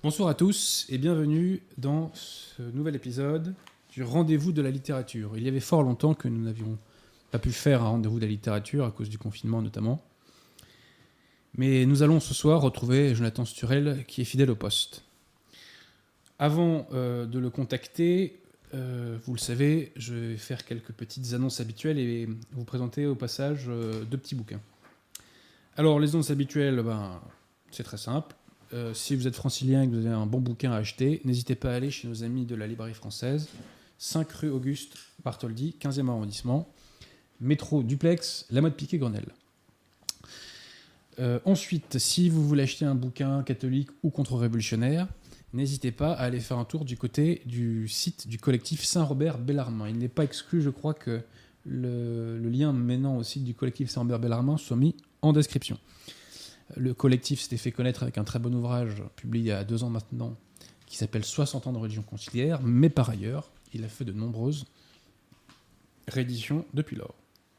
Bonsoir à tous et bienvenue dans ce nouvel épisode du Rendez-vous de la littérature. Il y avait fort longtemps que nous n'avions pas pu faire un Rendez-vous de la littérature à cause du confinement notamment. Mais nous allons ce soir retrouver Jonathan Sturel qui est fidèle au poste. Avant de le contacter, vous le savez, je vais faire quelques petites annonces habituelles et vous présenter au passage deux petits bouquins. Alors les annonces habituelles, c'est très simple. Si vous êtes francilien et que vous avez un bon bouquin à acheter, n'hésitez pas à aller chez nos amis de la librairie française, 5 rue Auguste Bartholdi, 15e arrondissement, métro Duplex, La Motte Piquet, Grenelle. Ensuite, si vous voulez acheter un bouquin catholique ou contre-révolutionnaire, n'hésitez pas à aller faire un tour du côté du site du collectif Saint-Robert-Bellarmin. Il n'est pas exclu, je crois, que le lien menant au site du collectif Saint-Robert-Bellarmin soit mis en description. Le collectif s'était fait connaître avec un très bon ouvrage publié il y a 2 ans maintenant qui s'appelle 60 ans de religion conciliaire, mais par ailleurs, il a fait de nombreuses rééditions depuis lors.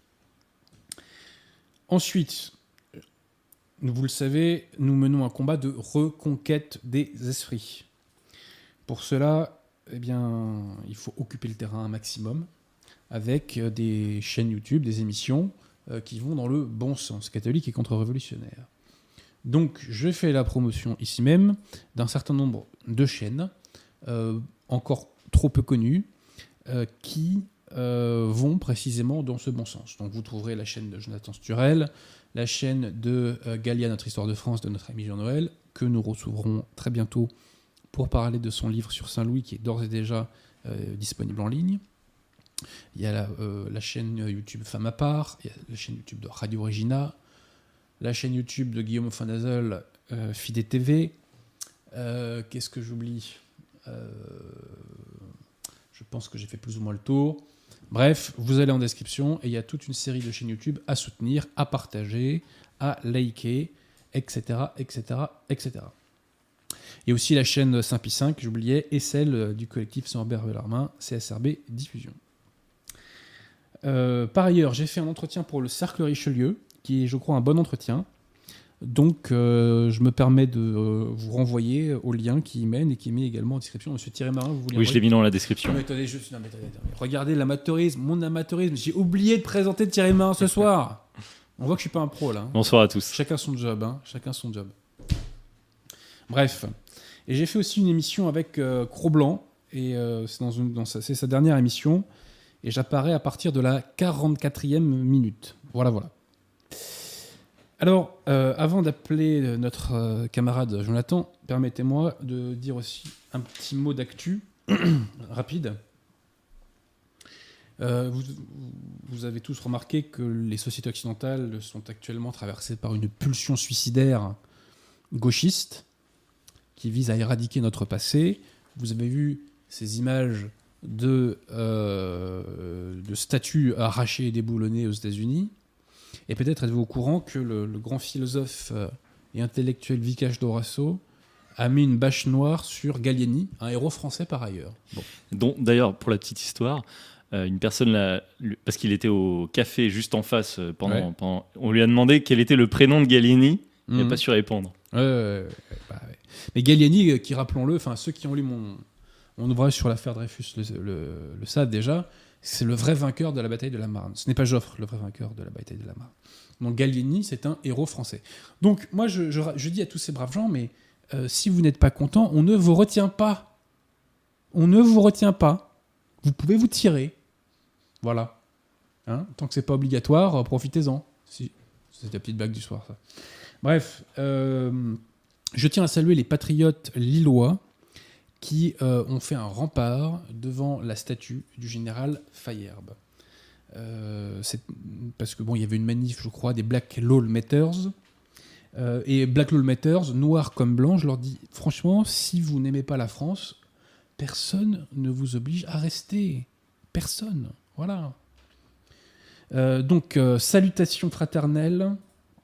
Ensuite, vous le savez, nous menons un combat de reconquête des esprits. Pour cela, il faut occuper le terrain un maximum avec des chaînes YouTube, des émissions qui vont dans le bon sens, catholique et contre-révolutionnaire. Donc, je fais la promotion ici même d'un certain nombre de chaînes, encore trop peu connues, qui vont précisément dans ce bon sens. Donc, vous trouverez la chaîne de Jonathan Sturel, la chaîne de Galia, notre histoire de France, de notre ami Jean-Noël, que nous recevrons très bientôt pour parler de son livre sur Saint-Louis, qui est d'ores et déjà disponible en ligne. Il y a la chaîne YouTube Femme à part, il y a la chaîne YouTube de Radio Regina, la chaîne YouTube de Guillaume Fandazel, Fidé TV. Qu'est-ce que j'oublie ? Je pense que j'ai fait plus ou moins le tour. Bref, vous allez en description et il y a toute une série de chaînes YouTube à soutenir, à partager, à liker, etc., etc., etc. Et aussi la chaîne Saint-Pie V, j'oubliais, et celle du collectif Saint-Robert-Bellarmin, CSRB Diffusion. Par ailleurs, j'ai fait un entretien pour le Cercle Richelieu, qui est, je crois, un bon entretien. Donc, je me permets de vous renvoyer au lien qui y mène et qui est mis également en description. Monsieur Thierry Marin, vous voulez... Oui, je l'ai mis dans la description. Non, mais attendez, regardez l'amateurisme, mon amateurisme. J'ai oublié de présenter Thierry Marin ce soir. On voit que je suis pas un pro, là. Bonsoir à tous. Chacun son job, hein. Chacun son job. Bref. Et j'ai fait aussi une émission avec Cro-Blanc. Et c'est sa dernière émission. Et j'apparais à partir de la 44e minute. Voilà. Alors, avant d'appeler notre camarade Jonathan, permettez-moi de dire aussi un petit mot d'actu rapide. Vous avez tous remarqué que les sociétés occidentales sont actuellement traversées par une pulsion suicidaire gauchiste qui vise à éradiquer notre passé. Vous avez vu ces images de statues arrachées et déboulonnées aux États-Unis. Et peut-être êtes-vous au courant que le grand philosophe et intellectuel Vicach Dorasso a mis une bâche noire sur Gallieni, un héros français par ailleurs. Bon. Dont, d'ailleurs, pour la petite histoire, une personne, parce qu'il était au café juste en face, on lui a demandé quel était le prénom de Gallieni, il n'a pas su répondre. Ouais. Mais Gallieni, qui, rappelons-le, ceux qui ont lu mon ouvrage sur l'affaire Dreyfus le savent déjà, c'est le vrai vainqueur de la bataille de la Marne. Ce n'est pas Joffre, le vrai vainqueur de la bataille de la Marne. Donc Gallieni, c'est un héros français. Donc moi, je dis à tous ces braves gens, mais si vous n'êtes pas content, on ne vous retient pas. On ne vous retient pas. Vous pouvez vous tirer. Voilà. Hein, tant que c'est pas obligatoire, profitez-en. Si, c'est la petite blague du soir, ça. Bref, je tiens à saluer les patriotes lillois qui ont fait un rempart devant la statue du général Fayerbes. C'est parce que il y avait une manif, je crois, des Black Lives Matters. Et Black Lives Matters, noir comme blanc, je leur dis, franchement, si vous n'aimez pas la France, personne ne vous oblige à rester. Personne. Voilà. Donc, salutations fraternelles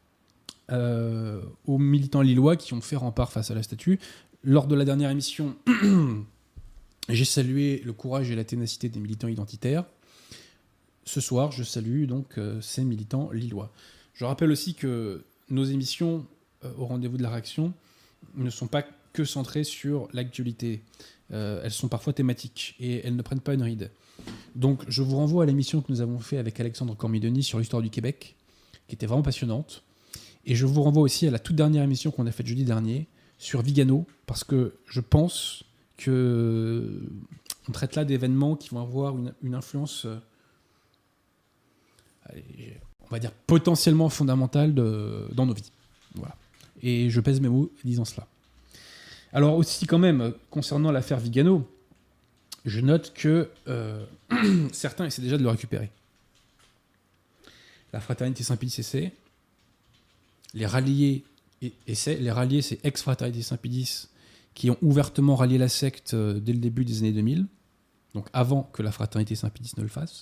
aux militants lillois qui ont fait rempart face à la statue. Lors de la dernière émission, j'ai salué le courage et la ténacité des militants identitaires. Ce soir, je salue donc ces militants lillois. Je rappelle aussi que nos émissions au rendez-vous de la réaction ne sont pas que centrées sur l'actualité. Elles sont parfois thématiques et elles ne prennent pas une ride. Donc je vous renvoie à l'émission que nous avons fait avec Alexandre Cormidoni sur l'histoire du Québec, qui était vraiment passionnante. Et je vous renvoie aussi à la toute dernière émission qu'on a faite jeudi dernier sur Vigano, parce que je pense qu'on traite là d'événements qui vont avoir une influence, on va dire, potentiellement fondamentale dans nos vies. Voilà. Et je pèse mes mots disant cela. Alors aussi quand même, concernant l'affaire Vigano, je note que certains essaient déjà de le récupérer. La fraternité Saint-Pédis les ralliés essaient. Les ralliés, c'est ex-fraternité Saint-Pédis qui ont ouvertement rallié la secte dès le début des années 2000, donc avant que la fraternité Saint-Pédis ne le fasse.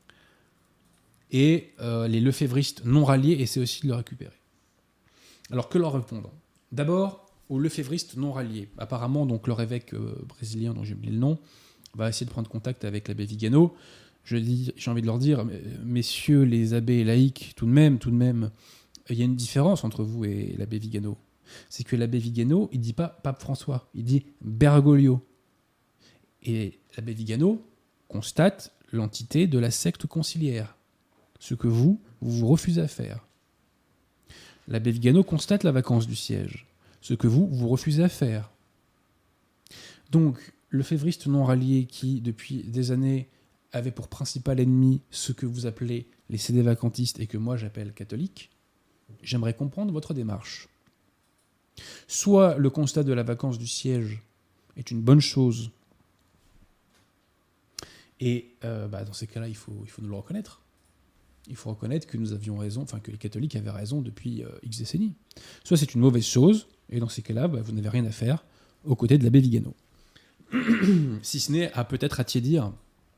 Et les lefévristes non ralliés essaient aussi de le récupérer. Alors que leur répondre ? D'abord, aux lefévristes non ralliés. Apparemment, donc, leur évêque brésilien, dont j'ai oublié le nom, va essayer de prendre contact avec l'abbé Vigano. J'ai envie de leur dire, messieurs les abbés laïcs, tout de même, il y a une différence entre vous et l'abbé Vigano. C'est que l'abbé Vigano, il dit pas Pape François, il dit Bergoglio. Et l'abbé Vigano constate l'entité de la secte conciliaire, ce que vous refusez à faire. L'abbé Vigano constate la vacance du siège, ce que vous refusez à faire. Donc, le févriste non rallié qui, depuis des années, avait pour principal ennemi ce que vous appelez les cédés-vacantistes et que moi j'appelle catholiques, j'aimerais comprendre votre démarche. Soit le constat de la vacance du siège est une bonne chose, et dans ces cas-là, il faut nous le reconnaître. Il faut reconnaître que nous avions raison, enfin que les catholiques avaient raison depuis X décennies. Soit c'est une mauvaise chose, et dans ces cas-là, vous n'avez rien à faire aux côtés de l'abbé Vigano. Si ce n'est à peut-être attiédir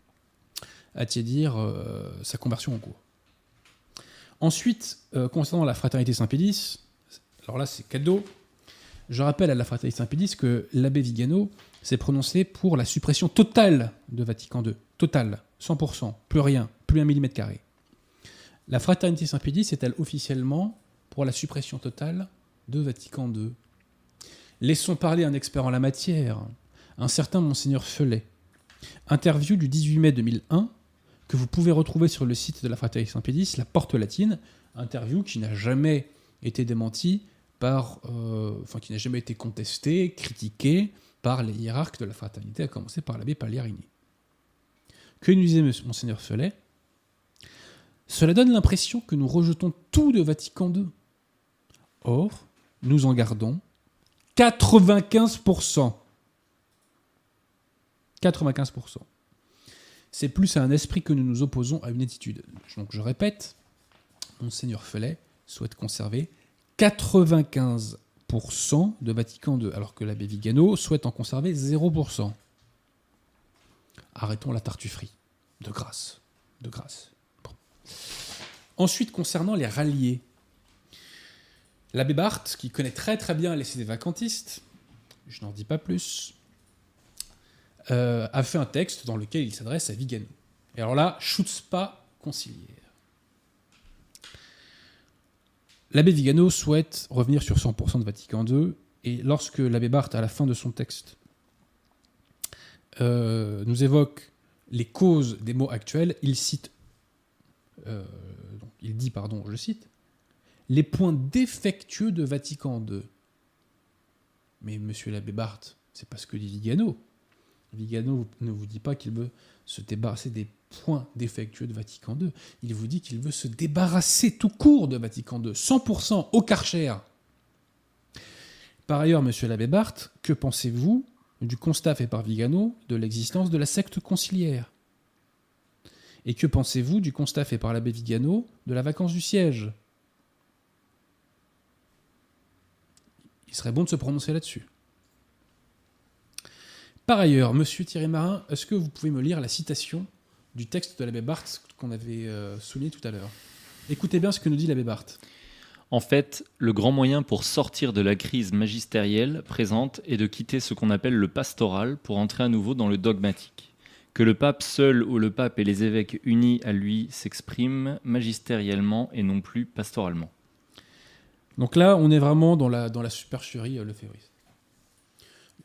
sa conversion en cours. Ensuite, concernant la fraternité Saint-Pédis, alors là c'est cadeau, je rappelle à la fraternité Saint-Pédis que l'abbé Vigano s'est prononcé pour la suppression totale de Vatican II. Totale, 100%, plus rien, plus un millimètre carré. La fraternité Saint-Pédis est-elle officiellement pour la suppression totale de Vatican II ? Laissons parler un expert en la matière, un certain Monseigneur Felet. Interview du 18 mai 2001, que vous pouvez retrouver sur le site de la fraternité Saint-Pédis, la Porte Latine, interview qui n'a jamais été démentie qui n'a jamais été contestée, critiquée par les hiérarques de la fraternité, à commencer par l'abbé Pagliarini. Que nous disait Monseigneur Felet ? Cela donne l'impression que nous rejetons tout de Vatican II. Or, nous en gardons 95%. 95%. C'est plus à un esprit que nous nous opposons à une attitude. Donc je répète, Monseigneur Felet souhaite conserver 95% de Vatican II, alors que l'abbé Vigano souhaite en conserver 0%. Arrêtons la tartufferie. De grâce. Bon. Ensuite, concernant les ralliés, l'abbé Barthes, qui connaît très très bien les cédés-vacantistes, je n'en dis pas plus, a fait un texte dans lequel il s'adresse à Vigano. Et alors là, chutzpah conciliaire. L'abbé Vigano souhaite revenir sur 100% de Vatican II, et lorsque l'abbé Barthes, à la fin de son texte, nous évoque les causes des maux actuels, il dit, je cite, « les points défectueux de Vatican II ». Mais monsieur l'abbé Barthes, c'est pas ce que dit Vigano. Vigano ne vous dit pas qu'il veut se débarrasser des points défectueux de Vatican II. Il vous dit qu'il veut se débarrasser tout court de Vatican II, 100% au Karcher. Par ailleurs, monsieur l'abbé Barthes, que pensez-vous du constat fait par Vigano de l'existence de la secte conciliaire ? Et que pensez-vous du constat fait par l'abbé Vigano de la vacance du siège ? Il serait bon de se prononcer là-dessus. Par ailleurs, monsieur Thierry Marin, est-ce que vous pouvez me lire la citation du texte de l'abbé Barthes qu'on avait souligné tout à l'heure ? Écoutez bien ce que nous dit l'abbé Barthes. En fait, le grand moyen pour sortir de la crise magistérielle présente est de quitter ce qu'on appelle le pastoral pour entrer à nouveau dans le dogmatique. Que le pape seul ou le pape et les évêques unis à lui s'expriment magistériellement et non plus pastoralement. Donc là, on est vraiment dans la supercherie lefévriste.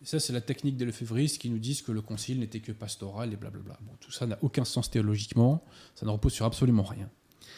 Ça, c'est la technique des lefévristes qui nous disent que le concile n'était que pastoral et blablabla. Bon, tout ça n'a aucun sens théologiquement, ça ne repose sur absolument rien.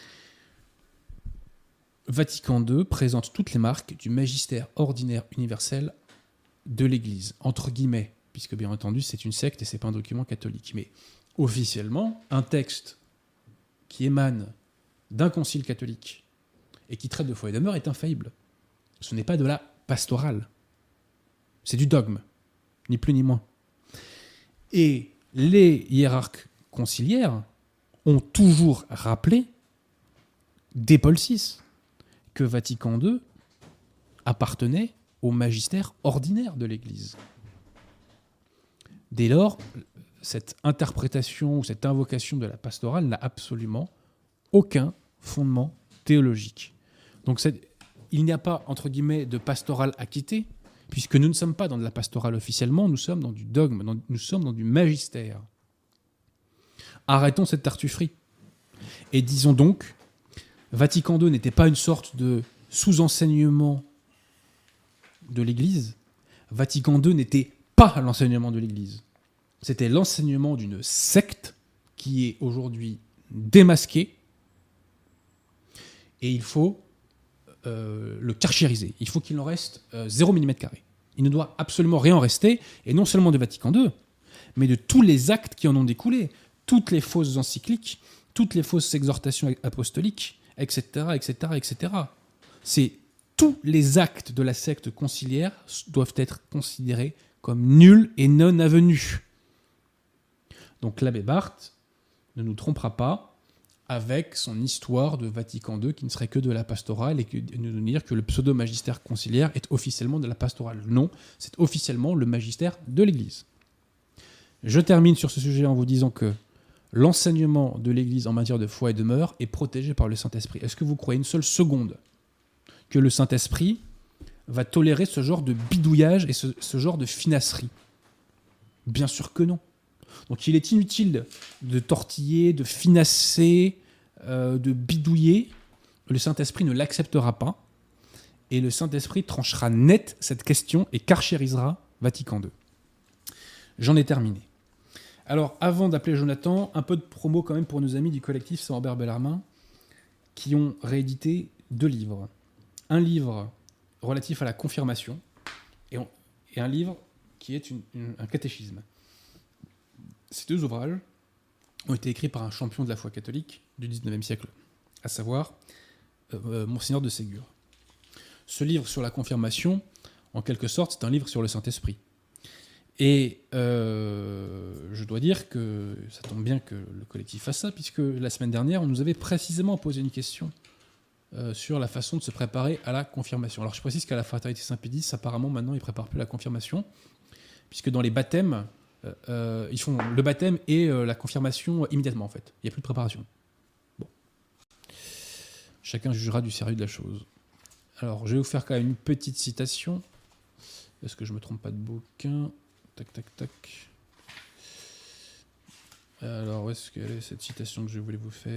Vatican II présente toutes les marques du magistère ordinaire universel de l'Église, entre guillemets, puisque bien entendu c'est une secte et c'est pas un document catholique. Mais officiellement, un texte qui émane d'un concile catholique et qui traite de foi et de mœurs est infaillible. Ce n'est pas de la pastorale. C'est du dogme, ni plus ni moins. Et les hiérarques conciliaires ont toujours rappelé, dès Paul VI, que Vatican II appartenait au magistère ordinaire de l'Église. Dès lors, cette interprétation ou cette invocation de la pastorale n'a absolument aucun fondement théologique. Donc il n'y a pas, entre guillemets, de pastorale à quitter, puisque nous ne sommes pas dans de la pastorale officiellement, nous sommes dans du dogme, nous sommes dans du magistère. Arrêtons cette tartufferie. Et disons donc, Vatican II n'était pas une sorte de sous-enseignement de l'Église. Vatican II n'était pas l'enseignement de l'Église. C'était l'enseignement d'une secte qui est aujourd'hui démasquée, et il faut le karchériser. Il faut qu'il en reste 0 mm². Il ne doit absolument rien en rester, et non seulement de Vatican II, mais de tous les actes qui en ont découlé, toutes les fausses encycliques, toutes les fausses exhortations apostoliques, etc., etc., etc. C'est tous les actes de la secte conciliaire doivent être considérés comme nuls et non avenus. Donc l'abbé Barth ne nous trompera pas avec son histoire de Vatican II qui ne serait que de la pastorale et de nous dire que le pseudo-magistère conciliaire est officiellement de la pastorale. Non, c'est officiellement le magistère de l'Église. Je termine sur ce sujet en vous disant que l'enseignement de l'Église en matière de foi et de mœurs est protégé par le Saint-Esprit. Est-ce que vous croyez une seule seconde que le Saint-Esprit va tolérer ce genre de bidouillage et ce genre de finasserie? Bien sûr que non. Donc il est inutile de tortiller, de finasser, de bidouiller. Le Saint-Esprit ne l'acceptera pas. Et le Saint-Esprit tranchera net cette question et karchérisera Vatican II. J'en ai terminé. Alors, avant d'appeler Jonathan, un peu de promo quand même pour nos amis du collectif Saint-Robert Bellarmin qui ont réédité 2 livres. Un livre relatif à la confirmation et un livre qui est un catéchisme. Ces 2 ouvrages ont été écrits par un champion de la foi catholique du XIXe siècle, à savoir Monseigneur de Ségur. Ce livre sur la confirmation, en quelque sorte, c'est un livre sur le Saint-Esprit. Et je dois dire que ça tombe bien que le collectif fasse ça, puisque la semaine dernière, on nous avait précisément posé une question sur la façon de se préparer à la confirmation. Alors je précise qu'à la Fraternité Saint-Pédis, apparemment maintenant, ils ne préparent plus la confirmation, puisque dans les baptêmes, ils font le baptême et la confirmation immédiatement, en fait. Il n'y a plus de préparation. Bon. Chacun jugera du sérieux de la chose. Alors, je vais vous faire quand même une petite citation. Est-ce que je ne me trompe pas de bouquin ? Tac, tac, tac. Alors, où est-ce qu'elle est, cette citation que je voulais vous faire ?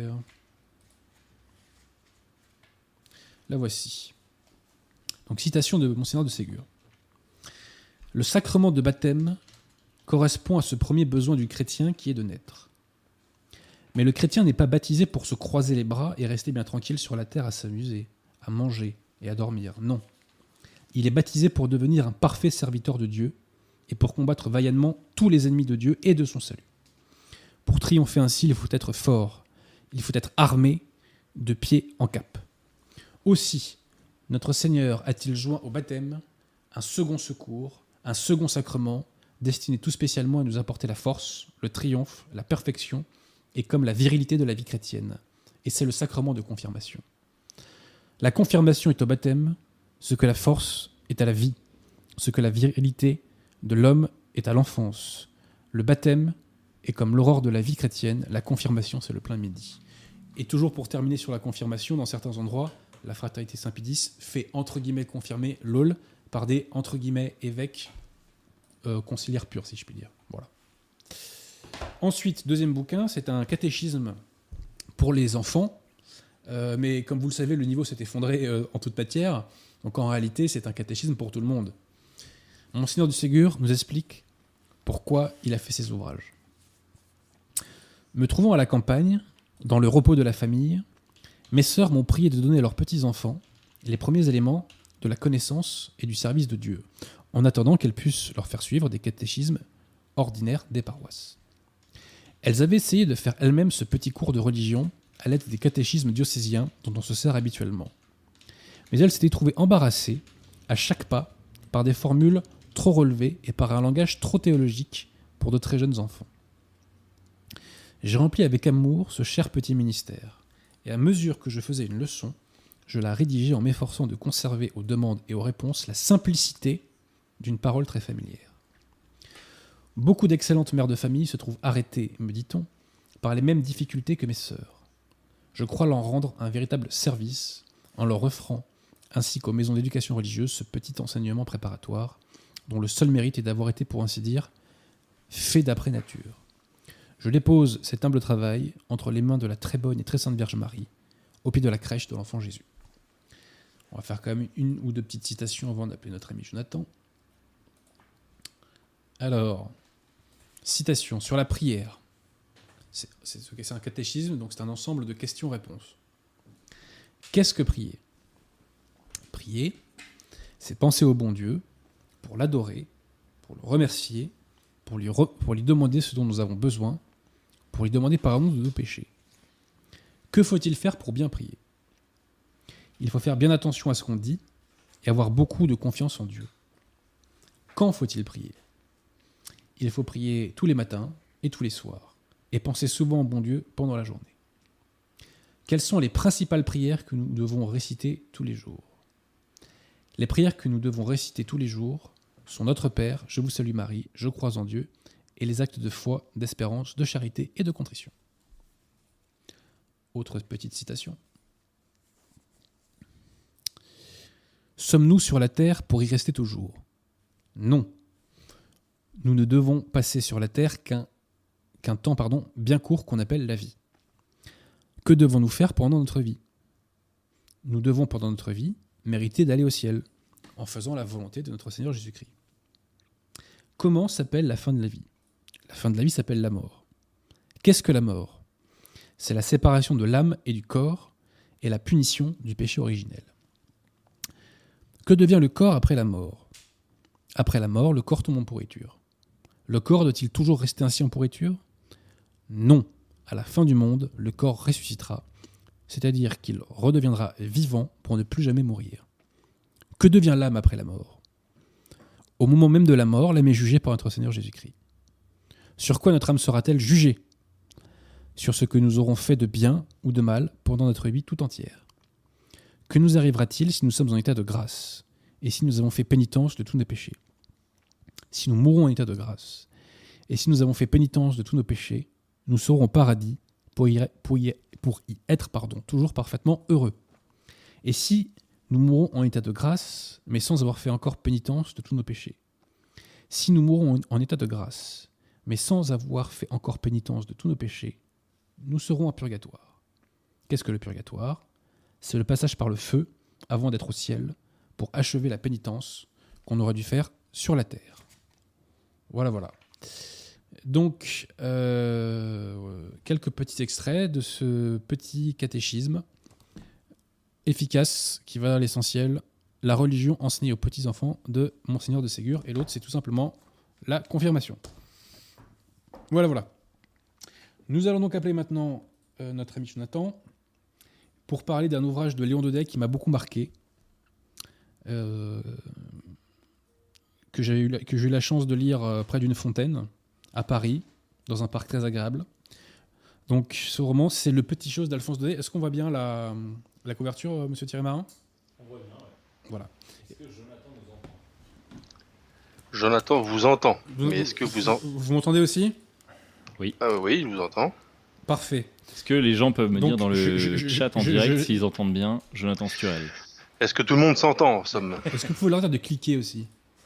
La voici. Donc, citation de Monseigneur de Ségur. « Le sacrement de baptême correspond à ce premier besoin du chrétien qui est de naître. Mais le chrétien n'est pas baptisé pour se croiser les bras et rester bien tranquille sur la terre à s'amuser, à manger et à dormir. Non. Il est baptisé pour devenir un parfait serviteur de Dieu et pour combattre vaillamment tous les ennemis de Dieu et de son salut. Pour triompher ainsi, il faut être fort, il faut être armé de pied en cap. Aussi, notre Seigneur a-t-il joint au baptême un second secours, un second sacrement, destiné tout spécialement à nous apporter la force, le triomphe, la perfection et comme la virilité de la vie chrétienne. Et c'est le sacrement de confirmation. La confirmation est au baptême ce que la force est à la vie, ce que la virilité de l'homme est à l'enfance. Le baptême est comme l'aurore de la vie chrétienne, la confirmation c'est le plein midi. Et toujours pour terminer sur la confirmation, dans certains endroits, la Fraternité Saint-Pédis fait entre guillemets confirmer l'AUL par des entre guillemets évêques conciliaires purs, si je puis dire. Voilà. Ensuite, deuxième bouquin, c'est un catéchisme pour les enfants, mais comme vous le savez, le niveau s'est effondré en toute matière, donc en réalité, c'est un catéchisme pour tout le monde. Monseigneur du Ségur nous explique pourquoi il a fait ces ouvrages. Me trouvant à la campagne, dans le repos de la famille, mes sœurs m'ont prié de donner à leurs petits-enfants les premiers éléments de la connaissance et du service de Dieu, en attendant qu'elles puissent leur faire suivre des catéchismes ordinaires des paroisses. Elles avaient essayé de faire elles-mêmes ce petit cours de religion à l'aide des catéchismes diocésiens dont on se sert habituellement. Mais elles s'étaient trouvées embarrassées, à chaque pas, par des formules trop relevées et par un langage trop théologique pour de très jeunes enfants. J'ai rempli avec amour ce cher petit ministère, et à mesure que je faisais une leçon, je la rédigeais en m'efforçant de conserver aux demandes et aux réponses la simplicité d'une parole très familière. Beaucoup d'excellentes mères de famille se trouvent arrêtées, me dit-on, par les mêmes difficultés que mes sœurs. Je crois leur rendre un véritable service en leur offrant, ainsi qu'aux maisons d'éducation religieuse, ce petit enseignement préparatoire, dont le seul mérite est d'avoir été, pour ainsi dire, fait d'après nature. Je dépose cet humble travail entre les mains de la très bonne et très sainte Vierge Marie, au pied de la crèche de l'enfant Jésus. On va faire quand même une ou deux petites citations avant d'appeler notre ami Jonathan. Alors, citation sur la prière. C'est un catéchisme, donc c'est un ensemble de questions-réponses. Qu'est-ce que prier ? Prier, c'est penser au bon Dieu, pour l'adorer, pour le remercier, pour lui demander ce dont nous avons besoin, pour lui demander pardon de nos péchés. Que faut-il faire pour bien prier ? Il faut faire bien attention à ce qu'on dit et avoir beaucoup de confiance en Dieu. Quand faut-il prier ? Il faut prier tous les matins et tous les soirs, et penser souvent au bon Dieu pendant la journée. Quelles sont les principales prières que nous devons réciter tous les jours ? Les prières que nous devons réciter tous les jours sont Notre Père, Je vous salue Marie, Je crois en Dieu, et les actes de foi, d'espérance, de charité et de contrition. Autre petite citation. Sommes-nous sur la terre pour y rester toujours ? Non. Nous ne devons passer sur la terre qu'un temps bien court qu'on appelle la vie. Que devons-nous faire pendant notre vie ? Nous devons, pendant notre vie, mériter d'aller au ciel, en faisant la volonté de notre Seigneur Jésus-Christ. Comment s'appelle la fin de la vie ? La fin de la vie s'appelle la mort. Qu'est-ce que la mort ? C'est la séparation de l'âme et du corps et la punition du péché originel. Que devient le corps après la mort ? Après la mort, le corps tombe en pourriture. Le corps doit-il toujours rester ainsi en pourriture ? Non. À la fin du monde, le corps ressuscitera, c'est-à-dire qu'il redeviendra vivant pour ne plus jamais mourir. Que devient l'âme après la mort ? Au moment même de la mort, l'âme est jugée par notre Seigneur Jésus-Christ. Sur quoi notre âme sera-t-elle jugée ? Sur ce que nous aurons fait de bien ou de mal pendant notre vie tout entière. Que nous arrivera-t-il si nous sommes en état de grâce et si nous avons fait pénitence de tous nos péchés ? Si nous mourons en état de grâce et si nous avons fait pénitence de tous nos péchés, nous serons au paradis pour y être toujours parfaitement heureux. Et si nous mourons en état de grâce, mais sans avoir fait encore pénitence de tous nos péchés, si nous mourons en état de grâce, mais sans avoir fait encore pénitence de tous nos péchés, nous serons en purgatoire. Qu'est-ce que le purgatoire ? C'est le passage par le feu avant d'être au ciel pour achever la pénitence qu'on aurait dû faire sur la terre. Voilà. Donc, quelques petits extraits de ce petit catéchisme efficace qui va à l'essentiel, la religion enseignée aux petits-enfants de Monseigneur de Ségur, et l'autre, c'est tout simplement la confirmation. Voilà. Nous allons donc appeler maintenant notre ami Jonathan pour parler d'un ouvrage de Léon Daudet qui m'a beaucoup marqué, que j'ai eu la chance de lire près d'une fontaine, à Paris, dans un parc très agréable. Donc, ce roman, c'est Le Petit Chose d'Alphonse Daudet. Est-ce qu'on voit bien la couverture, monsieur Thierry Marin ? On voit bien, ouais. Voilà. Est-ce que Jonathan nous entend ? Jonathan vous entend, mais est-ce que vous m'entendez aussi ? Oui. Oui, je vous entends. Parfait. Est-ce que les gens peuvent me Donc, dire dans le chat en direct s'ils entendent bien Jonathan Sturel ? Est-ce que tout le monde s'entend, en somme ? Est-ce que vous pouvez leur dire de cliquer aussi ?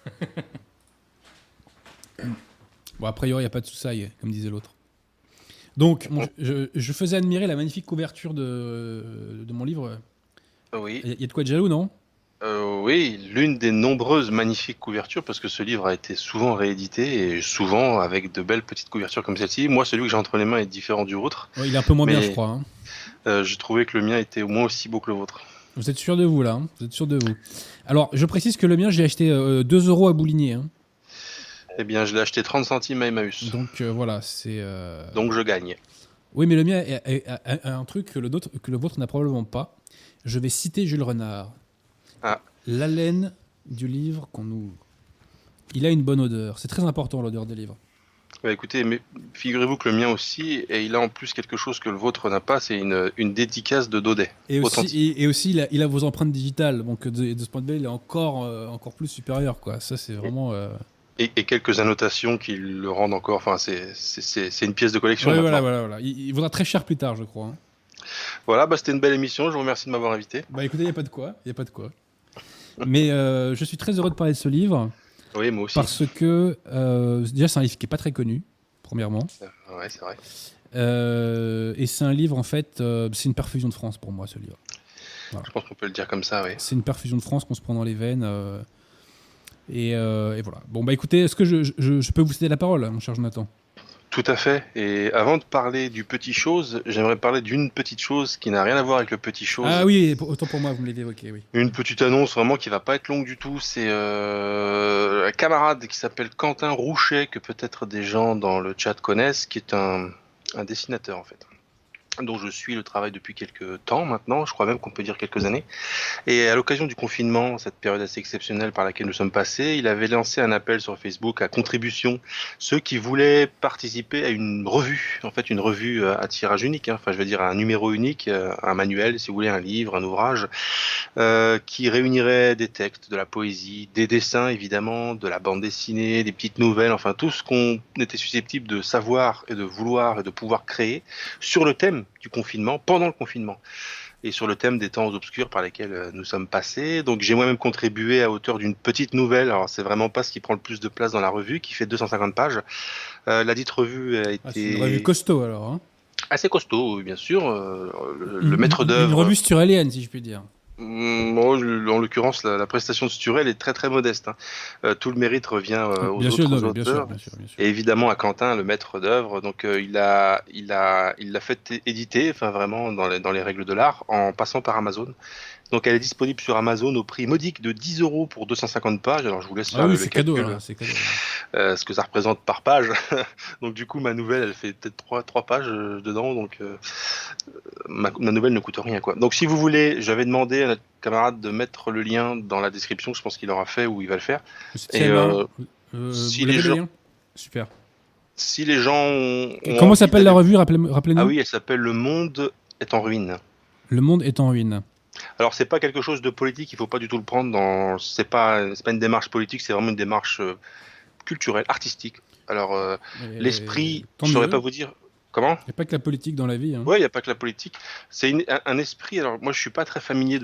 Bon, a priori, il n'y a pas de soussaille, comme disait l'autre. Donc, je faisais admirer la magnifique couverture de mon livre. Oui. Il y a de quoi être jaloux, non ? Oui, l'une des nombreuses magnifiques couvertures, parce que ce livre a été souvent réédité et souvent avec de belles petites couvertures comme celle-ci. Moi, celui que j'ai entre les mains est différent du vôtre, Ouais, il est un peu moins bien, je mais crois. Hein. je trouvais que le mien était au moins aussi beau que le vôtre. Vous êtes sûr de vous, là hein. Vous êtes sûr de vous. Alors, je précise que le mien, je l'ai acheté 2 euros à Bouligné. Hein. Eh bien, je l'ai acheté 30 centimes à Emmaüs, Donc, voilà, c'est... donc je gagne. Oui, mais le mien a un truc que le vôtre n'a probablement pas. Je vais citer Jules Renard. Ah. L'haleine du livre qu'on ouvre. Il a une bonne odeur. C'est très important, l'odeur des livres. Bah, écoutez, mais figurez-vous que le mien aussi, et il a en plus quelque chose que le vôtre n'a pas, c'est une dédicace de Daudet. Et Authentique. aussi il a vos empreintes digitales. Donc, de ce point de vue, il est encore plus supérieur. Quoi. Ça, c'est vraiment... Et quelques annotations qui le rendent encore. Enfin, c'est une pièce de collection. Ouais, maintenant. voilà. Il vaudra très cher plus tard, je crois. Hein. Voilà, bah, c'était une belle émission. Je vous remercie de m'avoir invité. Bah écoutez, il n'y a pas de quoi. Mais je suis très heureux de parler de ce livre. Oui, moi aussi. Parce que, déjà, c'est un livre qui n'est pas très connu, premièrement. Ouais, c'est vrai. Et c'est un livre, en fait, c'est une perfusion de France pour moi, ce livre. Voilà. Je pense qu'on peut le dire comme ça, oui. C'est une perfusion de France qu'on se prend dans les veines. Et voilà. Bon, bah écoutez, est-ce que je peux vous céder la parole, mon cher Jonathan ? Tout à fait. Et avant de parler du petit chose, j'aimerais parler d'une petite chose qui n'a rien à voir avec le petit chose. Ah oui, autant pour moi, vous me l'avez évoqué, oui. Une petite annonce vraiment qui va pas être longue du tout. C'est un camarade qui s'appelle Quentin Rouchet, que peut-être des gens dans le chat connaissent, qui est un dessinateur en fait, dont je suis le travail depuis quelques temps maintenant, je crois même qu'on peut dire quelques années. Et à l'occasion du confinement, cette période assez exceptionnelle par laquelle nous sommes passés, il avait lancé un appel sur Facebook à contribution, ceux qui voulaient participer à une revue, en fait une revue à tirage unique, hein. Enfin je veux dire un numéro unique, un manuel si vous voulez, un livre, un ouvrage, qui réunirait des textes, de la poésie, des dessins évidemment, de la bande dessinée, des petites nouvelles, enfin tout ce qu'on était susceptible de savoir et de vouloir et de pouvoir créer sur le thème du confinement, pendant le confinement, et sur le thème des temps obscurs par lesquels nous sommes passés. Donc j'ai moi-même contribué à hauteur d'une petite nouvelle, alors c'est vraiment pas ce qui prend le plus de place dans la revue, qui fait 250 pages. La dite revue a été... c'est une revue costaud alors. Hein. Assez costaud, oui, bien sûr. Le maître d'œuvre... Une revue sturélienne, si je puis dire. Bon, en l'occurrence, la prestation de Sturel est très très modeste. Hein. Tout le mérite revient aux bien autres sûr, auteurs. Bien sûr. Et évidemment à Quentin, le maître d'œuvre. Donc il l'a fait éditer, enfin vraiment dans les règles de l'art, en passant par Amazon. Donc elle est disponible sur Amazon au prix modique de 10 € pour 250 pages. Alors je vous laisse faire le c'est calcul, cadeau, c'est cadeau. ce que ça représente par page. Donc du coup ma nouvelle, elle fait peut-être 3 pages dedans. Donc ma nouvelle ne coûte rien, quoi. Donc si vous voulez, j'avais demandé à notre camarade de mettre le lien dans la description. Je pense qu'il l'aura fait ou il va le faire. Et si vous les l'avez gens... le lien ? Super. Si les gens ont Comment envie s'appelle la d'aller- revue ? Rappelez-nous. Ah oui, elle s'appelle Le Monde est en ruine. Le monde est en ruine. Alors c'est pas quelque chose de politique, il faut pas du tout le prendre dans. C'est pas une démarche politique, c'est vraiment une démarche culturelle, artistique. Alors l'esprit, tant je saurais mieux. pas vous dire comment. Il n'y a pas que la politique dans la vie. Hein. Ouais, il y a pas que la politique. C'est un esprit. Alors moi, je suis pas très familier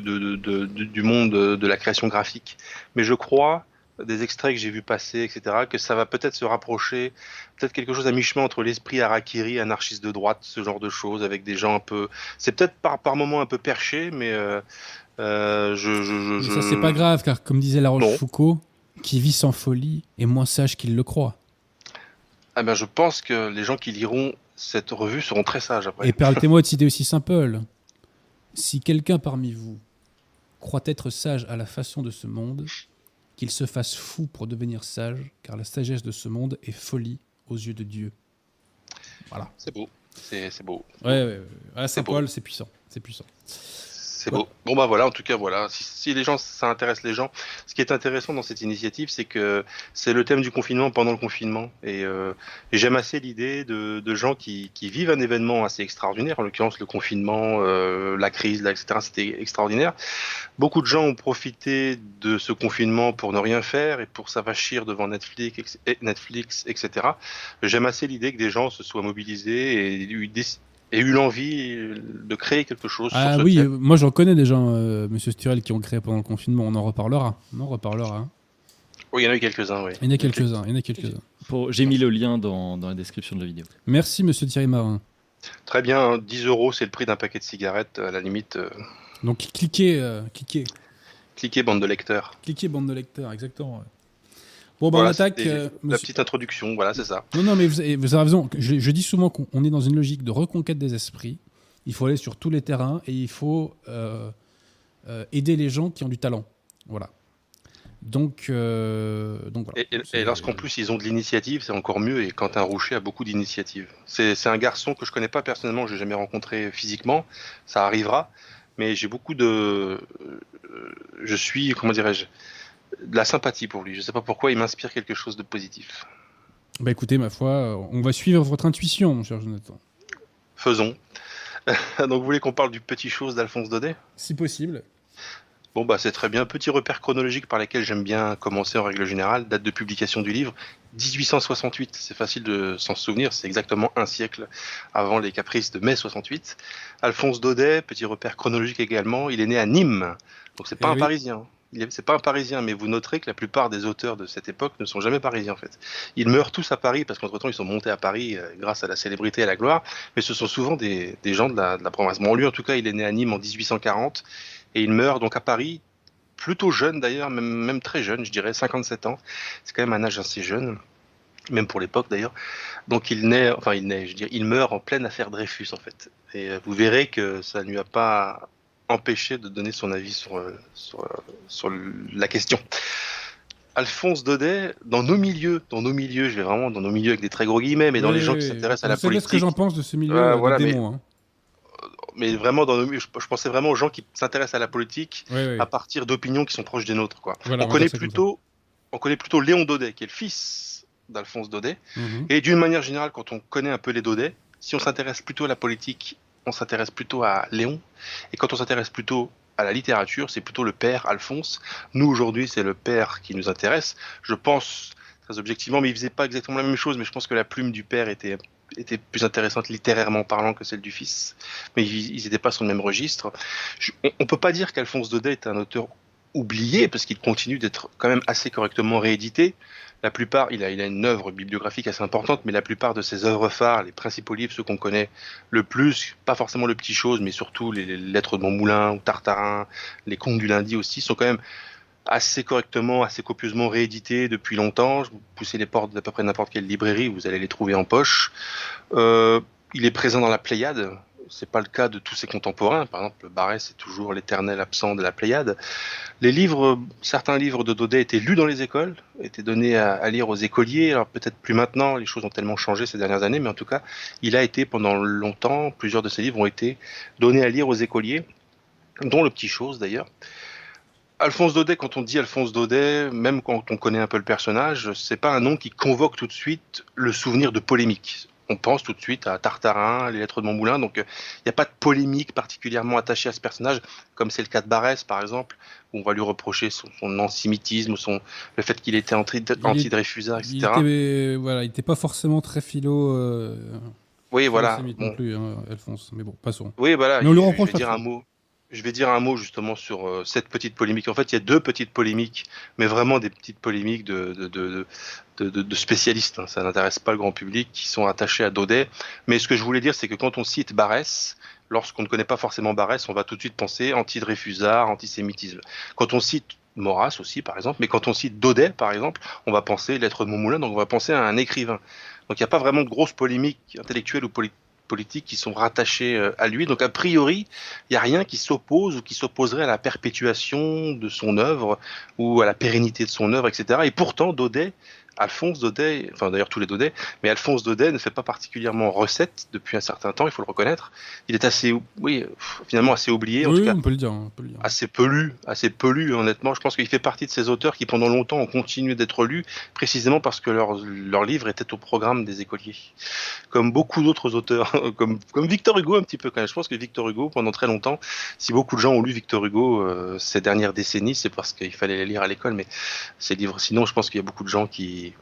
du monde de la création graphique, mais je crois des extraits que j'ai vu passer, etc., que ça va peut-être se rapprocher, peut-être quelque chose à mi-chemin entre l'esprit harakiri, anarchiste de droite, ce genre de choses, avec des gens un peu. C'est peut-être par moments un peu perché, mais Mais ça, c'est pas grave, car comme disait La Rochefoucauld, qui vit sans folie est moins sage qu'il le croit. Ah ben, je pense que les gens qui liront cette revue seront très sages après. Et permettez-moi de citer aussi Saint-Paul. Si quelqu'un parmi vous croit être sage à la façon de ce monde, qu'il se fasse fou pour devenir sage, car la sagesse de ce monde est folie aux yeux de Dieu. Voilà. C'est beau. C'est beau. Ouais. Ah, C'est Saint-Paul, beau. c'est puissant. C'est puissant. C'est beau. Bon bah voilà, en tout cas voilà. Si les gens, ça intéresse les gens. Ce qui est intéressant dans cette initiative, c'est que c'est le thème du confinement pendant le confinement. Et j'aime assez l'idée de gens qui vivent un événement assez extraordinaire. En l'occurrence, le confinement, la crise, là, etc. C'était extraordinaire. Beaucoup de gens ont profité de ce confinement pour ne rien faire et pour s'avachir devant Netflix, etc. J'aime assez l'idée que des gens se soient mobilisés et eu l'envie de créer quelque chose Ah sur ce oui, thème. moi j'en connais des gens, Monsieur Sturel, qui ont créé pendant le confinement. On en reparlera. Hein. Oui, il y en a eu quelques-uns, oui. Il y en a quelques-uns. J'ai mis le lien dans la description de la vidéo. Merci, Monsieur Thierry Marin. Très bien, 10 €, c'est le prix d'un paquet de cigarettes, à la limite. Donc cliquez. Cliquez, bande de lecteurs. Cliquez, bande de lecteurs, exactement. Ouais. Bon, bah, Voilà, on attaque. c'était la petite introduction, voilà, c'est ça. Non, mais vous avez raison. Je dis souvent qu'on est dans une logique de reconquête des esprits. Il faut aller sur tous les terrains et il faut aider les gens qui ont du talent. Voilà. Donc voilà. Et lorsqu'en plus ils ont de l'initiative, c'est encore mieux. Et Quentin Rouchet a beaucoup d'initiative. C'est un garçon que je connais pas personnellement, je l'ai jamais rencontré physiquement. Ça arrivera, mais j'ai beaucoup de, je suis, comment dirais-je, de la sympathie pour lui. Je sais pas pourquoi, il m'inspire quelque chose de positif. Bah écoutez, ma foi, on va suivre votre intuition, mon cher Jonathan. Faisons. Donc vous voulez qu'on parle du Petit Chose d'Alphonse Daudet ? Si possible. Bon bah c'est très bien. Petit repère chronologique par lesquels j'aime bien commencer en règle générale. Date de publication du livre 1868. C'est facile de s'en souvenir. C'est exactement un siècle avant les caprices de mai 68. Alphonse Daudet, petit repère chronologique également. Il est né à Nîmes. Donc c'est pas un Parisien. C'est pas un Parisien, mais vous noterez que la plupart des auteurs de cette époque ne sont jamais parisiens en fait. Ils meurent tous à Paris parce qu'entre-temps ils sont montés à Paris grâce à la célébrité et à la gloire, mais ce sont souvent des gens de la province. Bon, lui en tout cas, il est né à Nîmes en 1840 et il meurt donc à Paris, plutôt jeune d'ailleurs, même très jeune, je dirais 57 ans. C'est quand même un âge assez jeune, même pour l'époque d'ailleurs. Donc il meurt en pleine affaire Dreyfus en fait. Et vous verrez que ça ne lui a pas empêché de donner son avis sur la question. Alphonse Daudet, dans nos milieux, je vais vraiment dans nos milieux avec des très gros guillemets, mais dans les gens qui s'intéressent à la politique. Vous savez ce que j'en pense de ce milieu voilà, de démons, mais vraiment dans nos milieux, je pensais vraiment aux gens qui s'intéressent à la politique à partir d'opinions qui sont proches des nôtres, quoi. Voilà, on connaît plutôt Léon Daudet, qui est le fils d'Alphonse Daudet. Et d'une manière générale, quand on connaît un peu les Daudet, si on s'intéresse plutôt à la politique, on s'intéresse plutôt à Léon. Et quand on s'intéresse plutôt à la littérature, c'est plutôt le père Alphonse. Nous, aujourd'hui, c'est le père qui nous intéresse. Je pense, très objectivement, mais il faisait pas exactement la même chose, mais je pense que la plume du père était plus intéressante littérairement parlant que celle du fils. Mais ils n'étaient pas sur le même registre. On peut pas dire qu'Alphonse Daudet est un auteur oublié, parce qu'il continue d'être quand même assez correctement réédité. La plupart, il a une œuvre bibliographique assez importante, mais la plupart de ses œuvres phares, les principaux livres, ceux qu'on connaît le plus, pas forcément le Petit Chose, mais surtout les Lettres de Montmoulin ou Tartarin, les Contes du Lundi aussi, sont quand même assez correctement, assez copieusement réédités depuis longtemps. Vous poussez les portes d'à peu près n'importe quelle librairie, vous allez les trouver en poche. Il est présent dans la Pléiade. C'est pas le cas de tous ses contemporains. Par exemple, Barrès est toujours l'éternel absent de la Pléiade. Certains livres de Daudet étaient lus dans les écoles, étaient donnés à lire aux écoliers. Alors peut-être plus maintenant, les choses ont tellement changé ces dernières années, mais en tout cas, il a été pendant longtemps, plusieurs de ses livres ont été donnés à lire aux écoliers, dont Le Petit Chose d'ailleurs. Alphonse Daudet, quand on dit Alphonse Daudet, même quand on connaît un peu le personnage, c'est pas un nom qui convoque tout de suite le souvenir de polémique. On pense tout de suite à Tartarin, les Lettres de Montmoulin, donc il n'y a pas de polémique particulièrement attachée à ce personnage, comme c'est le cas de Barrès par exemple, où on va lui reprocher son antisémitisme, le fait qu'il était anti-Dreyfusard, etc. Il n'était pas forcément très philo. Oui, voilà. Non plus, Alphonse, mais bon, passons. Oui, voilà. Mais on lui reproche pas. Je vais dire un mot justement sur cette petite polémique. En fait, il y a deux petites polémiques, mais vraiment des petites polémiques de spécialistes. Hein. Ça n'intéresse pas le grand public, qui sont attachés à Daudet. Mais ce que je voulais dire, c'est que quand on cite Barrès, lorsqu'on ne connaît pas forcément Barrès, on va tout de suite penser anti-Dreyfusard, antisémitisme. Quand on cite Maurras aussi, par exemple, mais quand on cite Daudet, par exemple, on va penser Lettres de Montmoulin, donc on va penser à un écrivain. Donc il n'y a pas vraiment de grosses polémiques intellectuelles ou politiques qui sont rattachés à lui. Donc a priori, il n'y a rien qui s'oppose ou qui s'opposerait à la perpétuation de son œuvre ou à la pérennité de son œuvre, etc. Et pourtant, Alphonse Daudet, enfin d'ailleurs tous les Daudet, mais Alphonse Daudet ne fait pas particulièrement recette depuis un certain temps, il faut le reconnaître. Il est finalement assez oublié, en tout cas. On peut le dire. Assez peu lu, honnêtement. Je pense qu'il fait partie de ces auteurs qui pendant longtemps ont continué d'être lus, précisément parce que leur livre était au programme des écoliers. Comme beaucoup d'autres auteurs, comme Victor Hugo un petit peu quand même. Je pense que Victor Hugo, pendant très longtemps, si beaucoup de gens ont lu Victor Hugo ces dernières décennies, c'est parce qu'il fallait les lire à l'école, mais ces livres, sinon je pense qu'il y a beaucoup de gens qui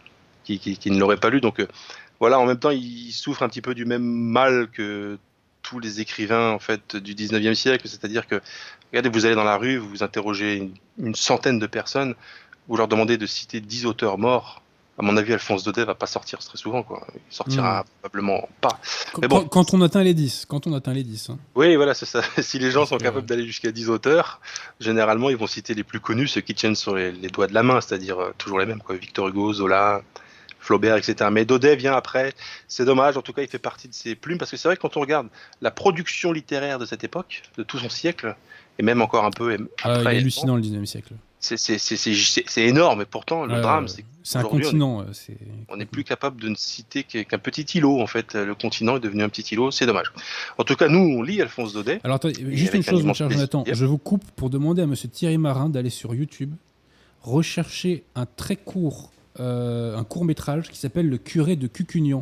ne l'auraient pas lu. Donc voilà, en même temps, il souffre un petit peu du même mal que tous les écrivains en fait du 19e siècle, c'est-à-dire que regardez, vous allez dans la rue, vous interrogez une centaine de personnes, vous leur demandez de citer 10 auteurs morts, À mon avis, Alphonse Daudet va pas sortir très souvent, quoi. Il sortira probablement pas. Mais bon, Quand on atteint les 10. Hein. oui, voilà, c'est ça. Si les gens sont que- capables d'aller jusqu'à 10 auteurs, généralement, ils vont citer les plus connus, ceux qui tiennent sur les doigts de la main, c'est-à-dire toujours les mêmes, quoi. Victor Hugo, Zola, Flaubert, etc. Mais Daudet vient après. C'est dommage. En tout cas, il fait partie de ces plumes, parce que c'est vrai que quand on regarde la production littéraire de cette époque, de tout son siècle, et même encore un peu il après, est hallucinant le 19e siècle. c'est énorme. Et pourtant, le drame, c'est C'est un qu'aujourd'hui, continent. on n'est plus capable de ne citer qu'un petit îlot, en fait. Le continent est devenu un petit îlot, c'est dommage. En tout cas, nous, on lit Alphonse Daudet. Alors, attends, juste une avec un chose, mon immense cher plaisir. Jonathan. Je vous coupe pour demander à monsieur Thierry Marin d'aller sur YouTube, rechercher un court-métrage qui s'appelle Le curé de Cucugnan.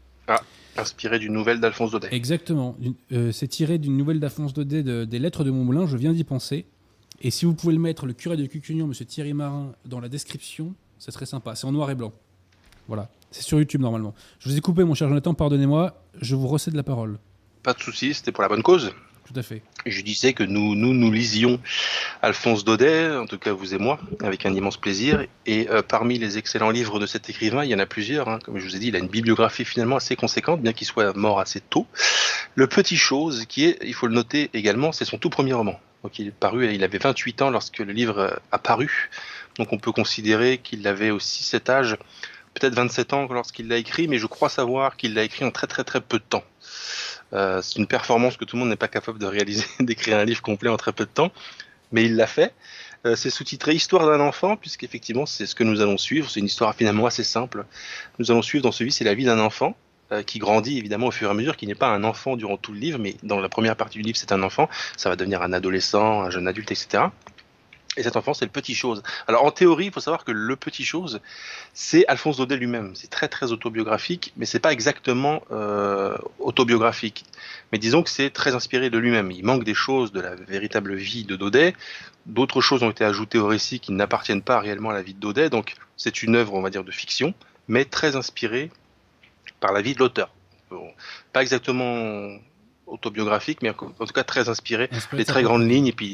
Inspiré d'une nouvelle d'Alphonse Daudet. Exactement. C'est tiré d'une nouvelle d'Alphonse Daudet des Lettres de Montmoulin. Je viens d'y penser. Et si vous pouvez le mettre, Le curé de Cucugnan, monsieur Thierry Marin, dans la description, ça serait sympa. C'est en noir et blanc. Voilà. C'est sur YouTube normalement. Je vous ai coupé, mon cher Jonathan, pardonnez-moi. Je vous recède la parole. Pas de souci, c'était pour la bonne cause. Tout à fait. Je disais que nous lisions Alphonse Daudet, en tout cas vous et moi, avec un immense plaisir. Et parmi les excellents livres de cet écrivain, il y en a plusieurs. Hein. Comme je vous ai dit, il a une bibliographie finalement assez conséquente, bien qu'il soit mort assez tôt. Le Petit Chose, qui est, il faut le noter également, c'est son tout premier roman. Donc il est paru, il avait 28 ans lorsque le livre a paru. Donc on peut considérer qu'il avait aussi cet âge, peut-être 27 ans lorsqu'il l'a écrit, mais je crois savoir qu'il l'a écrit en très très très peu de temps. C'est une performance que tout le monde n'est pas capable de réaliser, d'écrire un livre complet en très peu de temps, mais il l'a fait. C'est sous-titré Histoire d'un enfant, puisqu'effectivement c'est ce que nous allons suivre. C'est une histoire finalement assez simple. Nous allons suivre dans ce livre, c'est la vie d'un enfant qui grandit évidemment au fur et à mesure, qui n'est pas un enfant durant tout le livre, mais dans la première partie du livre c'est un enfant, ça va devenir un adolescent, un jeune adulte, etc. Et cet enfant, c'est le Petit Chose. Alors en théorie, il faut savoir que le Petit Chose, c'est Alphonse Daudet lui-même. C'est très très autobiographique, mais c'est pas exactement autobiographique. Mais disons que c'est très inspiré de lui-même. Il manque des choses de la véritable vie de Daudet. D'autres choses ont été ajoutées au récit qui n'appartiennent pas réellement à la vie de Daudet. Donc c'est une œuvre, on va dire, de fiction, mais très inspirée par la vie de l'auteur. Bon, pas exactement autobiographique, mais en tout cas très inspiré. Les très grandes lignes et puis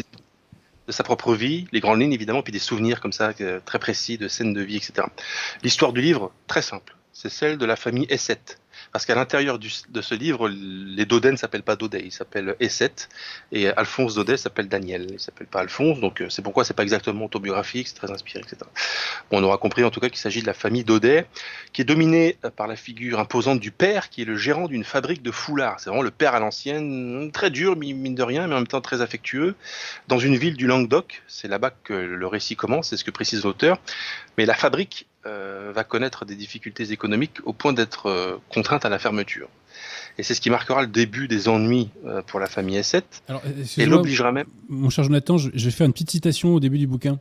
de sa propre vie, les grandes lignes évidemment, puis des souvenirs comme ça très précis de scènes de vie, etc. L'histoire du livre, très simple, c'est celle de la famille Essette. Parce qu'à l'intérieur de ce livre, les Daudet ne s'appellent pas Daudet, ils s'appellent Essette, et Alphonse Daudet s'appelle Daniel, il s'appelle pas Alphonse, donc c'est pourquoi c'est pas exactement autobiographique, c'est très inspiré, etc. Bon, on aura compris en tout cas qu'il s'agit de la famille Daudet, qui est dominée par la figure imposante du père, qui est le gérant d'une fabrique de foulards. C'est vraiment le père à l'ancienne, très dur, mine de rien, mais en même temps très affectueux, dans une ville du Languedoc. C'est là-bas que le récit commence, c'est ce que précise l'auteur. Mais la fabrique va connaître des difficultés économiques au point d'être contrainte à la fermeture. Et c'est ce qui marquera le début des ennuis pour la famille Essette. Alors, et l'obligera même... Mon cher Jonathan, je vais faire une petite citation au début du bouquin.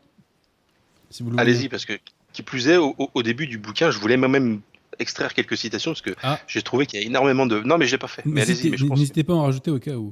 Si vous le voulez. Allez-y, parce que qui plus est, au début du bouquin, je voulais même extraire quelques citations, parce que j'ai trouvé qu'il y a énormément de... Non, mais je l'ai pas fait. Mais allez-y, mais je pense... N'hésitez pas à en rajouter au cas où.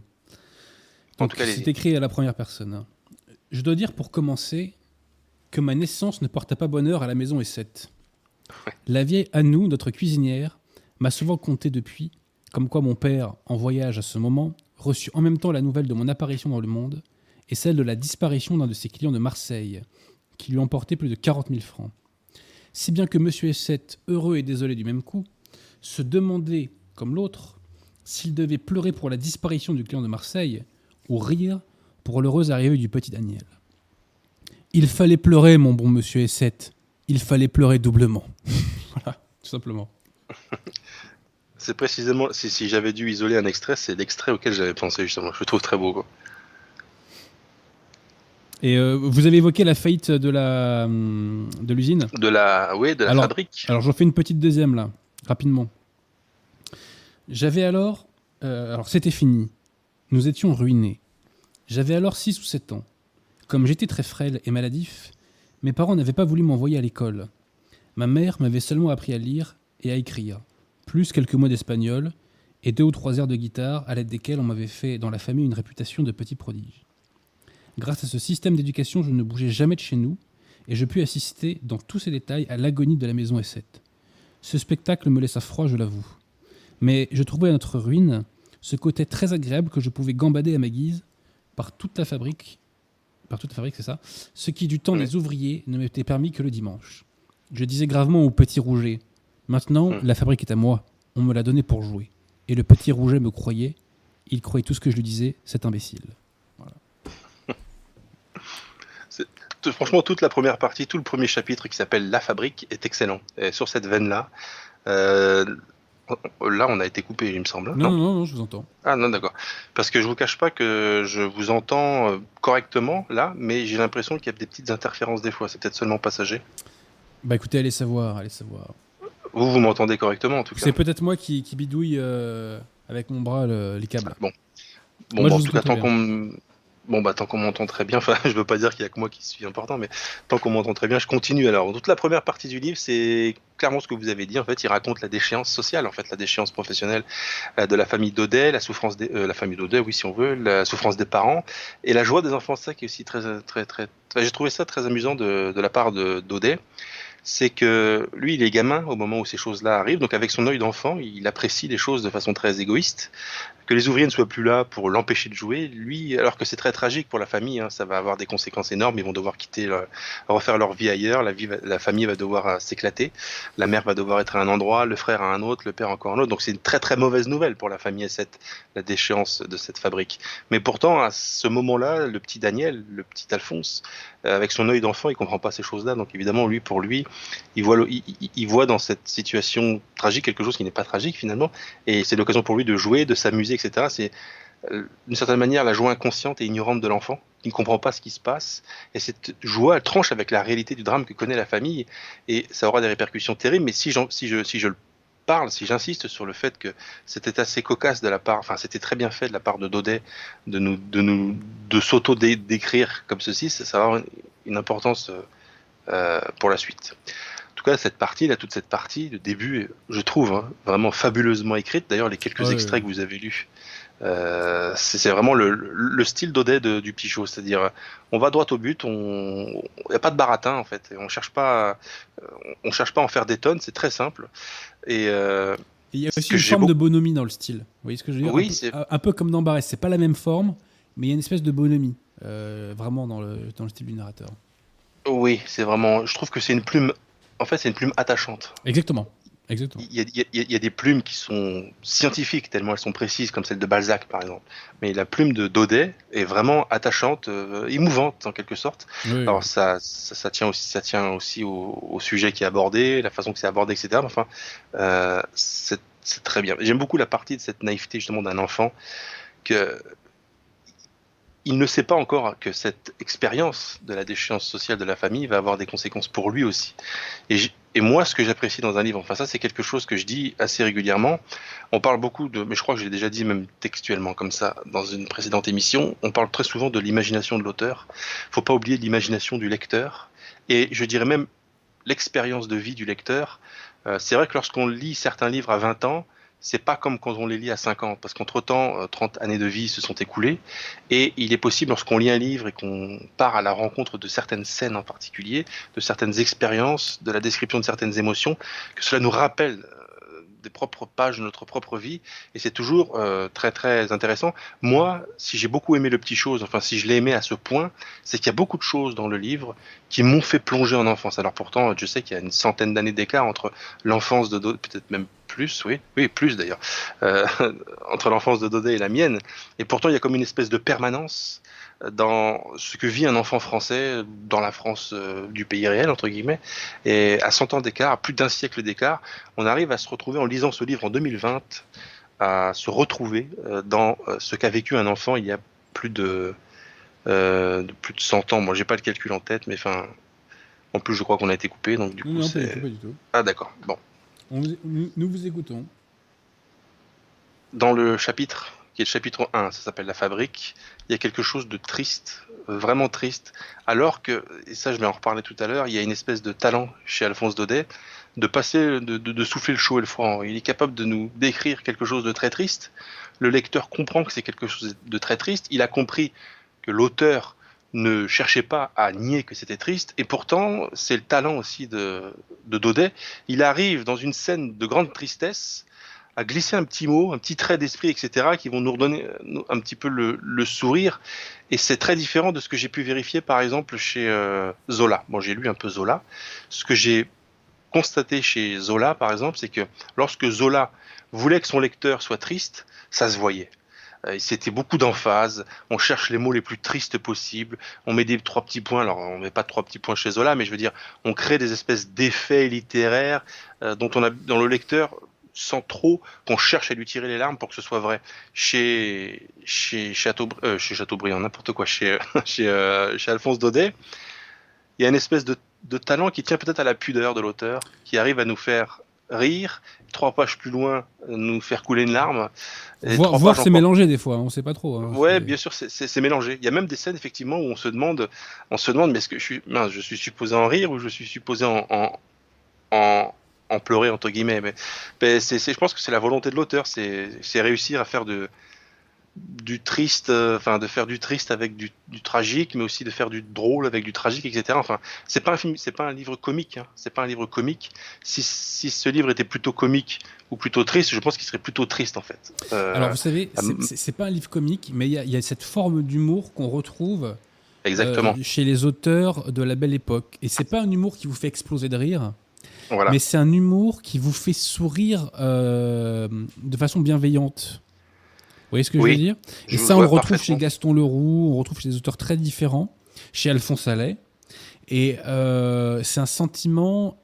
En tout cas, c'est écrit à la première personne. Je dois dire pour commencer que ma naissance ne porta pas bonheur à la maison Essette. Ouais. La vieille Anou, notre cuisinière, m'a souvent conté depuis, comme quoi mon père, en voyage à ce moment, reçut en même temps la nouvelle de mon apparition dans le monde et celle de la disparition d'un de ses clients de Marseille, qui lui emportait plus de 40 000 francs. Si bien que M. Essette, heureux et désolé du même coup, se demandait, comme l'autre, s'il devait pleurer pour la disparition du client de Marseille ou rire pour l'heureuse arrivée du petit Daniel. Il fallait pleurer, mon bon monsieur Essette. Il fallait pleurer doublement. Voilà, tout simplement. C'est précisément, si j'avais dû isoler un extrait, c'est l'extrait auquel j'avais pensé justement. Je le trouve très beau, quoi. Et vous avez évoqué la faillite de l'usine ? De la fabrique. Alors j'en fais une petite deuxième là, rapidement. J'avais alors c'était fini. Nous étions ruinés. J'avais alors 6 ou 7 ans. Comme j'étais très frêle et maladif, mes parents n'avaient pas voulu m'envoyer à l'école. Ma mère m'avait seulement appris à lire et à écrire, plus quelques mots d'espagnol et 2 ou 3 airs de guitare à l'aide desquels on m'avait fait dans la famille une réputation de petit prodige. Grâce à ce système d'éducation, je ne bougeais jamais de chez nous et je pus assister dans tous ses détails à l'agonie de la maison Essette. Ce spectacle me laissa froid, je l'avoue. Mais je trouvais à notre ruine ce côté très agréable que je pouvais gambader à ma guise par toute la fabrique, c'est ça, ce qui du temps des ouvriers ne m'était permis que le dimanche. Je disais gravement au petit Rouget. Maintenant, la fabrique est à moi. On me l'a donnée pour jouer. Et le petit Rouget me croyait. Il croyait tout ce que je lui disais. Cet imbécile. Voilà. Franchement, toute la première partie, tout le premier chapitre qui s'appelle La Fabrique est excellent. Et sur cette veine-là, là, on a été coupé, il me semble. Non, je vous entends. Ah non, d'accord. Parce que je vous cache pas que je vous entends correctement là, mais j'ai l'impression qu'il y a des petites interférences des fois. C'est peut-être seulement passager. Bah écoutez, allez savoir. Vous m'entendez correctement en tout cas. C'est peut-être moi qui bidouille avec mon bras les câbles. Bon, Moi, en je tout vous cas, entends tant qu'on m'entend très bien, enfin, je veux pas dire qu'il y a que moi qui suis important, mais tant qu'on m'entend très bien, je continue. Alors, toute la première partie du livre, c'est clairement ce que vous avez dit. En fait, il raconte la déchéance sociale, en fait, la déchéance professionnelle de la famille Daudet, la souffrance la famille Daudet, oui, si on veut, la souffrance des parents et la joie des enfants. C'est ça qui est aussi très. J'ai trouvé ça très amusant de la part de Daudet. C'est que lui, il est gamin au moment où ces choses-là arrivent, donc avec son œil d'enfant, il apprécie les choses de façon très égoïste. Que les ouvriers ne soient plus là pour l'empêcher de jouer, lui, alors que c'est très tragique pour la famille, hein, ça va avoir des conséquences énormes, ils vont devoir refaire leur vie ailleurs, la famille va devoir s'éclater, la mère va devoir être à un endroit, le frère à un autre, le père encore à un autre, donc c'est une très très mauvaise nouvelle pour la famille S7, la déchéance de cette fabrique. Mais pourtant, à ce moment-là, le petit Daniel, le petit Alphonse, avec son œil d'enfant, il comprend pas ces choses-là, donc évidemment, pour lui, il voit dans cette situation tragique quelque chose qui n'est pas tragique finalement, et c'est l'occasion pour lui de jouer, de s'amuser, etc. C'est d'une certaine manière la joie inconsciente et ignorante de l'enfant qui ne comprend pas ce qui se passe, et cette joie elle tranche avec la réalité du drame que connaît la famille, et ça aura des répercussions terribles. Mais si je le parle, si j'insiste sur le fait que c'était assez cocasse de la part, enfin c'était très bien fait de la part de Daudet de s'auto-décrire comme ceci, ça va avoir une importance pour la suite. En tout cas, toute cette partie, le début, je trouve vraiment fabuleusement écrite. D'ailleurs, les quelques extraits que vous avez lus, c'est vraiment le style Daudet du Pichot, c'est-à-dire on va droit au but, il n'y a pas de baratin en fait, on cherche pas à en faire des tonnes, c'est très simple. Et il y a aussi une forme de bonhomie dans le style. Vous voyez ce que je veux dire? Oui, un peu comme dans Barès, c'est pas la même forme, mais il y a une espèce de bonhomie vraiment dans le style du narrateur. Oui, c'est vraiment. Je trouve que c'est une plume. En fait, c'est une plume attachante. Exactement. Il y a des plumes qui sont scientifiques, tellement elles sont précises, comme celle de Balzac, par exemple. Mais la plume de Daudet est vraiment attachante, émouvante, en quelque sorte. Oui. Alors, ça tient aussi au sujet qui est abordé, la façon que c'est abordé, etc. Mais enfin, c'est très bien. J'aime beaucoup la partie de cette naïveté, justement, d'un enfant il ne sait pas encore que cette expérience de la déchéance sociale de la famille va avoir des conséquences pour lui aussi. Et moi, ce que j'apprécie dans un livre, enfin ça c'est quelque chose que je dis assez régulièrement, on parle beaucoup mais je crois que je l'ai déjà dit même textuellement comme ça dans une précédente émission, on parle très souvent de l'imagination de l'auteur. Faut pas oublier l'imagination du lecteur, et je dirais même l'expérience de vie du lecteur. C'est vrai que lorsqu'on lit certains livres à 20 ans, c'est pas comme quand on les lit à 50, parce qu'entre-temps, 30 années de vie se sont écoulées, et il est possible, lorsqu'on lit un livre et qu'on part à la rencontre de certaines scènes en particulier, de certaines expériences, de la description de certaines émotions, que cela nous rappelle des propres pages de notre propre vie, et c'est toujours très très intéressant. Moi, si j'ai beaucoup aimé Le Petit Chose, enfin si je l'ai aimé à ce point, c'est qu'il y a beaucoup de choses dans le livre qui m'ont fait plonger en enfance. Alors pourtant, je sais qu'il y a une centaine d'années d'écart entre l'enfance de Daudet, peut-être même plus, oui, plus d'ailleurs, entre l'enfance de Daudet et la mienne, et pourtant il y a comme une espèce de permanence dans ce que vit un enfant français dans la France du pays réel, entre guillemets, et à 100 ans d'écart, à plus d'un siècle d'écart, on arrive à se retrouver en lisant ce livre en 2020, à se retrouver dans ce qu'a vécu un enfant il y a plus de 100 ans. Moi, j'ai pas le calcul en tête, mais enfin, en plus, je crois qu'on a été coupé, donc du coup, non, c'est... pas du tout. Ah, d'accord, bon. Nous vous écoutons. Dans le chapitre, qui est le chapitre 1, ça s'appelle La Fabrique, il y a quelque chose de triste, vraiment triste, alors que, et ça je vais en reparler tout à l'heure, il y a une espèce de talent chez Alphonse Daudet, de passer, de souffler le chaud et le froid. Il est capable de nous décrire quelque chose de très triste, le lecteur comprend que c'est quelque chose de très triste, il a compris que l'auteur ne cherchait pas à nier que c'était triste, et pourtant, c'est le talent aussi de Daudet. Il arrive dans une scène de grande tristesse à glisser un petit mot, un petit trait d'esprit, etc., qui vont nous redonner un petit peu le sourire. Et c'est très différent de ce que j'ai pu vérifier, par exemple, chez Zola. Bon, j'ai lu un peu Zola. Ce que j'ai constaté chez Zola, par exemple, c'est que lorsque Zola voulait que son lecteur soit triste, ça se voyait. C'était beaucoup d'emphase, on cherche les mots les plus tristes possibles, on met des 3 petits points, alors on met pas de 3 petits points chez Zola, mais je veux dire, on crée des espèces d'effets littéraires dont le lecteur sent trop qu'on cherche à lui tirer les larmes pour que ce soit vrai. Chez Chateaubriand, n'importe quoi, chez Alphonse Daudet, il y a une espèce de talent qui tient peut-être à la pudeur de l'auteur, qui arrive à nous faire rire, 3 pages plus loin, nous faire couler une larme. Voir c'est mélangé des fois, on sait pas trop. Hein, ouais, bien sûr, c'est mélangé. Il y a même des scènes effectivement où on se demande, mais est-ce que je suis supposé en rire ou je suis supposé en pleurer entre guillemets. Mais je pense que c'est la volonté de l'auteur, c'est réussir à faire du triste, de faire du triste avec du tragique, mais aussi de faire du drôle avec du tragique, etc. Enfin, c'est pas un livre comique, hein. C'est pas un livre comique. Si ce livre était plutôt comique ou plutôt triste, je pense qu'il serait plutôt triste en fait. Alors vous savez, c'est pas un livre comique, mais il y a cette forme d'humour qu'on retrouve chez les auteurs de la Belle Époque. Et c'est pas un humour qui vous fait exploser de rire. Voilà. Mais c'est un humour qui vous fait sourire de façon bienveillante. Vous voyez ce que je veux dire ? Et ça, on le retrouve chez Gaston Leroux, on retrouve chez des auteurs très différents, chez Alphonse Allais. Et c'est un sentiment,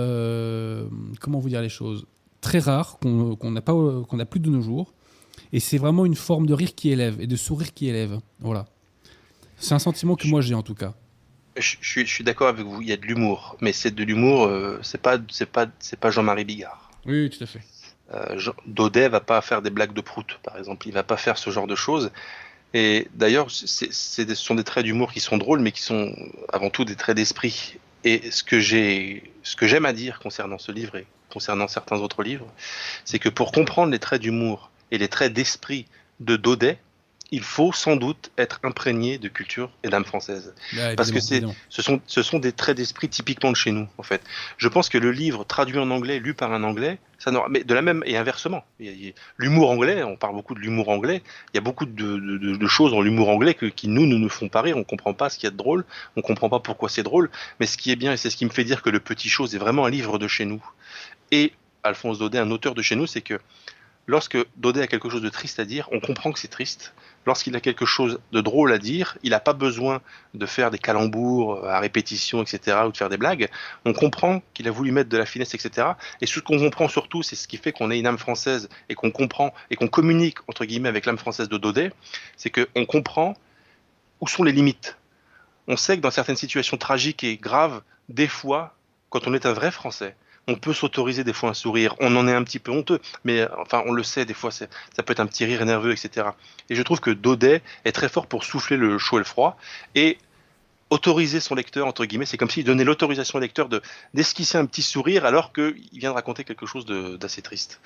comment vous dire les choses, très rare, qu'on n'a plus de nos jours. Et c'est vraiment une forme de rire qui élève et de sourire qui élève. Voilà. C'est un sentiment que moi j'ai en tout cas. Je suis d'accord avec vous, il y a de l'humour, mais c'est de l'humour, c'est pas Jean-Marie Bigard. Oui, tout à fait. Daudet va pas faire des blagues de prout, par exemple, il va pas faire ce genre de choses. Et d'ailleurs, ce sont des traits d'humour qui sont drôles, mais qui sont avant tout des traits d'esprit. Et ce que j'aime à dire concernant ce livre et concernant certains autres livres, c'est que pour comprendre les traits d'humour et les traits d'esprit de Daudet, il faut sans doute être imprégné de culture et d'âme française. Parce que ce sont des traits d'esprit typiquement de chez nous, en fait. Je pense que le livre traduit en anglais, lu par un anglais, mais de la même, et inversement. L'humour anglais, on parle beaucoup de l'humour anglais, il y a beaucoup de choses dans l'humour anglais qui ne nous font pas rire, on comprend pas ce qu'il y a de drôle, on comprend pas pourquoi c'est drôle, mais ce qui est bien, et c'est ce qui me fait dire que Le Petit Chose est vraiment un livre de chez nous. Et Alphonse Daudet, un auteur de chez nous, c'est que lorsque Daudet a quelque chose de triste à dire, on comprend que c'est triste. Lorsqu'il a quelque chose de drôle à dire, il n'a pas besoin de faire des calembours à répétition, etc., ou de faire des blagues. On comprend qu'il a voulu mettre de la finesse, etc. Et ce qu'on comprend surtout, c'est ce qui fait qu'on ait une âme française et qu'on comprend et qu'on communique, entre guillemets, avec l'âme française de Daudet, c'est qu'on comprend où sont les limites. On sait que dans certaines situations tragiques et graves, des fois, quand on est un vrai Français, on peut s'autoriser des fois un sourire, on en est un petit peu honteux, mais enfin on le sait, des fois ça peut être un petit rire nerveux, etc. Et je trouve que Daudet est très fort pour souffler le chaud et le froid, et autoriser son lecteur, entre guillemets, c'est comme s'il donnait l'autorisation au lecteur d'esquisser un petit sourire alors qu'il vient de raconter quelque chose d'assez triste.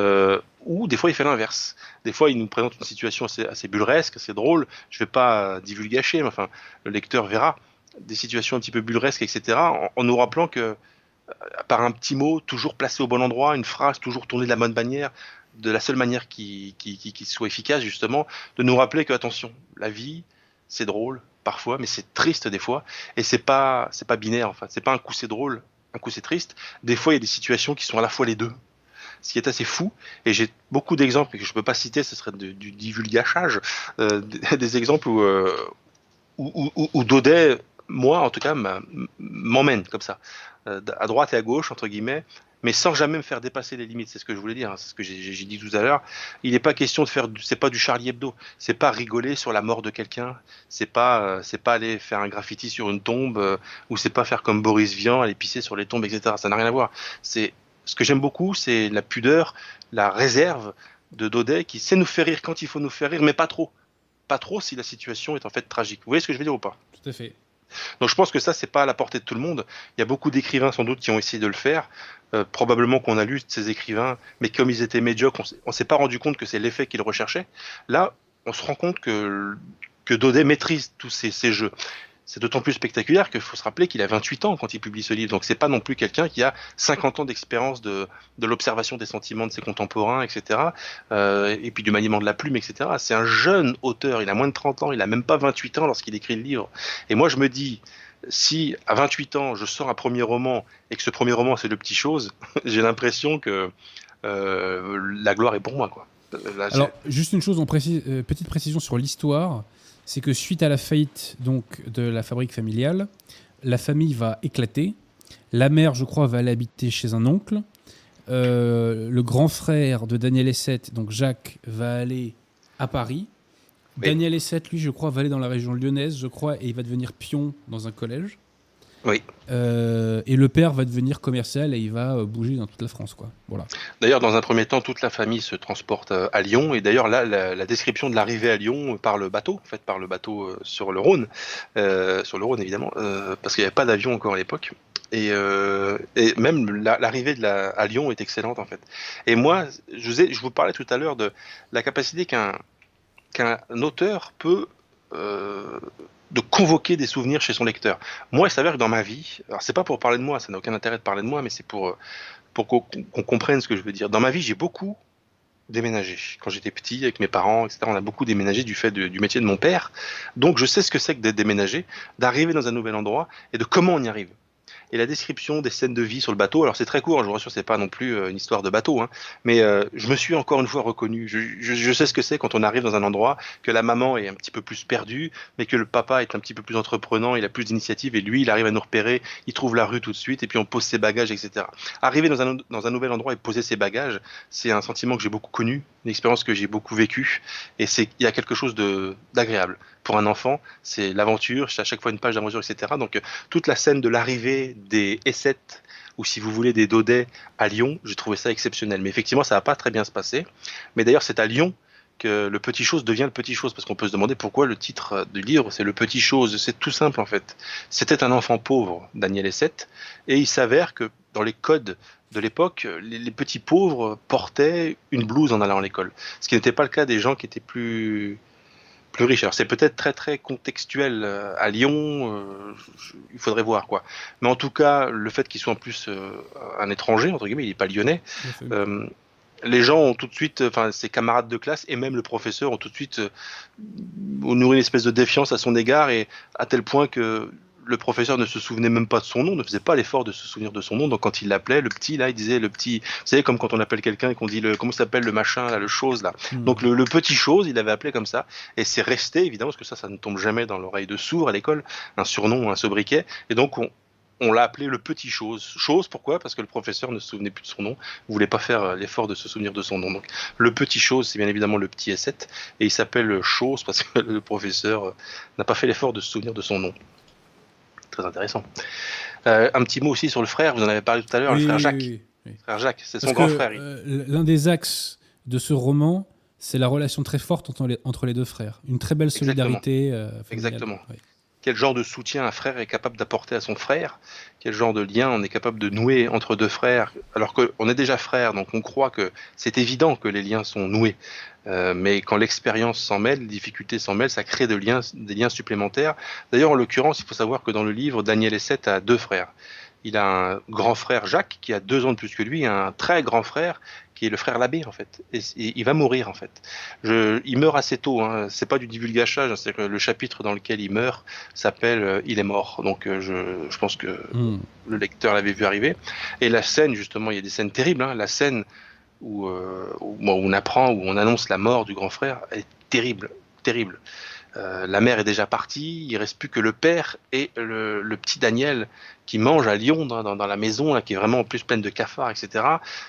Ou des fois il fait l'inverse. Des fois il nous présente une situation assez bulresque, assez drôle, je ne vais pas divulgacher, mais enfin le lecteur verra des situations un petit peu bulresques, etc. en nous rappelant que par un petit mot, toujours placé au bon endroit, une phrase toujours tournée de la bonne manière, de la seule manière qui soit efficace, justement, de nous rappeler que, attention, la vie, c'est drôle, parfois, mais c'est triste des fois, et c'est pas binaire, enfin, c'est pas un coup c'est drôle, un coup c'est triste, des fois il y a des situations qui sont à la fois les deux, ce qui est assez fou, et j'ai beaucoup d'exemples, et que je peux pas citer, ce serait du divulgachage, des exemples où Daudet, moi, en tout cas, m'emmène comme ça, à droite et à gauche, entre guillemets, mais sans jamais me faire dépasser les limites. C'est ce que je voulais dire, hein, c'est ce que j'ai dit tout à l'heure. Il n'est pas question de faire, c'est pas du Charlie Hebdo, c'est pas rigoler sur la mort de quelqu'un, c'est pas aller faire un graffiti sur une tombe, ou c'est pas faire comme Boris Vian, aller pisser sur les tombes, etc. Ça n'a rien à voir. Ce que j'aime beaucoup, c'est la pudeur, la réserve de Daudet qui sait nous faire rire quand il faut nous faire rire, mais pas trop. Pas trop si la situation est en fait tragique. Vous voyez ce que je veux dire ou pas ? Tout à fait. Donc je pense que ça, c'est pas à la portée de tout le monde. Il y a beaucoup d'écrivains sans doute qui ont essayé de le faire. Probablement qu'on a lu ces écrivains, mais comme ils étaient médiocres, on s'est pas rendu compte que c'est l'effet qu'ils recherchaient. Là, on se rend compte que Daudet maîtrise tous ces jeux. C'est d'autant plus spectaculaire qu'il faut se rappeler qu'il a 28 ans quand il publie ce livre. Donc c'est pas non plus quelqu'un qui a 50 ans d'expérience de l'observation des sentiments de ses contemporains, etc. Et puis du maniement de la plume, etc. C'est un jeune auteur, il a moins de 30 ans, il a même pas 28 ans lorsqu'il écrit le livre. Et moi je me dis, Si à 28 ans je sors un premier roman et que ce premier roman c'est Le Petit Chose, j'ai l'impression que la gloire est pour moi, quoi. Là, Alors, juste une chose, petite précision sur l'histoire, c'est que suite à la faillite donc, de la fabrique familiale, la famille va éclater. La mère, je crois, va aller habiter chez un oncle. Le grand frère de Daniel Essette, donc Jacques, va aller à Paris. Oui. Daniel Essette, lui, je crois, va aller dans la région lyonnaise, je crois, et il va devenir pion dans un collège. Oui. Et le père va devenir commercial et il va bouger dans toute la France, quoi. Voilà. D'ailleurs, dans un premier temps, toute la famille se transporte à Lyon. Et d'ailleurs, là, la description de l'arrivée à Lyon par le bateau, en fait, par le bateau sur le Rhône, évidemment, parce qu'il n'y avait pas d'avion encore à l'époque. Et même l'arrivée à Lyon est excellente, en fait. Et moi, je vous parlais tout à l'heure de la capacité qu'un auteur peut de convoquer des souvenirs chez son lecteur. Moi, il s'avère que dans ma vie, alors c'est pas pour parler de moi, ça n'a aucun intérêt de parler de moi, mais c'est pour qu'on comprenne ce que je veux dire. Dans ma vie, j'ai beaucoup déménagé. Quand j'étais petit, avec mes parents, etc., on a beaucoup déménagé du fait du métier de mon père. Donc, je sais ce que c'est que d'être déménagé, d'arriver dans un nouvel endroit et de comment on y arrive. Et la description des scènes de vie sur le bateau, alors c'est très court, je vous rassure, c'est pas non plus une histoire de bateau, hein, mais je me suis encore une fois reconnu. Je sais ce que c'est quand on arrive dans un endroit, que la maman est un petit peu plus perdue, mais que le papa est un petit peu plus entreprenant, il a plus d'initiative, et lui, il arrive à nous repérer, il trouve la rue tout de suite, et puis on pose ses bagages, etc. Arriver dans un nouvel endroit et poser ses bagages, c'est un sentiment que j'ai beaucoup connu, une expérience que j'ai beaucoup vécue, et il y a quelque chose d'agréable. Pour un enfant, c'est l'aventure, c'est à chaque fois une page d'aventure, etc. Donc toute la scène de l'arrivée des E7, ou si vous voulez des Daudet à Lyon, j'ai trouvé ça exceptionnel. Mais effectivement, ça va pas très bien se passer. Mais d'ailleurs, c'est à Lyon que Le Petit Chose devient Le Petit Chose, parce qu'on peut se demander pourquoi le titre du livre, c'est Le Petit Chose. C'est tout simple, en fait. C'était un enfant pauvre, Daniel Essette, et il s'avère que dans les codes de l'époque, les petits pauvres portaient une blouse en allant à l'école. Ce qui n'était pas le cas des gens qui étaient plus riches. Alors c'est peut-être très très contextuel à Lyon, il faudrait voir, quoi. Mais en tout cas, le fait qu'il soit en plus un étranger, entre guillemets, il n'est pas lyonnais, les gens ont tout de suite, enfin ses camarades de classe et même le professeur ont tout de suite nourri une espèce de défiance à son égard, et à tel point que le professeur ne se souvenait même pas de son nom, ne faisait pas l'effort de se souvenir de son nom. Donc quand il l'appelait, le petit, là, il disait le petit. Vous savez, comme quand on appelle quelqu'un et qu'on dit comment s'appelle le machin, là, le chose, là. Donc le petit chose, il l'avait appelé comme ça. Et c'est resté, évidemment, parce que ça ne tombe jamais dans l'oreille de sourd à l'école, un surnom, un sobriquet. Et donc on l'a appelé le petit chose. Chose, pourquoi ? Parce que le professeur ne se souvenait plus de son nom, voulait pas faire l'effort de se souvenir de son nom. Donc le petit chose, c'est bien évidemment le petit S7, et il s'appelle chose parce que le professeur n'a pas fait l'effort de se souvenir de son nom. Très intéressant. Un petit mot aussi sur le frère, vous en avez parlé tout à l'heure, le frère Jacques. Oui. Frère Jacques, c'est son grand frère. L'un des axes de ce roman, c'est la relation très forte entre les deux frères. Une très belle solidarité familiale. Exactement. Oui. Quel genre de soutien un frère est capable d'apporter à son frère ? Quel genre de lien on est capable de nouer entre deux frères ? Alors qu'on est déjà frères, donc on croit que c'est évident que les liens sont noués. Mais quand l'expérience s'en mêle, les difficultés s'en mêlent, ça crée des liens supplémentaires. D'ailleurs, en l'occurrence, il faut savoir que dans le livre, Daniel Essette a deux frères. Il a un grand frère Jacques qui a 2 ans de plus que lui, et un très grand frère qui est le frère Labbé, en fait. Et il va mourir, en fait. Il meurt assez tôt, hein. C'est pas du divulgachage, hein. C'est que le chapitre dans lequel il meurt s'appelle Il est mort. Donc je pense que le lecteur l'avait vu arriver. Et la scène, justement, il y a des scènes terribles, hein. La scène où on apprend, où on annonce la mort du grand frère est terrible, terrible. La mère est déjà partie, il reste plus que le père et le petit Daniel qui mange à Lyon dans la maison, là, qui est vraiment en plus pleine de cafards, etc.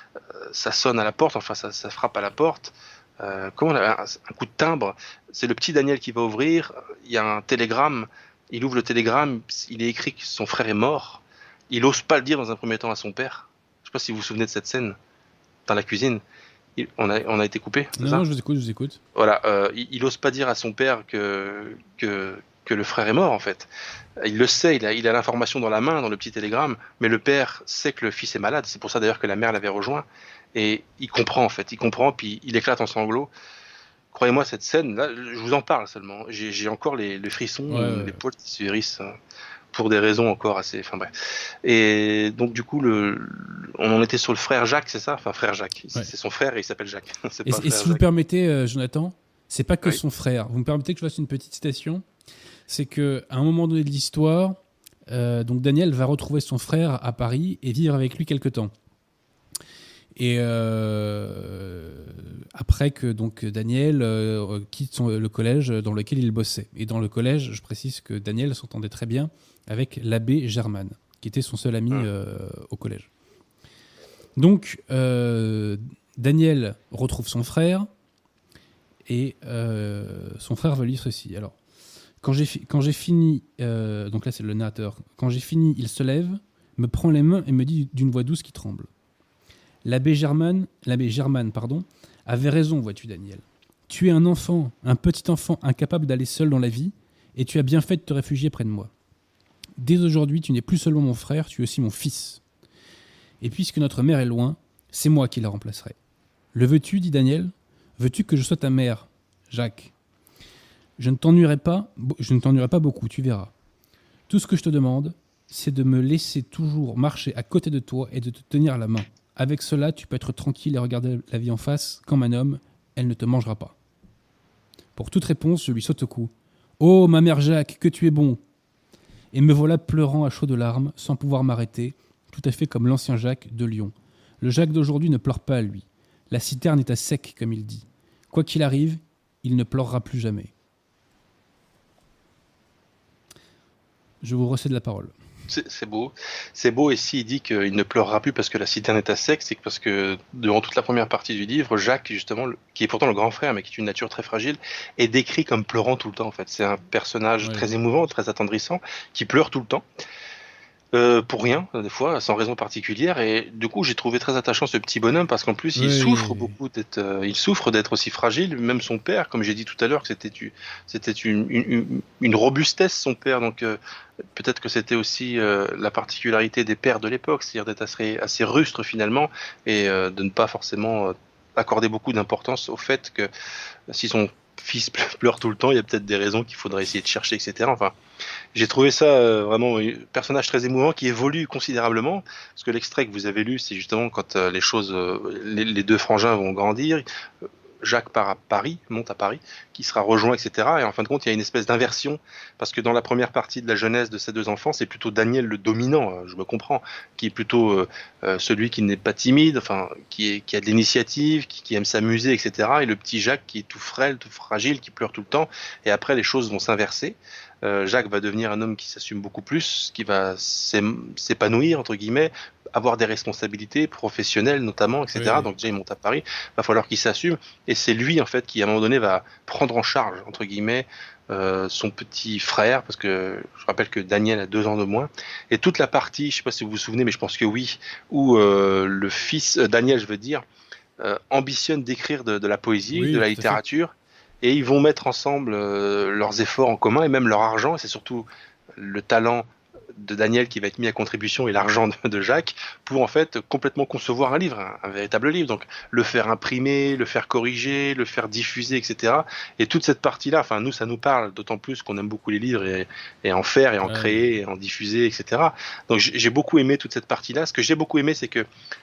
Ça sonne à la porte, enfin ça frappe à la porte. Un coup de timbre, c'est le petit Daniel qui va ouvrir, il y a un télégramme, il ouvre le télégramme, il est écrit que son frère est mort, il n'ose pas le dire dans un premier temps à son père. Je ne sais pas si vous vous souvenez de cette scène dans la cuisine. On a été coupé. Non, je vous écoute. Voilà, il n'ose pas dire à son père que le frère est mort, en fait. Il le sait, il a l'information dans la main, dans le petit télégramme, mais le père sait que le fils est malade. C'est pour ça d'ailleurs que la mère l'avait rejoint. Et il comprend, en fait. Il comprend, puis il éclate en sanglots. Croyez-moi, cette scène, là, je vous en parle seulement. J'ai encore les frissons, les poils qui se hérissent. Pour des raisons encore assez... Enfin bref. Et donc du coup, on en était sur le frère Jacques, c'est ça ? Enfin, frère Jacques. Ouais. C'est son frère et il s'appelle Jacques. Et si vous permettez, Jonathan, c'est pas que son frère. Vous me permettez que je fasse une petite citation ? C'est qu'à un moment donné de l'histoire, donc Daniel va retrouver son frère à Paris et vivre avec lui quelque temps. Et après que donc Daniel quitte le collège dans lequel il bossait. Et dans le collège, je précise que Daniel s'entendait très bien avec l'abbé German, qui était son seul ami au collège. Donc Daniel retrouve son frère et son frère va lui dire ceci. Alors, quand j'ai fini, donc là c'est le narrateur, quand j'ai fini, il se lève, me prend les mains et me dit d'une voix douce qui tremble. L'abbé German, avait raison, vois-tu, Daniel. Tu es un enfant, un petit enfant incapable d'aller seul dans la vie, et tu as bien fait de te réfugier près de moi. Dès aujourd'hui, tu n'es plus seulement mon frère, tu es aussi mon fils. Et puisque notre mère est loin, c'est moi qui la remplacerai. Le veux-tu, dit Daniel ? Veux-tu que je sois ta mère, Jacques ? Je ne t'ennuierai pas beaucoup, tu verras. Tout ce que je te demande, c'est de me laisser toujours marcher à côté de toi et de te tenir la main. Avec cela, tu peux être tranquille et regarder la vie en face. Comme un homme, elle ne te mangera pas. Pour toute réponse, je lui saute au cou. « Oh, ma mère Jacques, que tu es bon !» Et me voilà pleurant à chaudes larmes, sans pouvoir m'arrêter, tout à fait comme l'ancien Jacques de Lyon. Le Jacques d'aujourd'hui ne pleure pas, lui. La citerne est à sec, comme il dit. Quoi qu'il arrive, il ne pleurera plus jamais. Je vous recède la parole. C'est beau. C'est beau, et s'il dit qu'il ne pleurera plus parce que la citerne est à sec, c'est parce que durant toute la première partie du livre, Jacques, justement, qui est pourtant le grand frère, mais qui est une nature très fragile, est décrit comme pleurant tout le temps, en fait. C'est un personnage très émouvant, très attendrissant, qui pleure tout le temps. Pour rien, des fois, sans raison particulière, et du coup j'ai trouvé très attachant ce petit bonhomme parce qu'en plus il souffre beaucoup il souffre d'être aussi fragile, même son père, comme j'ai dit tout à l'heure, que c'était une robustesse son père, donc peut-être que c'était aussi la particularité des pères de l'époque, c'est-à-dire d'être assez rustre finalement, et de ne pas forcément accorder beaucoup d'importance au fait que si son fils pleure tout le temps, il y a peut-être des raisons qu'il faudrait essayer de chercher, etc. Enfin, j'ai trouvé ça vraiment un personnage très émouvant qui évolue considérablement, parce que l'extrait que vous avez lu, c'est justement quand les deux frangins vont grandir. Jacques part à Paris, monte à Paris, qui sera rejoint, etc. Et en fin de compte, il y a une espèce d'inversion, parce que dans la première partie de la jeunesse de ces deux enfants, c'est plutôt Daniel le dominant, je me comprends, qui est plutôt celui qui n'est pas timide, enfin, qui a de l'initiative, qui aime s'amuser, etc. Et le petit Jacques qui est tout frêle, tout fragile, qui pleure tout le temps. Et après, les choses vont s'inverser. Jacques va devenir un homme qui s'assume beaucoup plus, qui va s'épanouir, entre guillemets, avoir des responsabilités professionnelles notamment, etc. Oui. Donc déjà il monte à Paris, va falloir qu'il s'assume, et c'est lui en fait qui à un moment donné va prendre en charge, entre guillemets, son petit frère, parce que je rappelle que Daniel a 2 ans de moins, et toute la partie, je sais pas si vous vous souvenez, mais je pense que oui, où le fils, Daniel je veux dire, ambitionne d'écrire de la poésie, de la littérature, et ils vont mettre ensemble leurs efforts en commun, et même leur argent, et c'est surtout le talent de Daniel qui va être mis à contribution et l'argent de Jacques pour en fait complètement concevoir un livre, un véritable livre, donc le faire imprimer, le faire corriger, le faire diffuser, etc. Et toute cette partie-là, enfin nous ça nous parle, d'autant plus qu'on aime beaucoup les livres et en faire et en créer et en diffuser, etc. Donc j'ai beaucoup aimé toute cette partie-là. Ce que j'ai beaucoup aimé, c'est que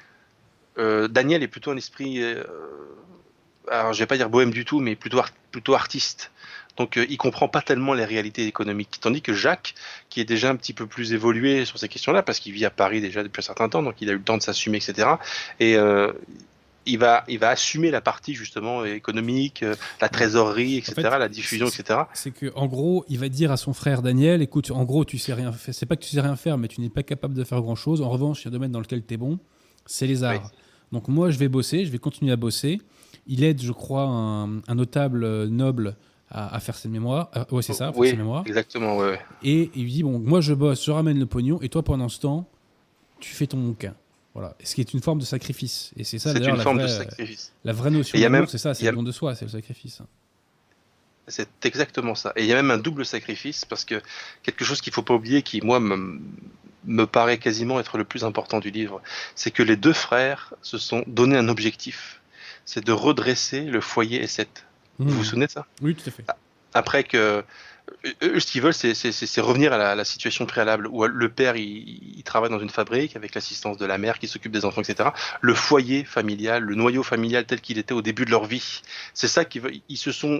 Daniel est plutôt un esprit, alors je vais pas dire bohème du tout, mais plutôt artiste. Donc il comprend pas tellement les réalités économiques. Tandis que Jacques, qui est déjà un petit peu plus évolué sur ces questions-là, parce qu'il vit à Paris déjà depuis un certain temps, donc il a eu le temps de s'assumer, etc. Et il va assumer la partie justement économique, la trésorerie, etc., en fait, la diffusion, etc. C'est que en gros, il va dire à son frère Daniel, écoute, en gros, tu sais rien faire. C'est pas que tu sais rien faire, mais tu n'es pas capable de faire grand-chose. En revanche, il y a un domaine dans lequel tu es bon, c'est les arts. Oui. Donc moi, je vais bosser, je vais continuer à bosser. Il aide, je crois, un notable noble à faire ses mémoires. Ouais, c'est ça, oui, ses mémoires. Exactement, ouais. Et il lui dit, bon, moi je bosse, je ramène le pognon, et toi pendant ce temps, tu fais ton bouquin. Voilà. Ce qui est une forme de sacrifice. Et c'est ça, c'est d'ailleurs, une forme de sacrifice. La vraie notion de l'amour, c'est ça, c'est le don de soi, c'est le sacrifice. C'est exactement ça. Et il y a même un double sacrifice, parce que quelque chose qu'il ne faut pas oublier, qui, moi, me paraît quasiment être le plus important du livre, c'est que les deux frères se sont donné un objectif. C'est de redresser le foyer S7. Vous vous souvenez de ça ? Oui, tout à fait. Après que eux, ce qu'ils veulent, c'est revenir à la situation préalable où le père il travaille dans une fabrique avec l'assistance de la mère qui s'occupe des enfants, etc. Le foyer familial, le noyau familial tel qu'il était au début de leur vie, c'est ça qu'ils veulent. Ils se sont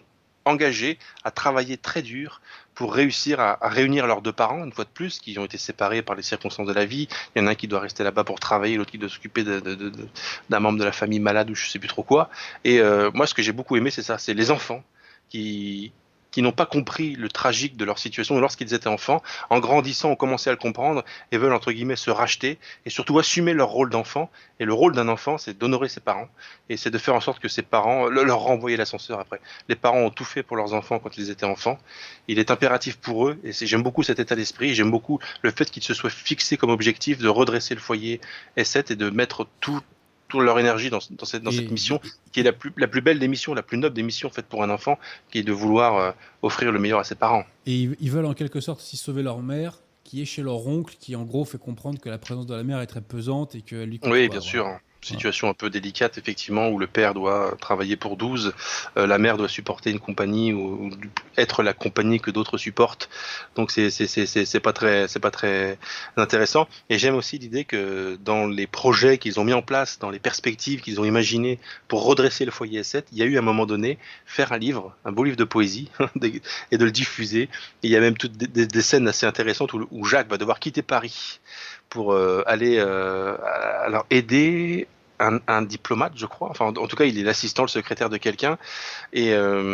engagés à travailler très dur pour réussir à réunir leurs deux parents, une fois de plus, qui ont été séparés par les circonstances de la vie. Il y en a un qui doit rester là-bas pour travailler, l'autre qui doit s'occuper d'un membre de la famille malade ou je sais plus trop quoi. Et moi, ce que j'ai beaucoup aimé, c'est ça, c'est les enfants qui n'ont pas compris le tragique de leur situation lorsqu'ils étaient enfants, en grandissant, ont commencé à le comprendre et veulent, entre guillemets, se racheter et surtout assumer leur rôle d'enfant. Et le rôle d'un enfant, c'est d'honorer ses parents et c'est de faire en sorte que ses parents leur renvoyer l'ascenseur après. Les parents ont tout fait pour leurs enfants quand ils étaient enfants. Il est impératif pour eux, et j'aime beaucoup cet état d'esprit, j'aime beaucoup le fait qu'ils se soient fixés comme objectif de redresser le foyer S7 et de mettre toute leur énergie dans cette mission, qui est la plus belle des missions, la plus noble des missions faites pour un enfant, qui est de vouloir offrir le meilleur à ses parents. Et ils veulent en quelque sorte aussi sauver leur mère, qui est chez leur oncle, qui en gros fait comprendre que la présence de la mère est très pesante et qu'elle lui coûte. Oui, bien sûr. Situation un peu délicate, effectivement, où le père doit travailler pour 12, la mère doit supporter une compagnie ou être la compagnie que d'autres supportent. Donc c'est pas très intéressant. Et j'aime aussi l'idée que dans les projets qu'ils ont mis en place, dans les perspectives qu'ils ont imaginées pour redresser le foyer S7, il y a eu à un moment donné faire un beau livre de poésie et de le diffuser. Et il y a même toutes des scènes assez intéressantes où Jacques va devoir quitter Paris pour aller alors aider un diplomate, je crois. Enfin, en tout cas, il est l'assistant, le secrétaire de quelqu'un, et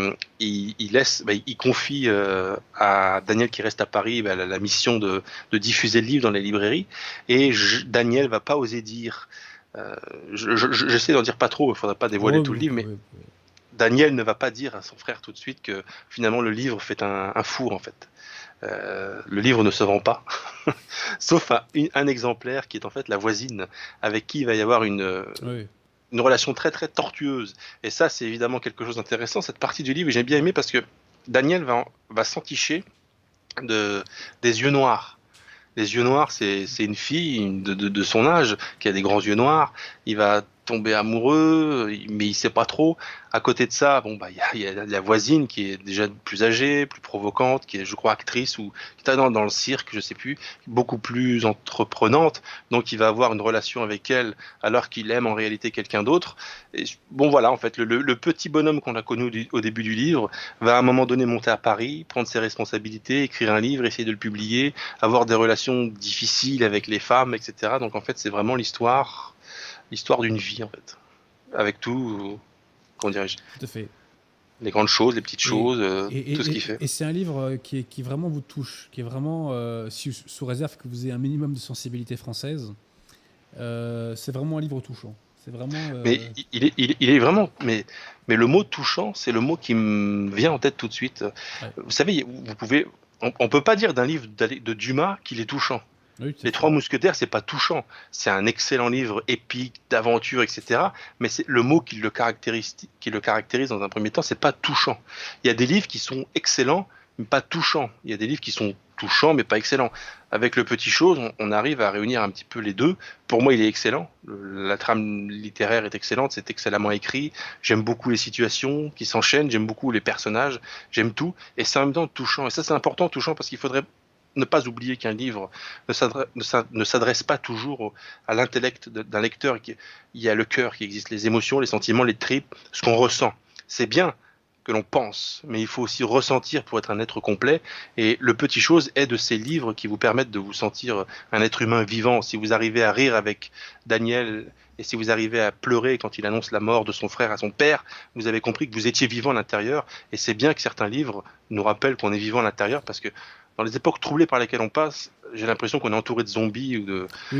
il confie à Daniel qui reste à Paris la mission de diffuser le livre dans les librairies. Et Daniel va pas oser dire. J'essaie d'en dire pas trop. Il faudra pas dévoiler tout le livre, mais Daniel ne va pas dire à son frère tout de suite que finalement le livre fait un four en fait. Le livre ne se vend pas, sauf un exemplaire qui est en fait la voisine, avec qui il va y avoir une relation très très tortueuse. Et ça, c'est évidemment quelque chose d'intéressant, cette partie du livre, et j'ai bien aimé parce que Daniel va s'enticher des yeux noirs. Les yeux noirs, c'est une fille de son âge qui a des grands yeux noirs. Il va tomber amoureux, mais il sait pas trop. À côté de ça, il y a la voisine qui est déjà plus âgée, plus provocante, qui est, je crois, actrice ou qui est dans le cirque, je sais plus, beaucoup plus entreprenante. Donc, il va avoir une relation avec elle alors qu'il aime en réalité quelqu'un d'autre. Et voilà, en fait, le petit bonhomme qu'on a connu au début du livre va à un moment donné monter à Paris, prendre ses responsabilités, écrire un livre, essayer de le publier, avoir des relations difficiles avec les femmes, etc. Donc, en fait, c'est vraiment l'histoire d'une vie, en fait, avec tout. Comment dirais-je ? Tout à fait. Les grandes choses, les petites choses, tout ce qu'il fait. Et c'est un livre qui vraiment vous touche, qui est vraiment, sous réserve que vous ayez un minimum de sensibilité française, c'est vraiment un livre touchant. C'est vraiment. Mais il est vraiment. Mais le mot touchant, c'est le mot qui me vient en tête tout de suite. Ouais. Vous savez, on peut pas dire d'un livre de Dumas qu'il est touchant. Oui, Les Trois Mousquetaires, c'est pas touchant. C'est un excellent livre épique, d'aventure, etc. Mais c'est le mot qui le caractérise dans un premier temps, c'est pas touchant. Il y a des livres qui sont excellents, mais pas touchants. Il y a des livres qui sont touchants, mais pas excellents. Avec Le Petit Chose, on arrive à réunir un petit peu les deux. Pour moi, il est excellent. La trame littéraire est excellente, c'est excellemment écrit. J'aime beaucoup les situations qui s'enchaînent, j'aime beaucoup les personnages, j'aime tout. Et c'est en même temps touchant. Et ça, c'est important, touchant, parce qu'il faudrait ne pas oublier qu'un livre ne s'adresse pas toujours à l'intellect d'un lecteur. Il y a le cœur qui existe, les émotions, les sentiments, les tripes, ce qu'on ressent. C'est bien que l'on pense, mais il faut aussi ressentir pour être un être complet. Et Le Petit Chose est de ces livres qui vous permettent de vous sentir un être humain vivant. Si vous arrivez à rire avec Daniel et si vous arrivez à pleurer quand il annonce la mort de son frère à son père, vous avez compris que vous étiez vivant à l'intérieur. Et c'est bien que certains livres nous rappellent qu'on est vivant à l'intérieur, parce que dans les époques troublées par lesquelles on passe, j'ai l'impression qu'on est entouré de zombies ou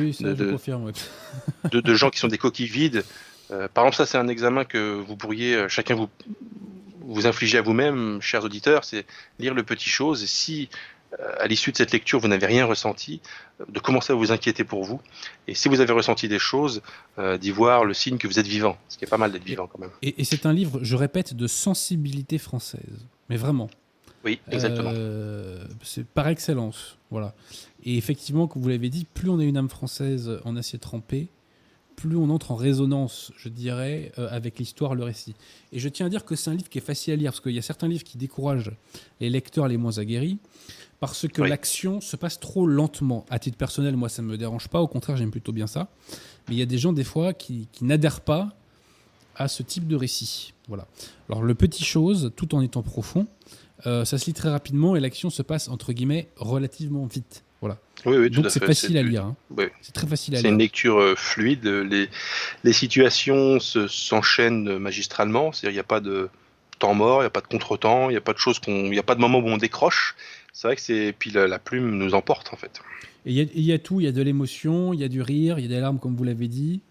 de gens qui sont des coquilles vides. Par exemple, ça, c'est un examen que vous pourriez chacun vous infliger à vous-même, chers auditeurs, c'est lire Le Petit Chose. Et si, à l'issue de cette lecture, vous n'avez rien ressenti, de commencer à vous inquiéter pour vous. Et si vous avez ressenti des choses, d'y voir le signe que vous êtes vivant. Ce qui est pas mal d'être vivant quand même. Et c'est un livre, je répète, de sensibilité française. Mais vraiment. Oui, exactement. C'est par excellence, voilà. Et effectivement, comme vous l'avez dit, plus on a une âme française en acier trempé, plus on entre en résonance, je dirais, avec l'histoire, le récit. Et je tiens à dire que c'est un livre qui est facile à lire, parce qu'il y a certains livres qui découragent les lecteurs les moins aguerris, parce que l'action se passe trop lentement. À titre personnel, moi, ça ne me dérange pas, au contraire, j'aime plutôt bien ça. Mais il y a des gens, des fois, qui n'adhèrent pas à ce type de récit. Voilà. Alors, le petit chose, tout en étant profond, ça se lit très rapidement et l'action se passe, entre guillemets, relativement vite. Voilà. Oui, tout Donc, à c'est fait. facile à lire. Hein. Oui. C'est très facile à C'est lire. une lecture fluide. Les situations s'enchaînent magistralement. C'est-à-dire, il n'y a pas de temps mort, il n'y a pas de contretemps, il n'y a pas de choses il n'y a pas de moment où on décroche. C'est vrai que puis la plume nous emporte, en fait. Et il y a tout. Il y a de l'émotion, il y a du rire, il y a des larmes, comme vous l'avez dit.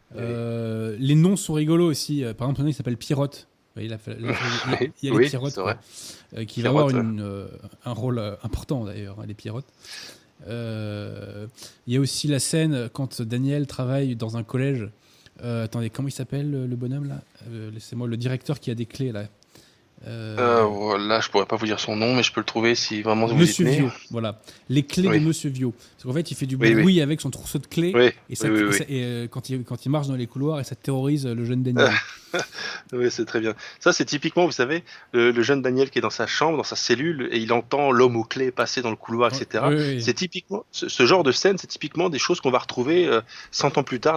Les noms sont rigolos aussi. Par exemple, un nom qui s'appelle Pierrotte. Il y a les Pierrottes, qui va avoir un rôle important d'ailleurs, les Pierrottes. Il y a aussi la scène quand Daniel travaille dans un collège. Attendez, comment il s'appelle le bonhomme là laissez-moi, le directeur qui a des clés là. Là, je pourrais pas vous dire son nom, mais je peux le trouver si vraiment vous Monsieur y tenez. Viau, voilà. Les clés de Monsieur Viau. Parce qu'en fait, il fait du bruit avec son trousseau de clés. Et quand il marche dans les couloirs, et ça terrorise le jeune Daniel. Oui, c'est très bien. Ça, c'est typiquement, vous savez, le jeune Daniel qui est dans sa chambre, dans sa cellule, et il entend l'homme aux clés passer dans le couloir, etc. C'est typiquement, ce genre de scène, c'est typiquement des choses qu'on va retrouver 100 ans plus tard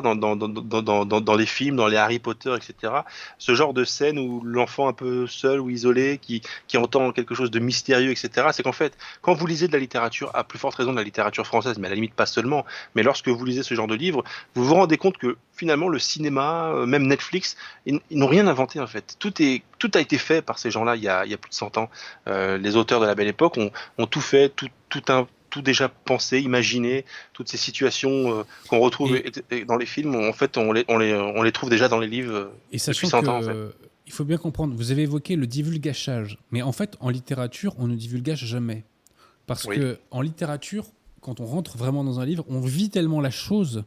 dans les films, dans les Harry Potter, etc. Ce genre de scène où l'enfant un peu seul ou isolé, qui entend quelque chose de mystérieux, etc. C'est qu'en fait, quand vous lisez de la littérature, à plus forte raison de la littérature française, mais à la limite pas seulement, mais lorsque vous lisez ce genre de livre, vous vous rendez compte que finalement le cinéma, même Netflix, ils n'ont rien inventé en fait. Tout a été fait par ces gens-là il y a plus de 100 ans. Les auteurs de la Belle Époque ont tout fait, tout déjà pensé, imaginé, toutes ces situations qu'on retrouve dans les films, en fait, on les trouve déjà dans les livres depuis 100 ans. En fait. Il faut bien comprendre, vous avez évoqué le divulgachage, mais en fait, en littérature, on ne divulgage jamais. Parce que en littérature, quand on rentre vraiment dans un livre, on vit tellement la chose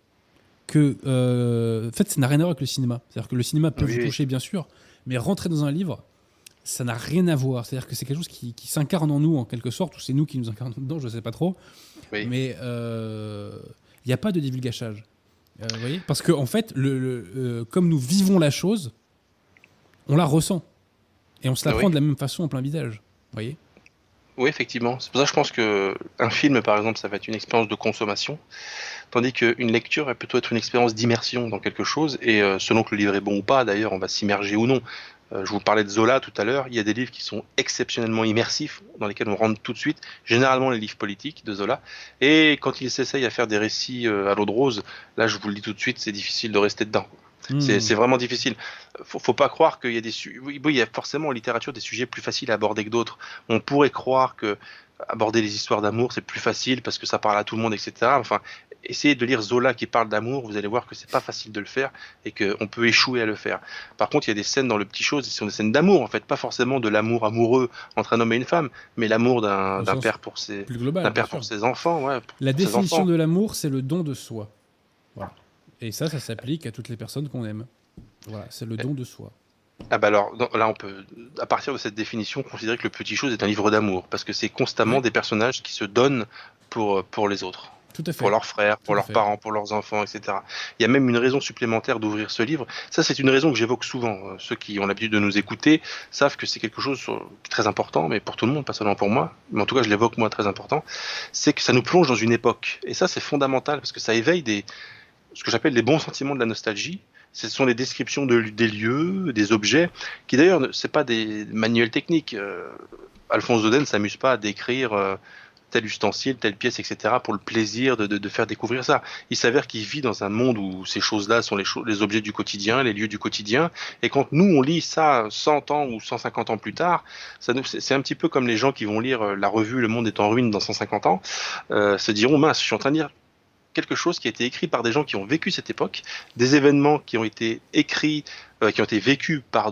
que, en fait, ça n'a rien à voir avec le cinéma. C'est-à-dire que le cinéma peut vous toucher, bien sûr, mais rentrer dans un livre, ça n'a rien à voir. C'est-à-dire que c'est quelque chose qui s'incarne en nous, en quelque sorte, ou c'est nous qui nous incarnons dedans, je ne sais pas trop. Mais il n'y a pas de divulgachage. Vous voyez ? Parce qu'en fait, comme nous vivons la chose, on la ressent. Et on se la prend de la même façon en plein visage. Vous voyez ? Oui, effectivement. C'est pour ça que je pense qu'un film, par exemple, ça va être une expérience de consommation, tandis qu'une lecture va plutôt être une expérience d'immersion dans quelque chose, et selon que le livre est bon ou pas, d'ailleurs, on va s'immerger ou non. Je vous parlais de Zola tout à l'heure, il y a des livres qui sont exceptionnellement immersifs, dans lesquels on rentre tout de suite, généralement les livres politiques de Zola, et quand il s'essaye à faire des récits à l'eau de rose, là je vous le dis tout de suite, c'est difficile de rester dedans. C'est vraiment difficile. Faut pas croire qu'il y a il y a forcément en littérature des sujets plus faciles à aborder que d'autres. On pourrait croire que aborder les histoires d'amour c'est plus facile parce que ça parle à tout le monde, etc. Enfin, essayez de lire Zola qui parle d'amour, vous allez voir que c'est pas facile de le faire et qu'on peut échouer à le faire. Par contre, il y a des scènes dans Le Petit Chose, qui sont des scènes d'amour en fait, pas forcément de l'amour amoureux entre un homme et une femme, mais l'amour d'un père pour ses enfants. Ouais, la définition de l'amour, c'est le don de soi. Voilà. Et ça s'applique à toutes les personnes qu'on aime. Voilà, c'est le don de soi. Ah bah alors, là on peut, à partir de cette définition, considérer que Le Petit Chose est un livre d'amour, parce que c'est constamment des personnages qui se donnent pour les autres. Tout à fait. Pour leurs frères, pour leurs parents, pour leurs enfants, etc. Il y a même une raison supplémentaire d'ouvrir ce livre. Ça, c'est une raison que j'évoque souvent. Ceux qui ont l'habitude de nous écouter savent que c'est quelque chose qui est très important, mais pour tout le monde, pas seulement pour moi. Mais en tout cas, je l'évoque moi, très important. C'est que ça nous plonge dans une époque. Et ça, c'est fondamental, parce que ça éveille ce que j'appelle les bons sentiments de la nostalgie. Ce sont les descriptions des lieux, des objets, qui d'ailleurs, c'est pas des manuels techniques. Alphonse Daudet ne s'amuse pas à décrire tel ustensile, telle pièce, etc. pour le plaisir de faire découvrir ça. Il s'avère qu'il vit dans un monde où ces choses-là sont les objets du quotidien, les lieux du quotidien. Et quand nous, on lit ça 100 ans ou 150 ans plus tard, c'est un petit peu comme les gens qui vont lire la revue Le Monde est en ruine dans 150 ans, se diront, mince, je suis en train de lire quelque chose qui a été écrit par des gens qui ont vécu cette époque, des événements qui ont été écrits, qui ont été vécus, par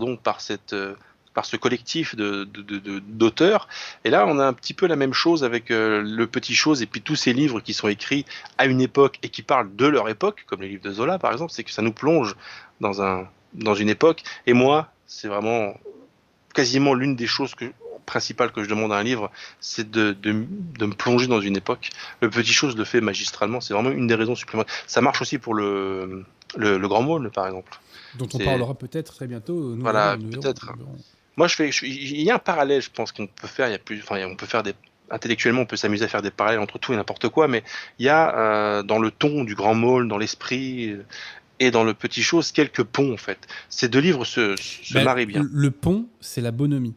ce collectif d'auteurs. Et là, on a un petit peu la même chose avec Le Petit Chose et puis tous ces livres qui sont écrits à une époque et qui parlent de leur époque, comme les livres de Zola, par exemple, c'est que ça nous plonge dans une époque. Et moi, c'est vraiment quasiment l'une des choses principale que je demande à un livre, c'est de me plonger dans une époque. Le Petit Chose le fait magistralement, c'est vraiment une des raisons supplémentaires. Ça marche aussi pour le Grand Môle, par exemple. Dont on parlera peut-être très bientôt. Voilà, peut-être. Moi, il y a un parallèle, je pense qu'on peut faire. On peut faire intellectuellement, on peut s'amuser à faire des parallèles entre tout et n'importe quoi, mais il y a dans le ton du Grand Môle, dans l'esprit, et dans Le Petit Chose quelques ponts en fait. Ces deux livres se marient bien. Le pont, c'est la bonhomie.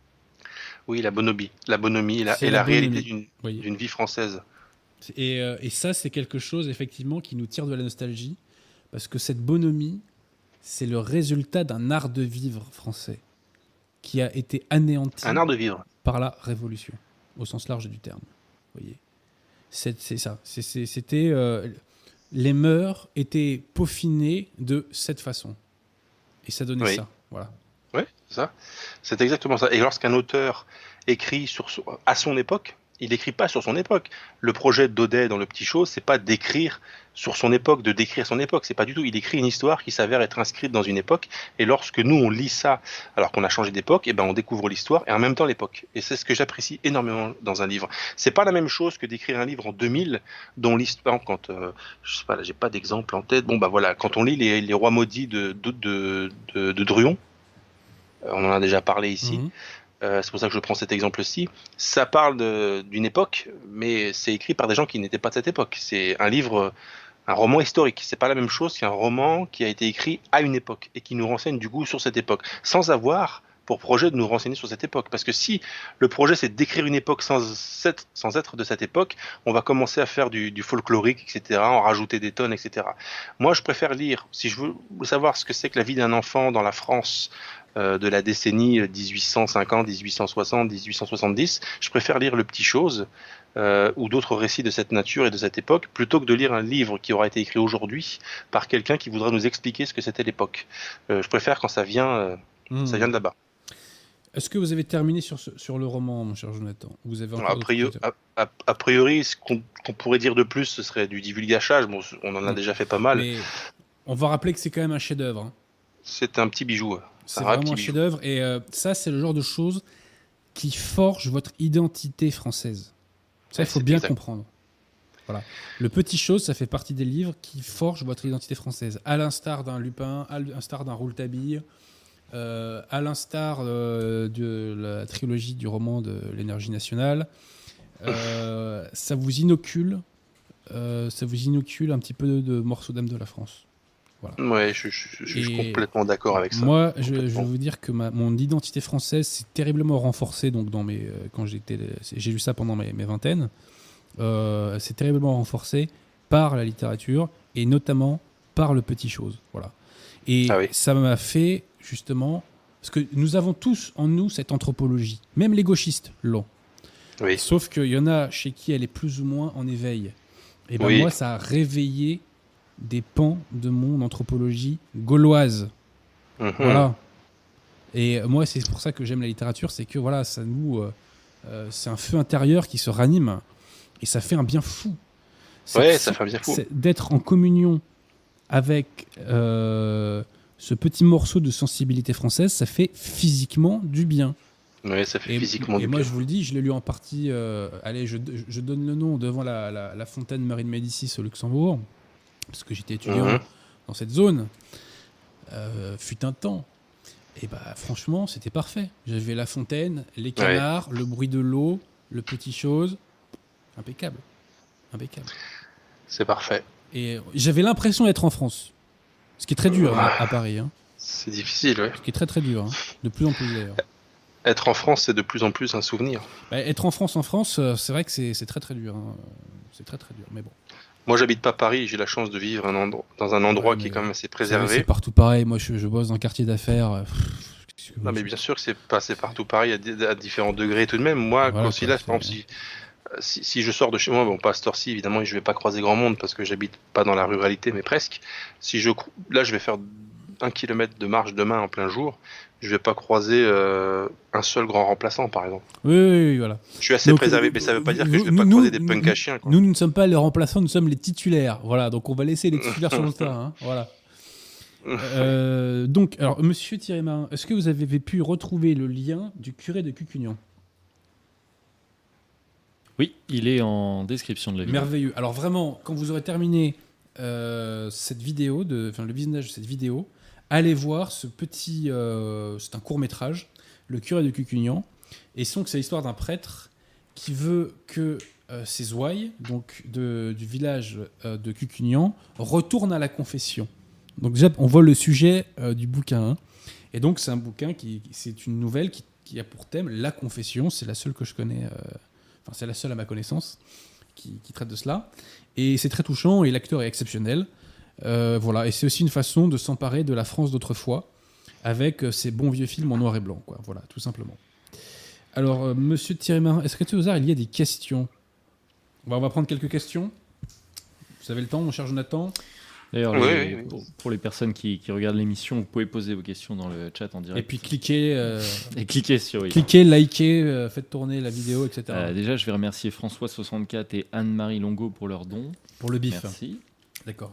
Oui, la bonhomie C'est et la la réalité bonhomie. Oui. d'une vie française. Et ça, c'est quelque chose, effectivement, qui nous tire de la nostalgie, parce que cette bonhomie, c'est le résultat d'un art de vivre français qui a été anéanti Un art de vivre. par la Révolution, au sens large du terme. Vous voyez, c'est ça. C'était les mœurs étaient peaufinées de cette façon, et ça donnait Oui. ça. Voilà. Oui, c'est ça. C'est exactement ça. Et lorsqu'un auteur écrit à son époque, il n'écrit pas sur son époque. Le projet d'Audet dans Le Petit Chose, c'est pas d'écrire sur son époque, de décrire son époque. C'est pas du tout. Il écrit une histoire qui s'avère être inscrite dans une époque. Et lorsque nous, on lit ça, alors qu'on a changé d'époque, et ben on découvre l'histoire et en même temps l'époque. Et c'est ce que j'apprécie énormément dans un livre. C'est pas la même chose que d'écrire un livre en 2000 dont l'histoire, quand je sais pas, là, j'ai pas d'exemple en tête. Bon bah voilà, quand on lit les Rois maudits de Druon, on en a déjà parlé ici. Mhm. C'est pour ça que je prends cet exemple-ci. Ça parle d'une époque, mais c'est écrit par des gens qui n'étaient pas de cette époque. C'est un livre, un roman historique. C'est pas la même chose qu'un roman qui a été écrit à une époque et qui nous renseigne du coup sur cette époque, sans avoir pour projet de nous renseigner sur cette époque. Parce que si le projet c'est d'écrire une époque sans être de cette époque, on va commencer à faire du folklorique, etc., en rajouter des tonnes, etc. Moi, je préfère lire, si je veux savoir ce que c'est que la vie d'un enfant dans la France de la décennie 1850, 1860, 1870, je préfère lire Le Petit Chose ou d'autres récits de cette nature et de cette époque, plutôt que de lire un livre qui aura été écrit aujourd'hui par quelqu'un qui voudra nous expliquer ce que c'était l'époque. Je préfère quand ça vient de là-bas. Est-ce que vous avez terminé sur le roman, mon cher Jonathan? Vous avez encore A priori, ce qu'on pourrait dire de plus, ce serait du divulgachage. Bon, on en a déjà fait pas mal. Mais on va rappeler que c'est quand même un chef-d'œuvre. Hein. C'est un petit bijou. C'est vraiment un chef-d'œuvre. Et ça, c'est le genre de choses qui forge votre identité française. Ça, il faut bien comprendre. Voilà. Le Petit Chose, ça fait partie des livres qui forgent votre identité française. À l'instar d'un Lupin, à l'instar d'un Rouletabille, à l'instar de la trilogie du roman de l'Énergie nationale. Ça vous inocule un petit peu de morceaux d'âme de la France. Voilà. Ouais, je suis complètement d'accord avec ça. Moi, je vais vous dire que mon identité française s'est terriblement renforcée donc quand j'ai lu ça pendant mes vingtaines. C'est terriblement renforcé par la littérature et notamment par Le Petit Chose. Voilà. Et ça m'a fait justement parce que nous avons tous en nous cette anthropologie, même les gauchistes l'ont. Oui. Sauf qu'il y en a chez qui elle est plus ou moins en éveil. Et ben moi, ça a réveillé des pans de mon anthropologie gauloise. Mm-hmm. Voilà. Et moi, c'est pour ça que j'aime la littérature, c'est que voilà, ça c'est un feu intérieur qui se ranime et ça fait un bien fou. Ça fait un bien fou. D'être en communion avec ce petit morceau de sensibilité française, ça fait physiquement du bien. Oui, ça fait physiquement du bien. Et moi, je vous le dis, je l'ai lu en partie. Allez, je donne le nom devant la fontaine Marie-de-Médicis au Luxembourg, parce que j'étais étudiant dans cette zone. Fut un temps. Et bah, franchement, c'était parfait. J'avais la fontaine, les canards, le bruit de l'eau, Le Petit Chose. Impeccable. C'est parfait. Et j'avais l'impression d'être en France. Ce qui est très dur à Paris. Hein. C'est difficile, oui. Ce qui est très très dur. Hein. De plus en plus d'ailleurs. Être en France, c'est de plus en plus un souvenir. Bah, être en France, c'est vrai que c'est très très dur. Hein. C'est très très dur, mais bon. Moi, j'habite pas Paris, j'ai la chance de vivre dans un endroit qui est quand même assez préservé. C'est partout pareil. Moi, je bosse dans un quartier d'affaires. Non, mais bien sûr que c'est partout pareil à différents degrés tout de même. Moi, par exemple, si je sors de chez moi, bon, pas à cette heure-ci, évidemment, je vais pas croiser grand monde parce que j'habite pas dans la ruralité, mais presque. Là, je vais faire 1 kilomètre de marche demain en plein jour. Je vais pas croiser un seul grand remplaçant, par exemple. Oui, voilà. Je suis assez préservé, mais ça veut pas dire que je vais pas croiser des punks à chiens. Quoi. Nous ne sommes pas les remplaçants, nous sommes les titulaires. Voilà, donc on va laisser les titulaires sur le terrain. Hein, voilà. Donc, alors, monsieur Thierry-Marin, est-ce que vous avez pu retrouver le lien du curé de Cucugnan ? Oui, il est en description de la vidéo. Merveilleux. Alors vraiment, quand vous aurez terminé cette vidéo, le visionnage de cette vidéo, allez voir ce petit... c'est un court-métrage, Le curé de Cucugnan. Et c'est l'histoire d'un prêtre qui veut que ses ouailles, donc du village de Cucugnan, retournent à la confession. Donc déjà, on voit le sujet du bouquin. Hein. Et donc, c'est un bouquin c'est une nouvelle qui a pour thème la confession. C'est la seule que je connais, c'est la seule à ma connaissance qui traite de cela. Et c'est très touchant et l'acteur est exceptionnel. Voilà. Et c'est aussi une façon de s'emparer de la France d'autrefois avec ces bons vieux films en noir et blanc, quoi. Voilà, tout simplement. Alors, monsieur Thierry Marin, est-ce que tout hasard, il y a des questions ? On va prendre quelques questions. Vous avez le temps, mon cher Jonathan ? D'ailleurs, Oui. pour les personnes qui regardent l'émission, vous pouvez poser vos questions dans le chat en direct. Et puis cliquez, Et cliquez sur oui. cliquez, likez, faites tourner la vidéo, etc. Déjà, je vais remercier François64 et Anne-Marie Longo pour leurs dons. Pour le bif. Merci. D'accord.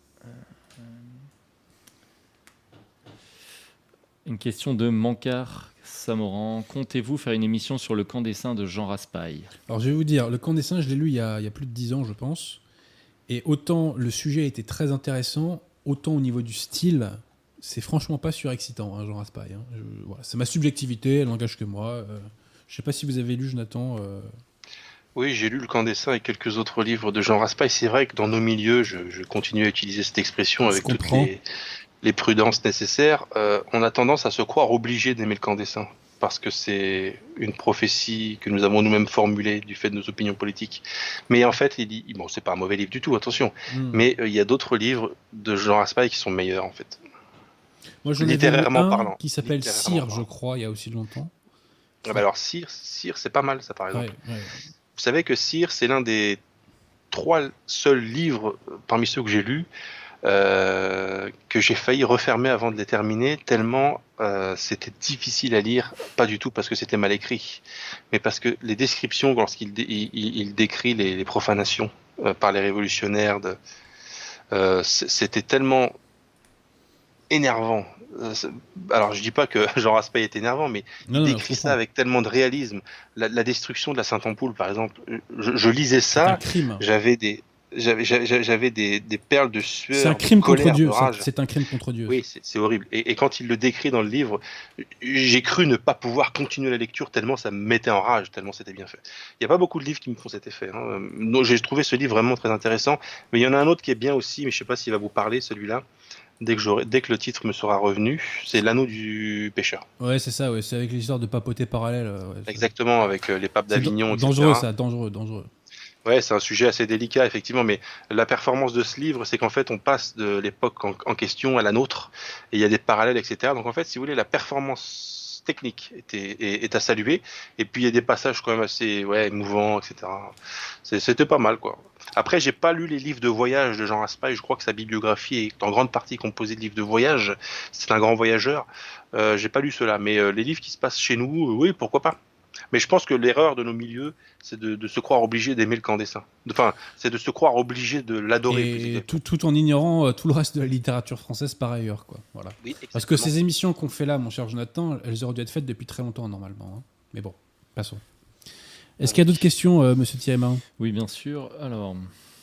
Une question de Mankar Samoran. Comptez-vous faire une émission sur le camp des saints de Jean Raspail ? Alors, je vais vous dire, le camp des saints, je l'ai lu il y a plus de 10 ans, je pense. Et autant le sujet était très intéressant, autant au niveau du style, c'est franchement pas surexcitant, hein, Jean Raspail. Hein. Voilà, c'est ma subjectivité, elle n'engage que moi. Je sais pas si vous avez lu, Jonathan. Oui, j'ai lu Le Camp des Saints et quelques autres livres de Jean Raspail. C'est vrai que dans nos milieux, je continue à utiliser cette expression avec toutes les prudences nécessaires. On a tendance à se croire obligé d'aimer Le Camp des Saints, parce que c'est une prophétie que nous avons nous-mêmes formulée du fait de nos opinions politiques. Mais en fait, bon, c'est pas un mauvais livre du tout, attention, mais il y a d'autres livres de Jean Raspail qui sont meilleurs, en fait. Moi, j'en ai Littérairement lu un parlant. qui s'appelle Littérairement Cire, je parlant. crois, il y a aussi longtemps. Ah bah alors, Cire, c'est pas mal, ça, par exemple. Ouais. Vous savez que Cire, c'est l'un des 3 seuls livres parmi ceux que j'ai lus que j'ai failli refermer avant de les terminer, tellement c'était difficile à lire, pas du tout parce que c'était mal écrit, mais parce que les descriptions, lorsqu'il il décrit les profanations par les révolutionnaires, c'était tellement énervant. Alors je dis pas que Jean Raspail est énervant, mais il décrit ça avec tellement de réalisme. La destruction de la Sainte-Ampoule, par exemple, je lisais ça, c'est un crime. j'avais des perles de sueur, c'est un crime de colère, contre Dieu. de rage. C'est un crime contre Dieu. Oui, c'est horrible. Et quand il le décrit dans le livre, j'ai cru ne pas pouvoir continuer la lecture tellement ça me mettait en rage, tellement c'était bien fait. Il n'y a pas beaucoup de livres qui me font cet effet. Hein. Donc, j'ai trouvé ce livre vraiment très intéressant. Mais il y en a un autre qui est bien aussi, mais je ne sais pas s'il va vous parler, celui-là. Dès que le titre me sera revenu, c'est L'Anneau du Pêcheur. Ouais, c'est ça, ouais. C'est avec l'histoire de papauté parallèle. Ouais, exactement, avec les papes d'Avignon, etc. Dangereux, ça, dangereux. Ouais, c'est un sujet assez délicat, effectivement, mais la performance de ce livre, c'est qu'en fait, on passe de l'époque en question à la nôtre, et il y a des parallèles, etc. Donc en fait, si vous voulez, la performance technique est à saluer, et puis il y a des passages quand même assez émouvants, etc. C'était pas mal, quoi. Après, j'ai pas lu les livres de voyage de Jean Raspail. Je crois que sa bibliographie est en grande partie composée de livres de voyage. C'est un grand voyageur. J'ai pas lu cela, mais les livres qui se passent chez nous, oui, pourquoi pas. Mais je pense que l'erreur de nos milieux, c'est de se croire obligé d'aimer le camp des saints. Enfin, c'est de se croire obligé de l'adorer. Et tout en ignorant tout le reste de la littérature française par ailleurs, quoi. Voilà. Oui, parce que ces émissions qu'on fait là, mon cher Jonathan, elles auraient dû être faites depuis très longtemps, normalement. Hein. Mais bon, passons. Est-ce qu'il y a d'autres questions, monsieur Thiamin ? Oui, bien sûr. Alors,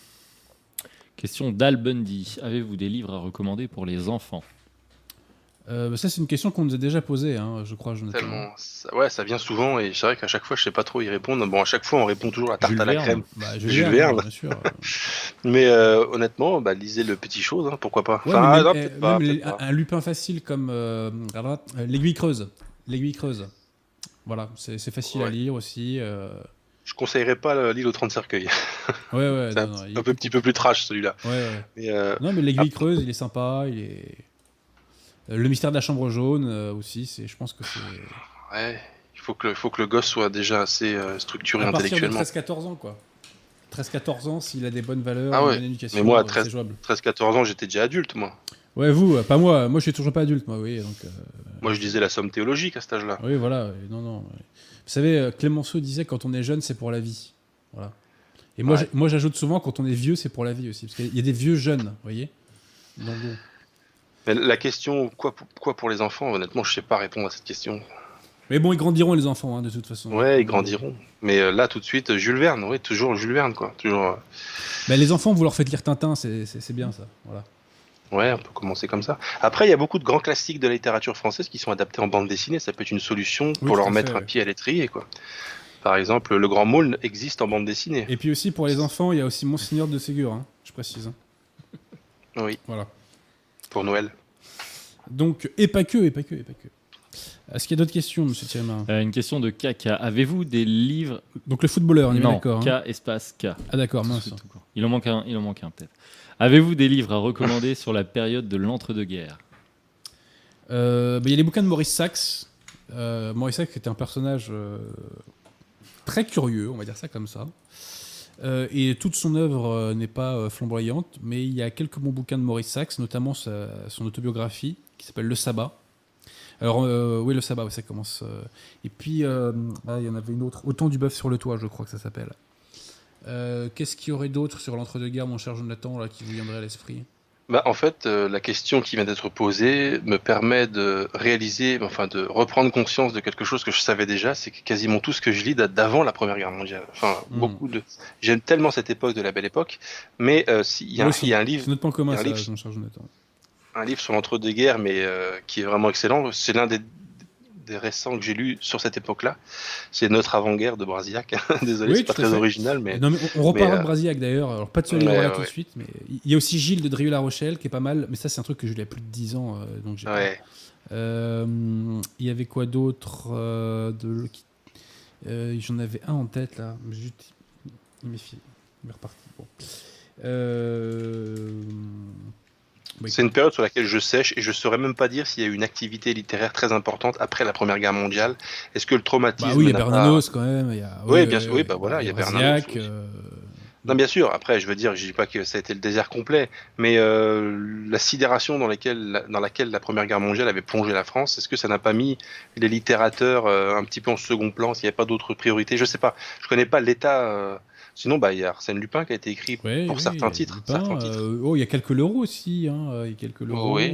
question d'Al Bundy. Avez-vous des livres à recommander pour les enfants ? Ça, c'est une question qu'on nous a déjà posée, hein, je crois, Jonathan. Tellement, ça vient souvent, et c'est vrai qu'à chaque fois, je sais pas trop y répondre. Bon, à chaque fois, on répond toujours la tarte Jules à la Verne. crème. Jules Verne, bien sûr. Mais honnêtement, lisez le Petit Chose, hein, pourquoi pas. Ouais, enfin, non, même, pas. Un Lupin facile comme l'Aiguille Creuse. L'Aiguille Creuse. Voilà, c'est facile à lire aussi. Je conseillerais pas l'île aux 30 cercueils. Ouais, c'est un petit peu plus trash, celui-là. Ouais. Mais, non, mais l'Aiguille Creuse, il est sympa, il est... Le mystère de la chambre jaune aussi, je pense que c'est... Ouais, il faut que le gosse soit déjà assez structuré intellectuellement. À partir de 13-14 ans, quoi. 13-14 ans, s'il a des bonnes valeurs, une bonne éducation, mais moi, à c'est jouable. 13-14 ans, j'étais déjà adulte, moi. Ouais, vous, pas moi. Moi, je suis toujours pas adulte, moi, oui. Donc, moi, je disais la somme théologique à cet âge-là. Oui, voilà. Non. Vous savez, Clémenceau disait quand on est jeune, c'est pour la vie. Voilà. Et moi, j'ajoute souvent quand on est vieux, c'est pour la vie aussi. Parce qu'il y a des vieux jeunes, vous voyez. Donc, bon. Mais la question, quoi pour les enfants, honnêtement, je sais pas répondre à cette question. Mais bon, ils grandiront, les enfants, hein, de toute façon. Ouais, ils grandiront. Mais là, tout de suite, Jules Verne, oui, toujours Jules Verne, quoi. Toujours. Les enfants, vous leur faites lire Tintin, c'est bien, ça. Voilà. Ouais, on peut commencer comme ça. Après, il y a beaucoup de grands classiques de la littérature française qui sont adaptés en bande dessinée. Ça peut être une solution pour leur mettre un pied à l'étrier, quoi. Par exemple, Le Grand Maulne existe en bande dessinée. Et puis aussi, pour les enfants, il y a aussi Monseigneur de Ségur, hein, je précise. Oui. Voilà. pour Noël. Donc, et pas que. Est-ce qu'il y a d'autres questions, monsieur Thierry Marin? Une question de Kaka. Avez-vous des livres... Donc, le footballeur, on est Non, d'accord. K espace K. Ah, d'accord, mince. Tout court. Il en manque un peut-être. Avez-vous des livres à recommander sur la période de l'entre-deux-guerres? Il y a les bouquins de Maurice Sachs. Maurice Sachs était un personnage très curieux, on va dire ça comme ça. Et toute son œuvre n'est pas flamboyante, mais il y a quelques bons bouquins de Maurice Sachs, notamment son autobiographie qui s'appelle Le Sabbat. Alors, oui, Le Sabbat, ça commence. Et puis, il y en avait une autre, Autant du bœuf sur le toit, je crois que ça s'appelle. Qu'est-ce qu'il y aurait d'autre sur l'entre-deux-guerres, mon cher Jonathan, là, qui vous viendrait à l'esprit? En fait, la question qui vient d'être posée me permet de réaliser, enfin de reprendre conscience de quelque chose que je savais déjà, c'est que quasiment tout ce que je lis date d'avant la Première Guerre mondiale. Enfin, j'aime tellement cette époque de la Belle Époque, mais il y a un livre... C'est notre point commun, il y a un ça, livre- mon cher Jonathan. un livre sur l'entre-deux-guerres, mais qui est vraiment excellent. C'est l'un des récents que j'ai lu sur cette époque-là. C'est Notre avant-guerre de Brasillac. Désolé, Oui, c'est pas tout à très fait. original, mais Non, mais on reparlera mais, de Brasillac d'ailleurs. Alors, pas de ce ouais, livre-là ouais. tout de suite, mais il y a aussi Gilles de Drieux-La Rochelle qui est pas mal, mais ça, c'est un truc que je lis il y a plus de 10 ans. Donc j'ai ouais. Il y avait quoi d'autre j'en avais un en tête là. Mais juste, il m'est reparti. Bon. Oui. C'est une période sur laquelle je sèche et je saurais même pas dire s'il y a eu une activité littéraire très importante après la Première Guerre mondiale. Est-ce que le traumatisme... Bah oui, il y a n'a Bernanos quand même. Oui, bien sûr. Oui, bah voilà, il y a Bernanos Brasillac, aussi. Non, bien sûr. Après, je veux dire, je dis pas que ça a été le désert complet, mais la sidération dans laquelle la Première Guerre mondiale avait plongé la France, est-ce que ça n'a pas mis les littérateurs un petit peu en second plan, s'il n'y avait pas d'autres priorités? Je sais pas. Je connais pas l'état. Sinon, il y a Arsène Lupin qui a été écrit pour certains titres. Lupin, il y a quelques Leroux aussi. Il y a quelques Leroux. Oui.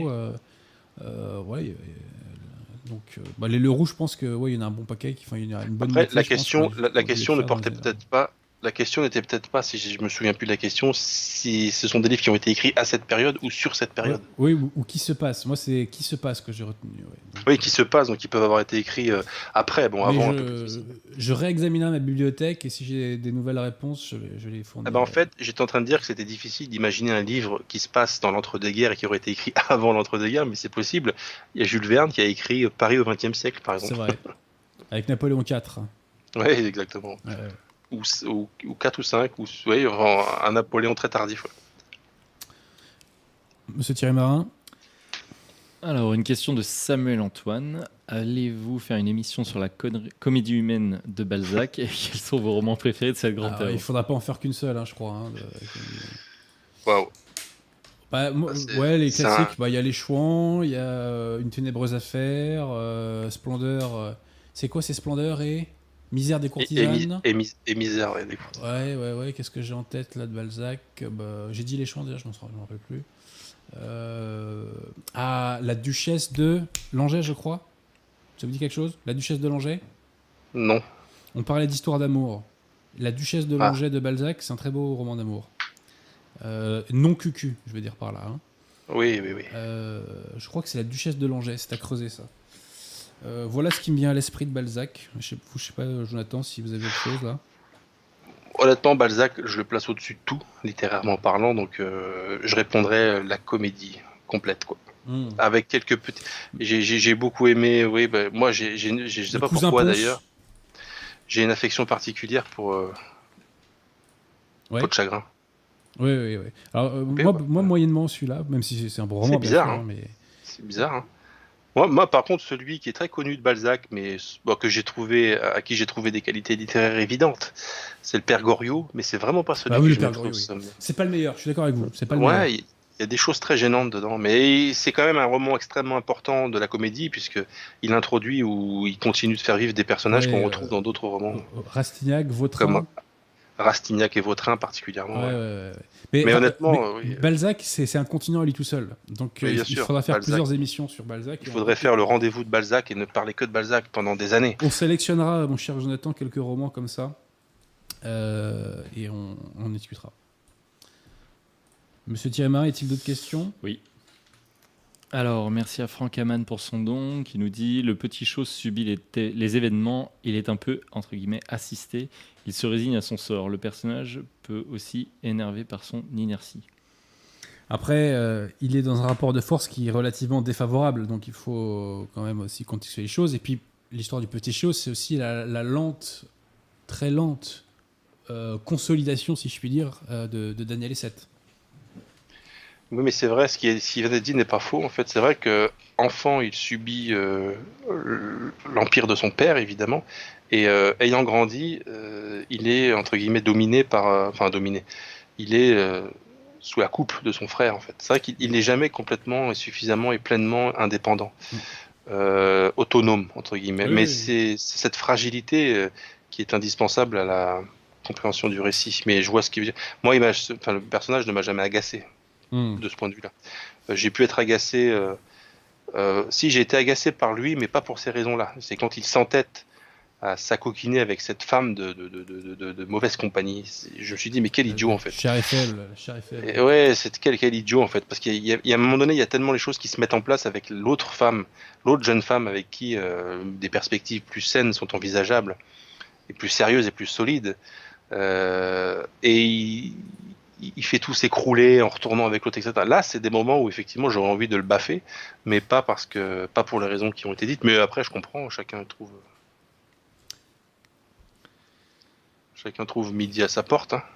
Donc, les Leroux, je pense que il y en a un bon paquet. Il y en a une bonne. Après, moitié, la je pense, question, que la question ne portait dans les peut-être pas. La question n'était peut-être pas, si je me souviens plus de la question, si ce sont des livres qui ont été écrits à cette période ou sur cette période. Oui, ou qui se passe. Moi, c'est qui se passe que j'ai retenu. Ouais. Oui, qui se passent, donc ils peuvent avoir été écrits après. Bon, Mais avant. je réexaminerai ma bibliothèque et si j'ai des nouvelles réponses, je les fournirai. En fait, j'étais en train de dire que c'était difficile d'imaginer un livre qui se passe dans l'entre-deux-guerres et qui aurait été écrit avant l'entre-deux-guerres, mais c'est possible. Il y a Jules Verne qui a écrit Paris au XXe siècle, par exemple. C'est vrai. Avec Napoléon IV. Oui, exactement. Ouais. Ou 4 ou 5, ou un Napoléon très tardif. Ouais. Monsieur Thierry Marin. Alors, une question de Samuel Antoine. Allez-vous faire une émission sur la comédie humaine de Balzac et quels sont vos romans préférés de cette grande Alors, œuvre? il faudra pas en faire qu'une seule, je crois. Waouh. Les classiques. Il y a Les Chouans, il y a Une ténébreuse affaire, Splendeur. C'est quoi, c'est Splendeur et Misère des courtisanes Et Misère, ouais, du coup. Ouais. Qu'est-ce que j'ai en tête là de Balzac? J'ai dit Les Chouans déjà, je m'en rappelle plus. La Duchesse de Langeais, je crois. Ça vous dit quelque chose? La Duchesse de Langeais? Non. On parlait d'histoire d'amour. La Duchesse de Langeais de Balzac, c'est un très beau roman d'amour. Non cucu, je veux dire par là. Oui. Je crois que c'est La Duchesse de Langeais, c'est à creuser ça. Voilà ce qui me vient à l'esprit de Balzac. Je sais pas, Jonathan, si vous avez autre chose là. Honnêtement, Balzac, je le place au-dessus de tout, littérairement parlant, donc je répondrais la comédie complète, quoi. Avec quelques petits... J'ai beaucoup aimé, moi, je sais pas pourquoi d'ailleurs, j'ai une affection particulière pour Peau de chagrin. Oui. Alors, moi, moyennement, celui-là, même si c'est un bon roman. C'est bizarre, bien sûr, mais... C'est bizarre, hein. Moi, par contre, celui qui est très connu de Balzac, mais à qui j'ai trouvé des qualités littéraires évidentes, c'est le Père Goriot, mais c'est vraiment pas celui que je me trouve. C'est pas le meilleur, je suis d'accord avec vous. C'est pas le meilleur. Il y a des choses très gênantes dedans, mais c'est quand même un roman extrêmement important de la comédie, puisque il introduit ou il continue de faire vivre des personnages qu'on retrouve dans d'autres romans. Rastignac, Vautrin. Comme Rastignac et Vautrin particulièrement. Ouais. Mais honnêtement, Balzac, c'est un continent à lui tout seul. Donc il faudra faire plusieurs émissions sur Balzac. Il faudrait faire le rendez-vous de Balzac et ne parler que de Balzac pendant des années. On sélectionnera, mon cher Jonathan, quelques romans comme ça et on discutera. Monsieur Thierry Marin, est-il d'autres questions? Oui. Alors, merci à Franck Hamann pour son don, qui nous dit « Le petit chose subit les événements, il est un peu, entre guillemets, assisté. Il se résigne à son sort. Le personnage peut aussi énerver par son inertie. » Après, il est dans un rapport de force qui est relativement défavorable, donc il faut quand même aussi contextualiser les choses. Et puis, l'histoire du petit chiot, c'est aussi la lente, très lente consolidation, si je puis dire, de Daniel Essette. Oui, mais c'est vrai, ce qui vient d'être dit n'est pas faux. En fait, c'est vrai que enfant, il subit l'empire de son père, évidemment, et ayant grandi, il est entre guillemets dominé par, enfin dominé. Il est sous la coupe de son frère, en fait. C'est vrai qu'il n'est jamais complètement et suffisamment et pleinement indépendant, autonome entre guillemets. Oui, Mais oui. c'est cette fragilité qui est indispensable à la compréhension du récit. Mais je vois ce qu'il veut dire. Moi, enfin, le personnage ne m'a jamais agacé Hmm. de ce point de vue-là. J'ai pu être agacé. Si j'ai été agacé par lui, mais pas pour ces raisons-là. C'est quand il s'entête à s'acoquiner avec cette femme de mauvaise compagnie. Je me suis dit, mais quel idiot en fait. Cher et faible, cher et faible. Et ouais, c'est quel idiot en fait. Parce qu'il y a un moment donné, il y a tellement les choses qui se mettent en place avec l'autre femme, l'autre jeune femme avec qui des perspectives plus saines sont envisageables, et plus sérieuses et plus solides. Et il fait tout s'écrouler en retournant avec l'autre, etc. Là, c'est des moments où effectivement j'aurais envie de le baffer, mais pas pour les raisons qui ont été dites. Mais après, je comprends, chacun trouve midi à sa porte. Hein.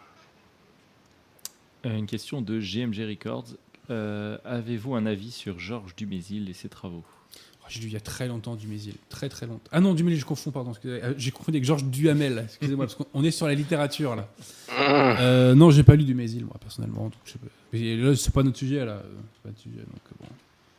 Une question de GMG Records. Avez-vous un avis sur Georges Dumézil et ses travaux? J'ai lu il y a très longtemps Dumézil, très très longtemps. Ah non, Dumézil, je confonds, pardon. J'ai confondu avec Georges Duhamel, excusez-moi, parce qu'on est sur la littérature là. Non, j'ai pas lu Dumézil, moi, personnellement. Donc je sais pas. Mais là, c'est pas notre sujet, là. C'est pas notre sujet, donc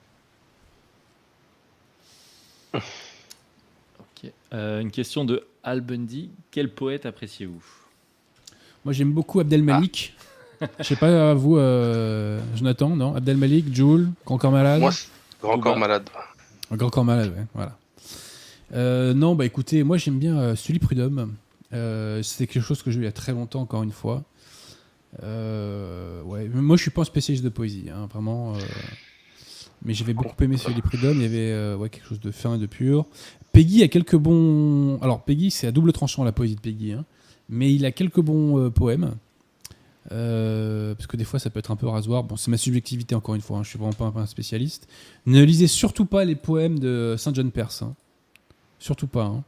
bon. Ok. Une question de Al Bundy. Quel poète appréciez-vous? Moi, j'aime beaucoup Abdel Malik. Je sais pas, vous, Jonathan, non? Abdel Malik, Jul, Grand Corps Malade? Moi, c'est Grand Corps Malade. Grand Corps Malade, ouais, voilà. Non, bah écoutez, moi j'aime bien Sully Prudhomme. C'était quelque chose que j'ai eu il y a très longtemps, encore une fois. Ouais. Moi je suis pas un spécialiste de poésie, hein, vraiment. Mais j'avais beaucoup aimé Sully Prudhomme. Il y avait ouais, quelque chose de fin et de pur. Peggy a quelques bons. Alors Peggy, c'est à double tranchant la poésie de Peggy, hein. Mais il a quelques bons poèmes. Parce que des fois ça peut être un peu rasoir. Bon, c'est ma subjectivité encore une fois, hein, je suis vraiment pas un spécialiste. Ne lisez surtout pas les poèmes de Saint John Perse, hein. Surtout pas. Hein.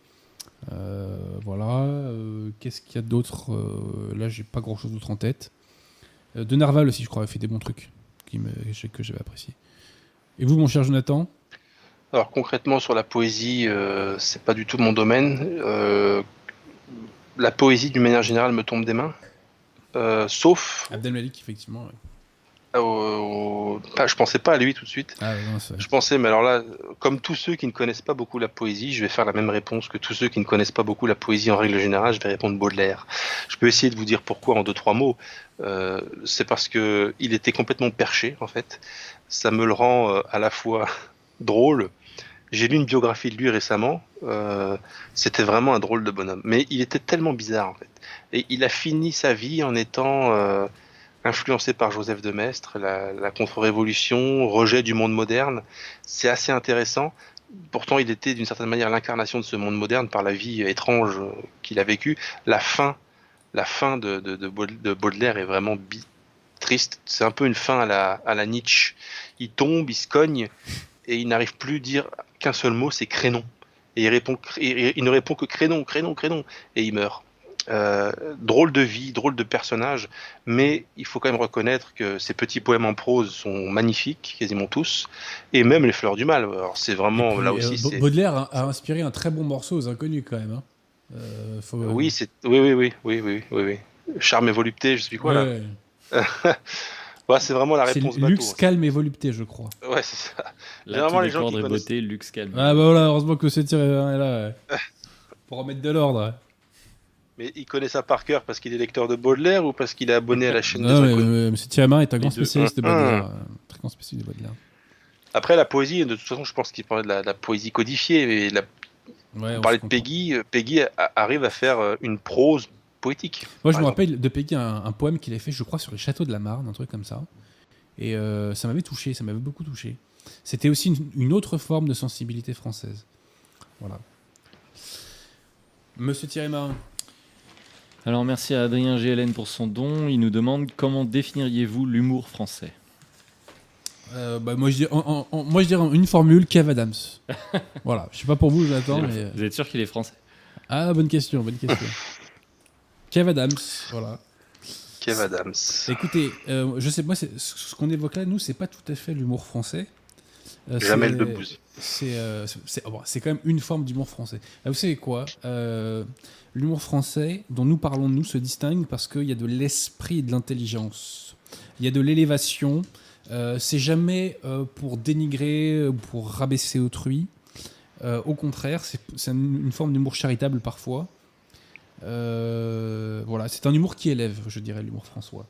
Voilà. Qu'est-ce qu'il y a d'autre? Là, j'ai pas grand chose d'autre en tête. De Nerval aussi, je crois, a fait des bons trucs que j'avais apprécié. Et vous, mon cher Jonathan? Alors concrètement sur la poésie, c'est pas du tout mon domaine. La poésie d'une manière générale me tombe des mains. Sauf. Abdel Malik, effectivement. Ouais. Je pensais pas à lui tout de suite. Ah, non, je pensais, mais alors là, comme tous ceux qui ne connaissent pas beaucoup la poésie, je vais faire la même réponse que tous ceux qui ne connaissent pas beaucoup la poésie en règle générale. Je vais répondre Baudelaire. Je peux essayer de vous dire pourquoi en 2-3 mots. C'est parce que il était complètement perché en fait. Ça me le rend à la fois drôle. J'ai lu une biographie de lui récemment. C'était vraiment un drôle de bonhomme. Mais il était tellement bizarre en fait. Et il a fini sa vie en étant influencé par Joseph de Maistre, la contre-révolution, rejet du monde moderne. C'est assez intéressant. Pourtant, il était d'une certaine manière l'incarnation de ce monde moderne par la vie étrange qu'il a vécue. La fin de Baudelaire est vraiment triste. C'est un peu une fin à la Nietzsche. Il tombe, il se cogne et il n'arrive plus à dire qu'un seul mot, c'est crénon. Et il ne répond que crénon, crénon, crénon. Et il meurt. Drôle de vie, drôle de personnage, mais il faut quand même reconnaître que ces petits poèmes en prose sont magnifiques, quasiment tous, et même les Fleurs du Mal. Alors c'est vraiment puis, là aussi. Baudelaire a inspiré un très bon morceau aux Inconnus quand même. Hein. Oui, oui. Charme et volupté, je sais plus quoi là. Ouais, c'est vraiment la réponse bateau. Luxe, calme et volupté, je crois. Ouais, c'est ça. Généralement les gens qui connaissent. Beauté, luxe, calme. Ah bah voilà, heureusement que c'est tiré est là pour remettre de l'ordre. Mais il connaît ça par cœur parce qu'il est lecteur de Baudelaire ou parce qu'il est abonné à la chaîne des Inconnus. M. Thierry est un grand spécialiste de Baudelaire. Très grand spécialiste de Baudelaire. Après, la poésie, de toute façon, je pense qu'il parlait de la poésie codifiée. On parlait de Peggy. Peggy arrive à faire une prose poétique. Moi, je me rappelle de Peggy un poème qu'il a fait, je crois, sur les châteaux de la Marne, un truc comme ça. Et ça m'avait touché, ça m'avait beaucoup touché. C'était aussi une autre forme de sensibilité française. Voilà. Monsieur Thierry Marin. Alors merci à Adrien GLN pour son don. Il nous demande comment définiriez-vous l'humour français? Moi, je dirais une formule, Kev Adams. Voilà, je sais pas pour vous, Jonathan, mais... Vous êtes sûr qu'il est français? Ah, bonne question. Kev Adams, voilà. Kev Adams. Écoutez, je sais, moi, ce qu'on évoque là, nous, c'est pas tout à fait l'humour français. Jamel Debbouze. C'est quand même une forme d'humour français. Vous savez quoi, l'humour français dont nous parlons, nous, se distingue parce qu'il y a de l'esprit et de l'intelligence. Il y a de l'élévation. C'est jamais pour dénigrer ou pour rabaisser autrui. Au contraire, c'est une forme d'humour charitable parfois. Voilà, c'est un humour qui élève, je dirais, l'humour françois.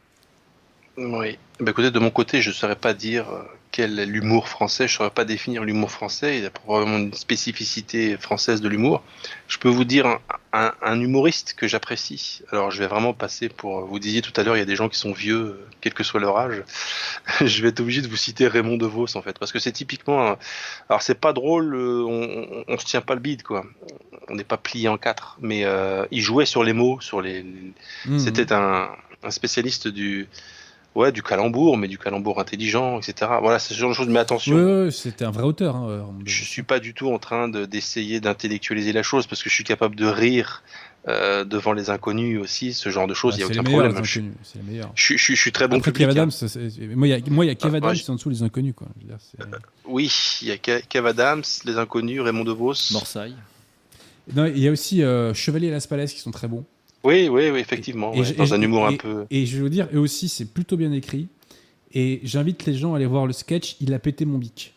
Oui. Écoutez, de mon côté, je ne saurais pas dire quel est l'humour français, je ne saurais pas définir l'humour français, il y a probablement une spécificité française de l'humour. Je peux vous dire un humoriste que j'apprécie. Alors, je vais vraiment passer pour... Vous disiez tout à l'heure, il y a des gens qui sont vieux, quel que soit leur âge. Je vais être obligé de vous citer Raymond DeVos, en fait, parce que c'est typiquement... Alors, c'est pas drôle, on se tient pas le bide, quoi. On n'est pas plié en quatre, mais il jouait sur les mots, C'était un spécialiste du calembour, mais du calembour intelligent, etc. Voilà, c'est ce genre de choses. Mais attention, Ouais, c'était un vrai auteur. je suis pas du tout en train d'essayer d'intellectualiser la chose, parce que je suis capable de rire devant les inconnus aussi, ce genre de choses. Il y a aucun problème. C'est les meilleurs. Je suis très bon Après, public. Kev Adams, moi, il y a Kev Adams, c'est en dessous les inconnus, quoi. Je veux dire, oui, il y a Kev Adams, les inconnus, Raymond DeVos. Morsaille. Non, il y a aussi Chevalier et Las Palais qui sont très bons. Oui, effectivement. Dans un humour un peu. Et je vais vous dire, eux aussi, c'est plutôt bien écrit. Et j'invite les gens à aller voir le sketch. Il a pété mon bic.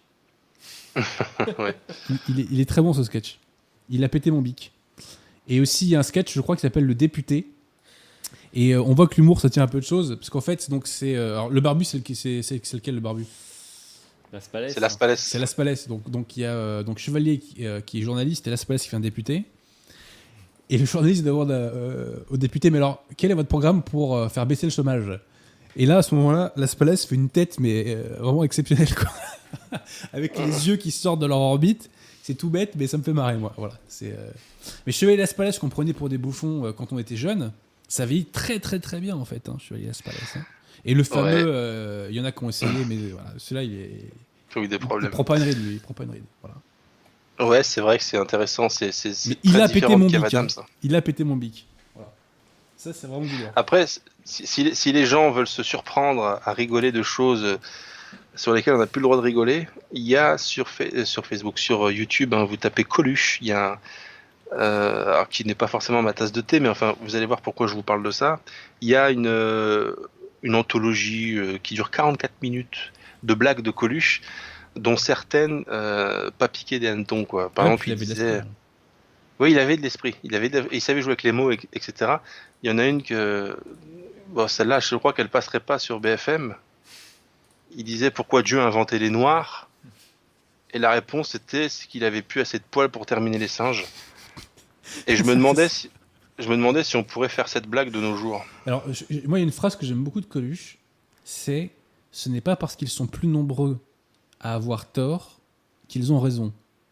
Ouais. Il est très bon, ce sketch. Il a pété mon bic. Et aussi, il y a un sketch, je crois, qui s'appelle Le Député. Et on voit que l'humour, ça tient un peu de choses. Parce qu'en fait, donc, alors, le barbu, c'est lequel, le barbu? Las Palais. C'est Las Palais. C'est Las Palais. Donc il y a Chevalier qui est journaliste et Las Palais qui fait un député. Et le journaliste demande au député, mais alors, quel est votre programme pour faire baisser le chômage? Et là, à ce moment-là, Las Palais fait une tête, mais vraiment exceptionnelle, quoi. Avec les yeux qui sortent de leur orbite. C'est tout bête, mais ça me fait marrer, moi. Voilà, Mais Chevalier Las Palais, qu'on prenait pour des bouffons quand on était jeune, ça vieillit très très très bien, en fait, Chevalier Las Palais. Et le fameux, il y en a qui ont essayé, mais voilà, celui-là, Il a eu des problèmes. il prend pas une ride, Voilà. Ouais, c'est vrai que c'est intéressant. C'est Mais il a pété mon bic. Adams. Il a pété mon bic. Voilà. Ça, c'est vraiment du lourd. Après, si les gens veulent se surprendre à rigoler de choses sur lesquelles on n'a plus le droit de rigoler, il y a sur Facebook, sur YouTube, vous tapez Coluche, il y a alors, qui n'est pas forcément ma tasse de thé, mais enfin, vous allez voir pourquoi je vous parle de ça. Il y a une anthologie qui dure 44 minutes de blagues de Coluche, dont certaines pas piquées des hannetons, quoi. Par exemple, il disait... Oui, il avait de l'esprit. Il savait jouer avec les mots, etc. Il y en a une que... Bon, celle-là, je crois qu'elle passerait pas sur BFM. Il disait pourquoi Dieu a inventé les noirs. Et la réponse était c'est qu'il avait plus assez de poils pour terminer les singes. Et je me demandais si on pourrait faire cette blague de nos jours. Alors, moi, il y a une phrase que j'aime beaucoup de Coluche, c'est « Ce n'est pas parce qu'ils sont plus nombreux à avoir tort qu'ils ont raison. »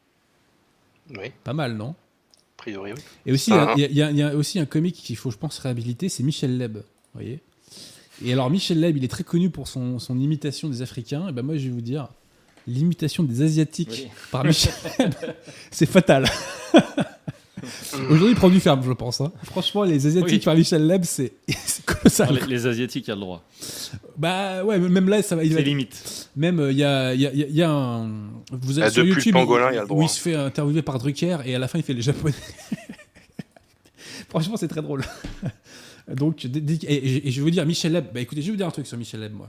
Oui. Pas mal, non? A priori, oui. Et aussi, il y a aussi un comique qu'il faut, je pense, réhabiliter, c'est Michel Leb. Vous voyez? Et alors, Michel Leb, il est très connu pour son imitation des Africains. Et ben moi, je vais vous dire, l'imitation des Asiatiques par Michel Leb, c'est fatal. Aujourd'hui, il prend du ferme, je pense. Franchement, les Asiatiques par Michel Leb, c'est colossal. Les Asiatiques, il y a le droit. Bah ouais, même là, ça va. C'est limite. Même il y a un. Vous avez sur YouTube, pangolin, il y a le droit. où il se fait interviewer par Drucker et à la fin, il fait les Japonais. Franchement, c'est très drôle. Donc, et je vais vous dire, Michel Leb. Bah écoutez, je vais vous dire un truc sur Michel Leb, moi.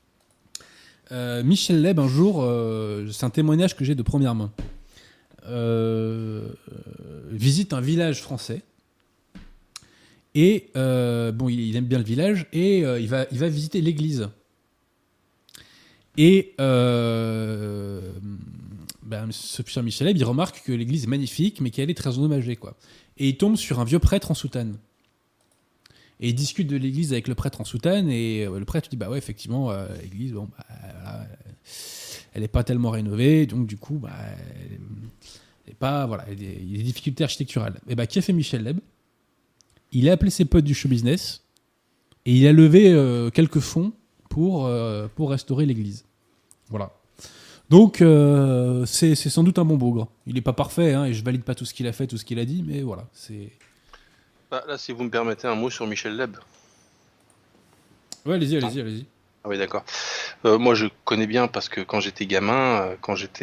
Michel Leb, un jour, c'est un témoignage que j'ai de première main. Visite un village français et il aime bien le village et il va visiter l'église et ce cher Michel Leb, il remarque que l'église est magnifique mais qu'elle est très endommagée, quoi. Et il tombe sur un vieux prêtre en soutane et il discute de l'église avec le prêtre en soutane et le prêtre dit bah ouais, effectivement, l'église voilà, elle n'est pas tellement rénovée, donc du coup il y a des difficultés architecturales. Et bah, qui a fait Michel Leb? il a appelé ses potes du show business et il a levé quelques fonds pour restaurer l'église. Voilà. Donc, c'est sans doute un bon bougre. Il n'est pas parfait, hein, et je valide pas tout ce qu'il a fait, tout ce qu'il a dit, mais voilà. Là, si vous me permettez un mot sur Michel Leb. Ouais, allez-y. Ah oui, d'accord. Moi, je connais bien parce que quand j'étais gamin,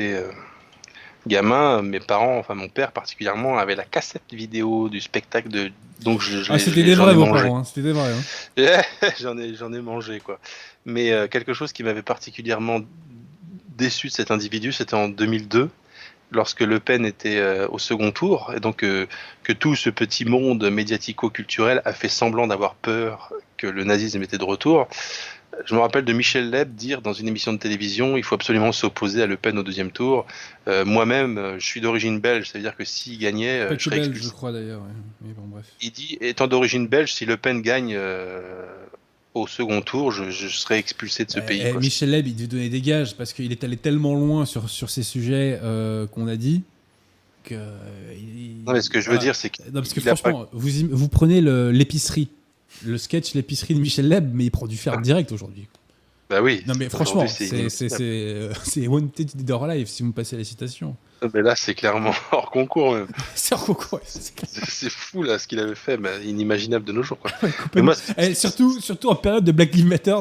mes parents, enfin mon père particulièrement, avait la cassette vidéo du spectacle de. Donc c'était des vrais vos parents, hein, c'était des vrais. Hein. J'en ai mangé quoi. Mais quelque chose qui m'avait particulièrement déçu de cet individu, c'était en 2002, lorsque Le Pen était au second tour, et donc que tout ce petit monde médiatico-culturel a fait semblant d'avoir peur que le nazisme était de retour. Je me rappelle de Michel Leb dire dans une émission de télévision, il faut absolument s'opposer à Le Pen au deuxième tour. Moi-même, je suis d'origine belge, ça veut dire que s'il gagnait, je serais expulsé. Je crois d'ailleurs. Ouais. Mais bon, bref. Il dit, étant d'origine belge, si Le Pen gagne au second tour, je serais expulsé de ce pays. Quoi. Michel Leb, il devait donner des gages parce qu'il est allé tellement loin sur ces sujets qu'on a dit que. Non, mais ce que je veux dire, c'est que. Non, parce que franchement, vous prenez l'épicerie. Le sketch L'épicerie de Michel Leb, mais il prend du fer direct aujourd'hui. Bah oui. Non mais franchement, c'est Wanted Dead or Alive si vous me passez la citation. Mais là, c'est clairement hors concours même. C'est hors concours, c'est clair. C'est fou là ce qu'il avait fait, mais inimaginable de nos jours. Quoi. Ouais, mais moi, surtout en période de Black Lives Matter.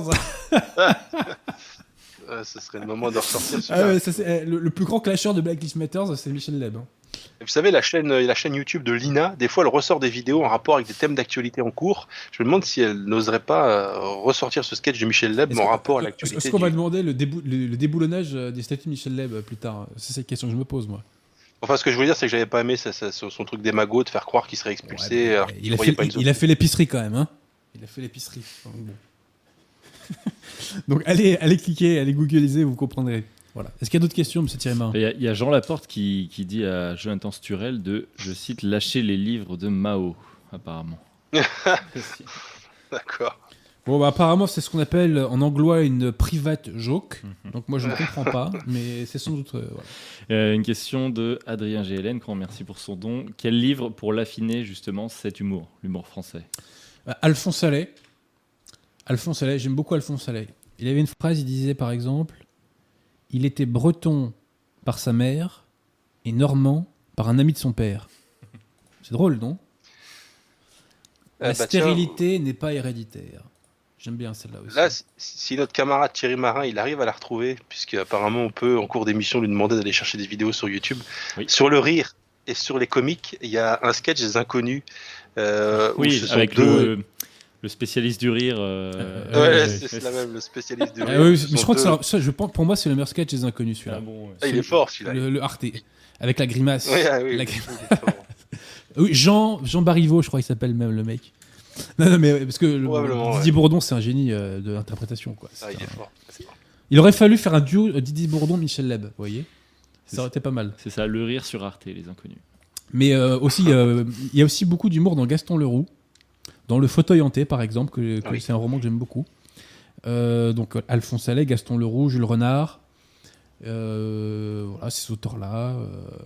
Ce serait le moment de ressortir. Le plus grand clasheur de Black Lives Matter, c'est Michel Leb. Hein. Vous savez, la chaîne YouTube de Lina, des fois, elle ressort des vidéos en rapport avec des thèmes d'actualité en cours. Je me demande si elle n'oserait pas ressortir ce sketch de Michel Leb en rapport à l'actualité. Est-ce qu'on va demander le déboulonnage des statuts de Michel Leb plus tard? C'est cette question que je me pose, moi. Enfin, ce que je voulais dire, c'est que j'avais pas aimé son truc démago de faire croire qu'il serait expulsé. Ouais, il a fait l'épicerie quand même, hein. Il a fait l'épicerie. Bon. Donc allez cliquer, allez googliser, vous comprendrez. Voilà. Est-ce qu'il y a d'autres questions, M. Thierry-Marin? Il y a Jean Laporte qui dit à Jonathan Sturel de, je cite, lâcher les livres de Mao, apparemment. D'accord. Bon, apparemment, c'est ce qu'on appelle en anglois une private joke. Donc moi, je ne comprends pas, mais c'est sans doute... voilà. Une question de Adrien GLN, grand merci pour son don. Quel livre pour l'affiner, justement, cet humour, l'humour français? Alphonse Allais, j'aime beaucoup Alphonse Allais. Il avait une phrase, il disait par exemple... Il était breton par sa mère et normand par un ami de son père. C'est drôle, non? La stérilité n'est pas héréditaire. J'aime bien celle-là aussi. Là, si notre camarade Thierry Marin, il arrive à la retrouver, puisqu'apparemment on peut, en cours d'émission, lui demander d'aller chercher des vidéos sur YouTube. Oui. Sur le rire et sur les comiques, il y a un sketch des Inconnus. Oui, avec le spécialiste du rire. C'est la même, le spécialiste du rire. Oui, mais je crois que pour moi, c'est le meilleur sketch des Inconnus, celui-là. Ah bon, il est fort, celui-là. Le Arte, avec la grimace. Oui. Oui, Jean Bariveau, je crois qu'il s'appelle même le mec. Non, mais parce que Didier Bourdon, c'est un génie de l'interprétation. Quoi. Il est fort. Il aurait fallu faire un duo Didier Bourdon-Michel Leb, vous voyez? Ça aurait été pas mal. C'est ça, le rire sur Arte, les Inconnus. Mais aussi, il y a aussi beaucoup d'humour dans Gaston Leroux. Dans Le Fauteuil hanté, par exemple, c'est un roman que j'aime beaucoup. Donc Alphonse Allais, Gaston Leroux, Jules Renard, voilà, ces auteurs-là.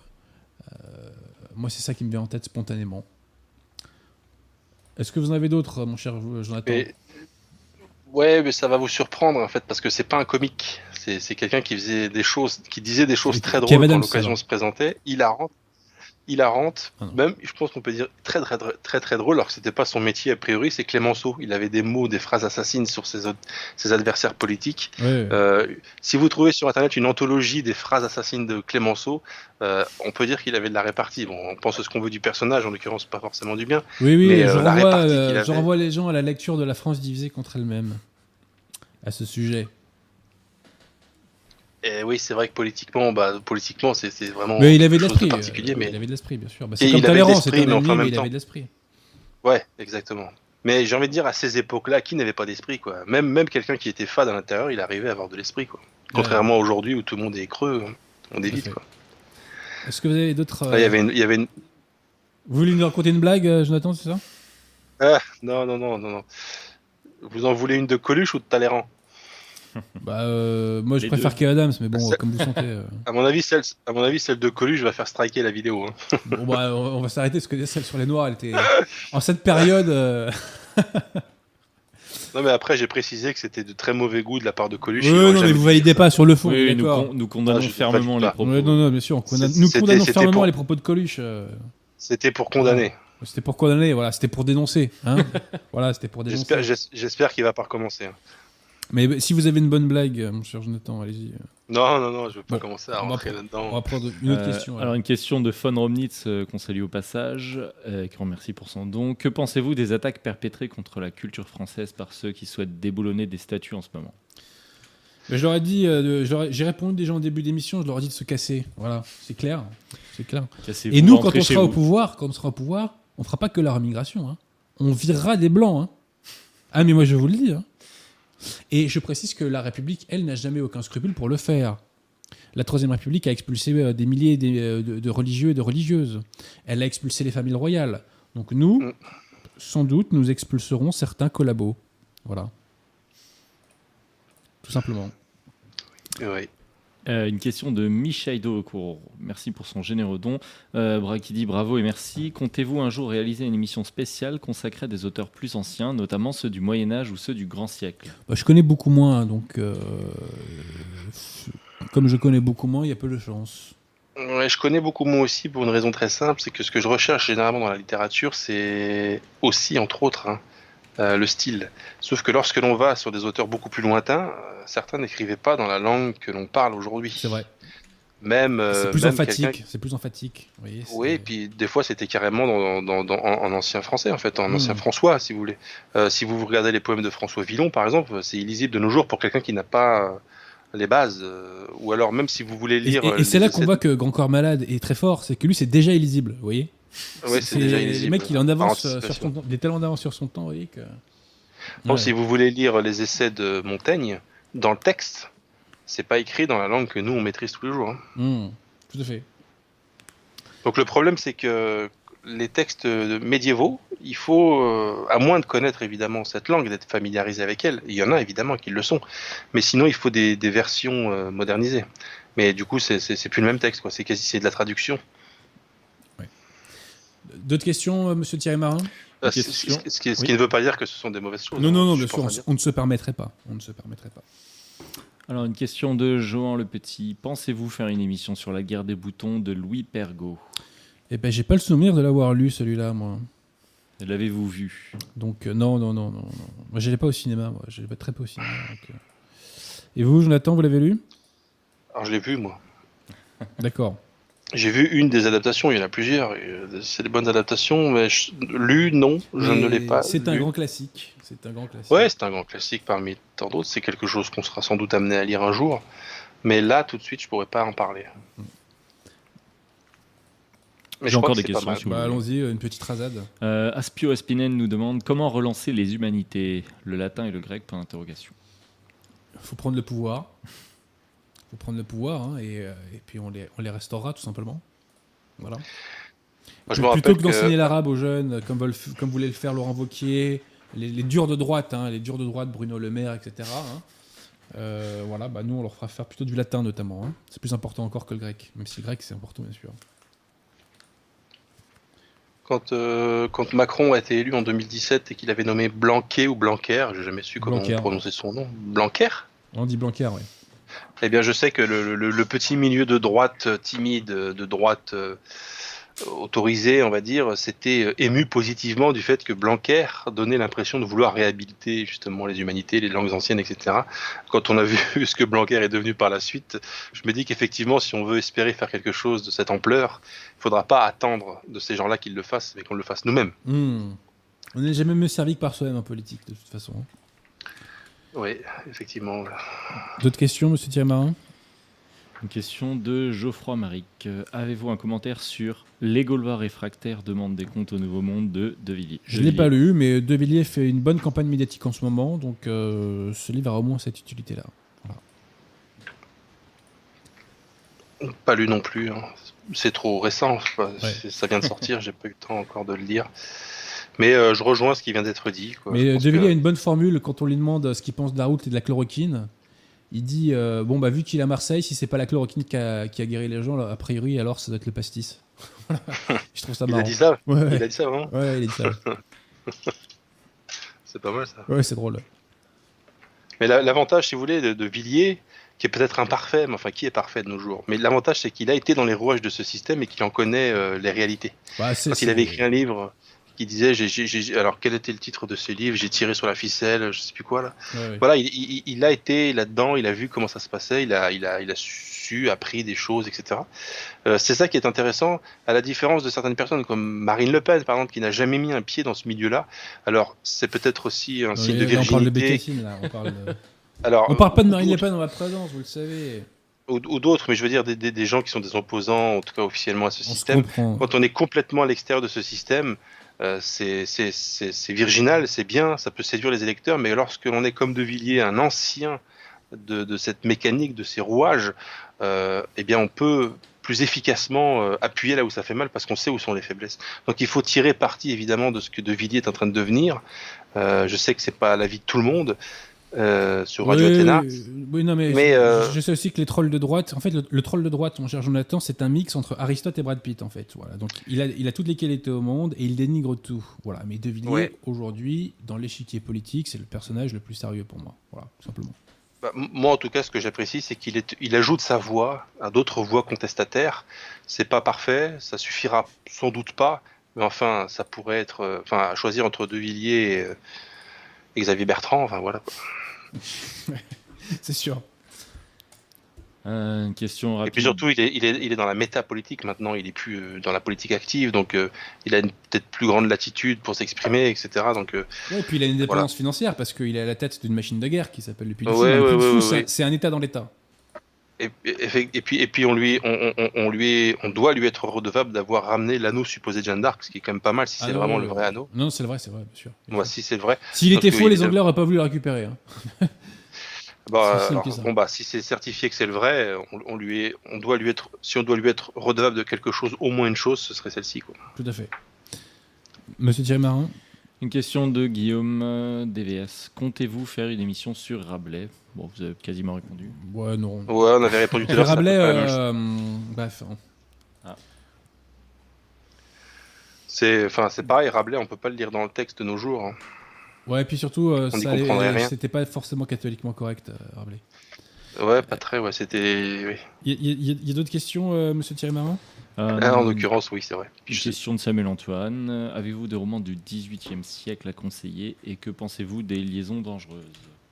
Moi, c'est ça qui me vient en tête spontanément. Est-ce que vous en avez d'autres, mon cher Jonathan? Mais ça va vous surprendre en fait, parce que c'est pas un comique. C'est quelqu'un qui disait des choses très drôles quand l'occasion se présentait. Hilarante, même, je pense qu'on peut dire très drôle, alors que c'était pas son métier a priori, c'est Clémenceau. Il avait des mots, des phrases assassines sur ses adversaires politiques. Ouais. Si vous trouvez sur internet une anthologie des phrases assassines de Clémenceau, on peut dire qu'il avait de la répartie. Bon, on pense ce qu'on veut du personnage, en l'occurrence pas forcément du bien. Oui, mais je renvoie les gens à la lecture de La France divisée contre elle-même, à ce sujet. Et oui, c'est vrai que politiquement, c'est vraiment. Mais il avait de l'esprit. Particulier, mais il avait de l'esprit, bien sûr. C'est comme Talleyrand, c'était un ennemi, mais il avait de l'esprit. Ouais, exactement. Mais j'ai envie de dire, à ces époques-là, qui n'avait pas d'esprit, quoi. Même quelqu'un qui était fade à l'intérieur, il arrivait à avoir de l'esprit, quoi. Contrairement à aujourd'hui où tout le monde est creux, on est vite, quoi. Est-ce que vous avez d'autres. Il y avait une. Vous voulez nous raconter une blague, Jonathan, c'est ça? Non. Vous en voulez une de Coluche ou de Talleyrand? Moi, je Les préfère deux. Kev Adams, mais bon, C'est- comme vous sentez. À mon avis, celle de Coluche va faire striker la vidéo. Hein. Bon, on va s'arrêter parce que celle sur les Noirs, elle était. En cette période. Non, mais après, j'ai précisé que c'était de très mauvais goût de la part de Coluche. Ouais, Il aurait non, mais jamais vous dû validez dire pas sur le fond, Oui, oui, d'accord. nous condamnons Ah, je fermement valide les pas. propos. Ouais, non, bien sûr, nous C'était- condamnons c'était fermement pour- les propos de Coluche. ça. C'était pour condamner. C'était pour condamner, voilà, c'était pour dénoncer. Hein. Voilà, c'était pour dénoncer. J'espère qu'il va pas recommencer. Hein. Mais si vous avez une bonne blague, mon cher Jonathan, allez-y. Non, je veux pas Bon, commencer à on va rentrer On là-dedans. va prendre une autre question. Alors une question de Fon Romnitz qu'on salue au passage, qui remercie pour son don. Que pensez-vous des attaques perpétrées contre la culture française par ceux qui souhaitent déboulonner des statues en ce moment? Mais je leur ai dit, j'ai répondu déjà en début d'émission, je leur ai dit de se casser. Voilà, c'est clair. C'est clair. Cassez-vous, Et nous, quand rentrez on chez sera au vous. pouvoir, on fera pas que la remigration. Hein. On virera des blancs. Hein. Ah, mais moi, je vous le dis. Hein. Et je précise que la République, elle, n'a jamais aucun scrupule pour le faire. La Troisième République a expulsé des milliers de religieux et de religieuses. Elle a expulsé les familles royales. Donc nous, sans doute, nous expulserons certains collabos. Voilà. Tout simplement. Oui. Une question de Michaïdo Cour. Merci pour son généreux don. Qui dit bravo et merci. Comptez-vous un jour réaliser une émission spéciale consacrée à des auteurs plus anciens, notamment ceux du Moyen-Âge ou ceux du Grand Siècle? Je connais beaucoup moins, donc comme je connais beaucoup moins, il y a peu de chance. Ouais, je connais beaucoup moins aussi pour une raison très simple, c'est que ce que je recherche généralement dans la littérature, c'est aussi, entre autres, le style. Sauf que lorsque l'on va sur des auteurs beaucoup plus lointains, certains n'écrivaient pas dans la langue que l'on parle aujourd'hui. C'est vrai. Même, C'est plus même emphatique. quelqu'un- C'est plus emphatique. Vous voyez, Oui, et puis des fois c'était carrément en ancien français, en fait, en Mm. ancien François, si vous voulez. Si vous regardez les poèmes de François Villon, par exemple, c'est illisible de nos jours pour quelqu'un qui n'a pas les bases. Ou alors même si vous voulez lire... Et c'est là qu'on voit que Grand Corps Malade est très fort, c'est que lui, c'est déjà illisible. Vous voyez. Ouais, c'est déjà illisible. Le mec, il est en Par avance sur anticipation. son temps. Il est tellement en avance sur son temps, vous voyez que. Donc, Ouais. si vous voulez lire les essais de Montaigne, dans le texte, c'est pas écrit dans la langue que nous on maîtrise tous les jours. Hein. Tout à fait. Donc le problème c'est que les textes médiévaux, il faut, à moins de connaître évidemment cette langue, d'être familiarisé avec elle, il y en a évidemment qui le sont, mais sinon il faut des versions modernisées. Mais du coup c'est plus le même texte, quoi. C'est de la traduction. D'autres questions, monsieur Thierry Marin? Ce qui Oui. ne veut pas dire que ce sont des mauvaises choses. Non, hein. Je bien suis sûr, pas en train de dire. on ne se permettrait pas. On ne se permettrait pas. Alors une question de Johan Le Petit. Pensez-vous faire une émission sur la guerre des boutons de Louis Pergaud? Eh ben, j'ai pas le souvenir de l'avoir lu, celui-là, moi. L'avez-vous vu? Donc, non. Moi, je l'ai pas au cinéma, moi. Je l'ai pas très peu au cinéma. Donc, Et vous, Jonathan, vous l'avez lu? Alors je l'ai vu moi. D'accord. J'ai vu une des adaptations, il y en a plusieurs. C'est des bonnes adaptations, mais lu, non, je ne l'ai pas. C'est un lu. grand classique. C'est un grand classique. Ouais, c'est un grand classique parmi tant d'autres. C'est quelque chose qu'on sera sans doute amené à lire un jour. Mais là, tout de suite, je pourrais pas en parler. Mais J'ai je crois encore que des c'est pas questions, mal. si vous Bah, voulez. allons-y, une petite rasade. Aspio Aspinen nous demande comment relancer les humanités, le latin et le grec, point d'interrogation. Faut prendre le pouvoir. Faut prendre le pouvoir, hein, et puis on les restaurera tout simplement. Voilà. Moi, je me Plutôt rappelle que d'enseigner l'arabe aux jeunes, comme voulait le faire Laurent Wauquiez, les durs de droite, hein, les durs de droite, Bruno Le Maire, etc. Hein. Voilà, bah nous on leur fera faire plutôt du latin notamment. Hein. C'est plus important encore que le grec, même si le grec c'est important bien sûr. quand Macron a été élu en 2017 et qu'il avait nommé Blanquet ou Blanquer, j'ai jamais su comment Blanquer. on prononçait son nom. Blanquer. On dit Blanquer, oui. Eh bien, je sais que le petit milieu de droite timide, de droite autorisé, on va dire, s'était ému positivement du fait que Blanquer donnait l'impression de vouloir réhabiliter justement les humanités, les langues anciennes, etc. Quand on a vu ce que Blanquer est devenu par la suite, je me dis qu'effectivement, si on veut espérer faire quelque chose de cette ampleur, il ne faudra pas attendre de ces gens-là qu'ils le fassent, mais qu'on le fasse nous-mêmes. On n'est jamais mieux servi que par soi-même en politique de toute façon. Hein. Oui, effectivement. D'autres questions, monsieur Thierry Marin? Une question de Geoffroy Maric. Avez-vous un commentaire sur Les Gaulois réfractaires demandent des comptes au Nouveau Monde de De Villiers? Je ne l'ai pas lu, mais De Villiers fait une bonne campagne médiatique en ce moment, donc ce livre a au moins cette utilité-là. Voilà. Pas lu non plus. Hein. C'est trop récent. Enfin, Ouais. ça vient de sortir. J'ai pas eu le temps encore de le lire. Mais je rejoins ce qui vient d'être dit. Quoi. Je Mais pense De Villiers que- a une bonne formule quand on lui demande ce qu'il pense de la route et de la chloroquine. Il dit bon bah vu qu'il est à Marseille, si c'est pas la chloroquine qui a guéri les gens, là, a priori alors ça doit être le pastis. Voilà. Je trouve ça Il marrant. a dit ça. Ouais, ouais. Il a dit ça vraiment. Ouais, il a dit ça. C'est pas mal ça. Ouais, c'est drôle. Mais l'avantage, si vous voulez, de Villiers, qui est peut-être imparfait, mais enfin qui est parfait de nos jours. Mais l'avantage, c'est qu'il a été dans les rouages de ce système et qu'il en connaît les réalités. Bah, Quand il avait écrit un livre qui disait, alors quel était le titre de ce livre? J'ai tiré sur la ficelle, je sais plus quoi là. Ouais. Voilà, il a été là-dedans, il a vu comment ça se passait, il a su, appris des choses, etc. C'est ça qui est intéressant, à la différence de certaines personnes comme Marine Le Pen, par exemple, qui n'a jamais mis un pied dans ce milieu-là. Alors, c'est peut-être aussi un signe de virginité. On parle de Bécassine, là. Alors, on parle pas de Marine Le Pen dans la présence, vous le savez. Ou d'autres, mais je veux dire des gens qui sont des opposants, en tout cas officiellement à ce système. Quand on est complètement à l'extérieur de ce système, c'est virginal, c'est bien, ça peut séduire les électeurs, mais lorsque l'on est comme De Villiers, un ancien de cette mécanique, de ces rouages, eh bien on peut plus efficacement appuyer là où ça fait mal parce qu'on sait où sont les faiblesses. Donc il faut tirer parti évidemment de ce que De Villiers est en train de devenir. Je sais que c'est pas l'avis de tout le monde. Sur Radio Athéna. Oui, non, mais je sais aussi que les trolls de droite, en fait, le troll de droite, mon cher Jonathan, c'est un mix entre Aristote et Brad Pitt, en fait. Voilà. Donc, il a toutes les qualités au monde et il dénigre tout. Voilà. Mais De Villiers, aujourd'hui, dans l'échiquier politique, c'est le personnage le plus sérieux pour moi. Voilà, tout simplement. Bah, moi, en tout cas, ce que j'apprécie, c'est qu'il ajoute sa voix à d'autres voix contestataires. C'est pas parfait, ça suffira sans doute pas, mais enfin, ça pourrait être, à choisir entre De Villiers et Xavier Bertrand, enfin voilà. C'est sûr. Une question rapide. Et puis surtout, il est dans la métapolitique maintenant, il est plus dans la politique active, donc il a une peut-être plus grande latitude pour s'exprimer, etc. Donc, et puis il a une indépendance financière parce qu'il est à la tête d'une machine de guerre qui s'appelle le Puy du Fou. Ouais. C'est un État dans l'État. Et puis on doit lui être redevable d'avoir ramené l'anneau supposé de Jeanne d'Arc, ce qui est quand même pas mal si c'est vraiment le vrai anneau. Non, c'est le vrai, bien sûr. Moi, si c'est le vrai. S'il était faux, les Anglais n'auraient pas voulu le récupérer. Hein. Si c'est certifié que c'est le vrai, si on doit lui être redevable de quelque chose, au moins une chose, ce serait celle-ci, quoi. Tout à fait. Monsieur Thierry Marin. Une question de Guillaume DVS. Comptez-vous faire une émission sur Rabelais? Bon, vous avez quasiment répondu. Ouais, non. Ouais, on avait répondu tout à l'heure. Rabelais, bref. Ah. C'est pareil, Rabelais, on peut pas le lire dans le texte de nos jours. Hein. Ouais, et puis surtout, c'était pas forcément catholiquement correct, Rabelais. Ouais, pas très, ouais, c'était... Oui. Il y a d'autres questions, monsieur Thierry Marin? En l'occurrence, oui, c'est vrai. Une question de Samuel Antoine. Avez-vous des romans du XVIIIe siècle à conseiller et que pensez-vous des liaisons dangereuses?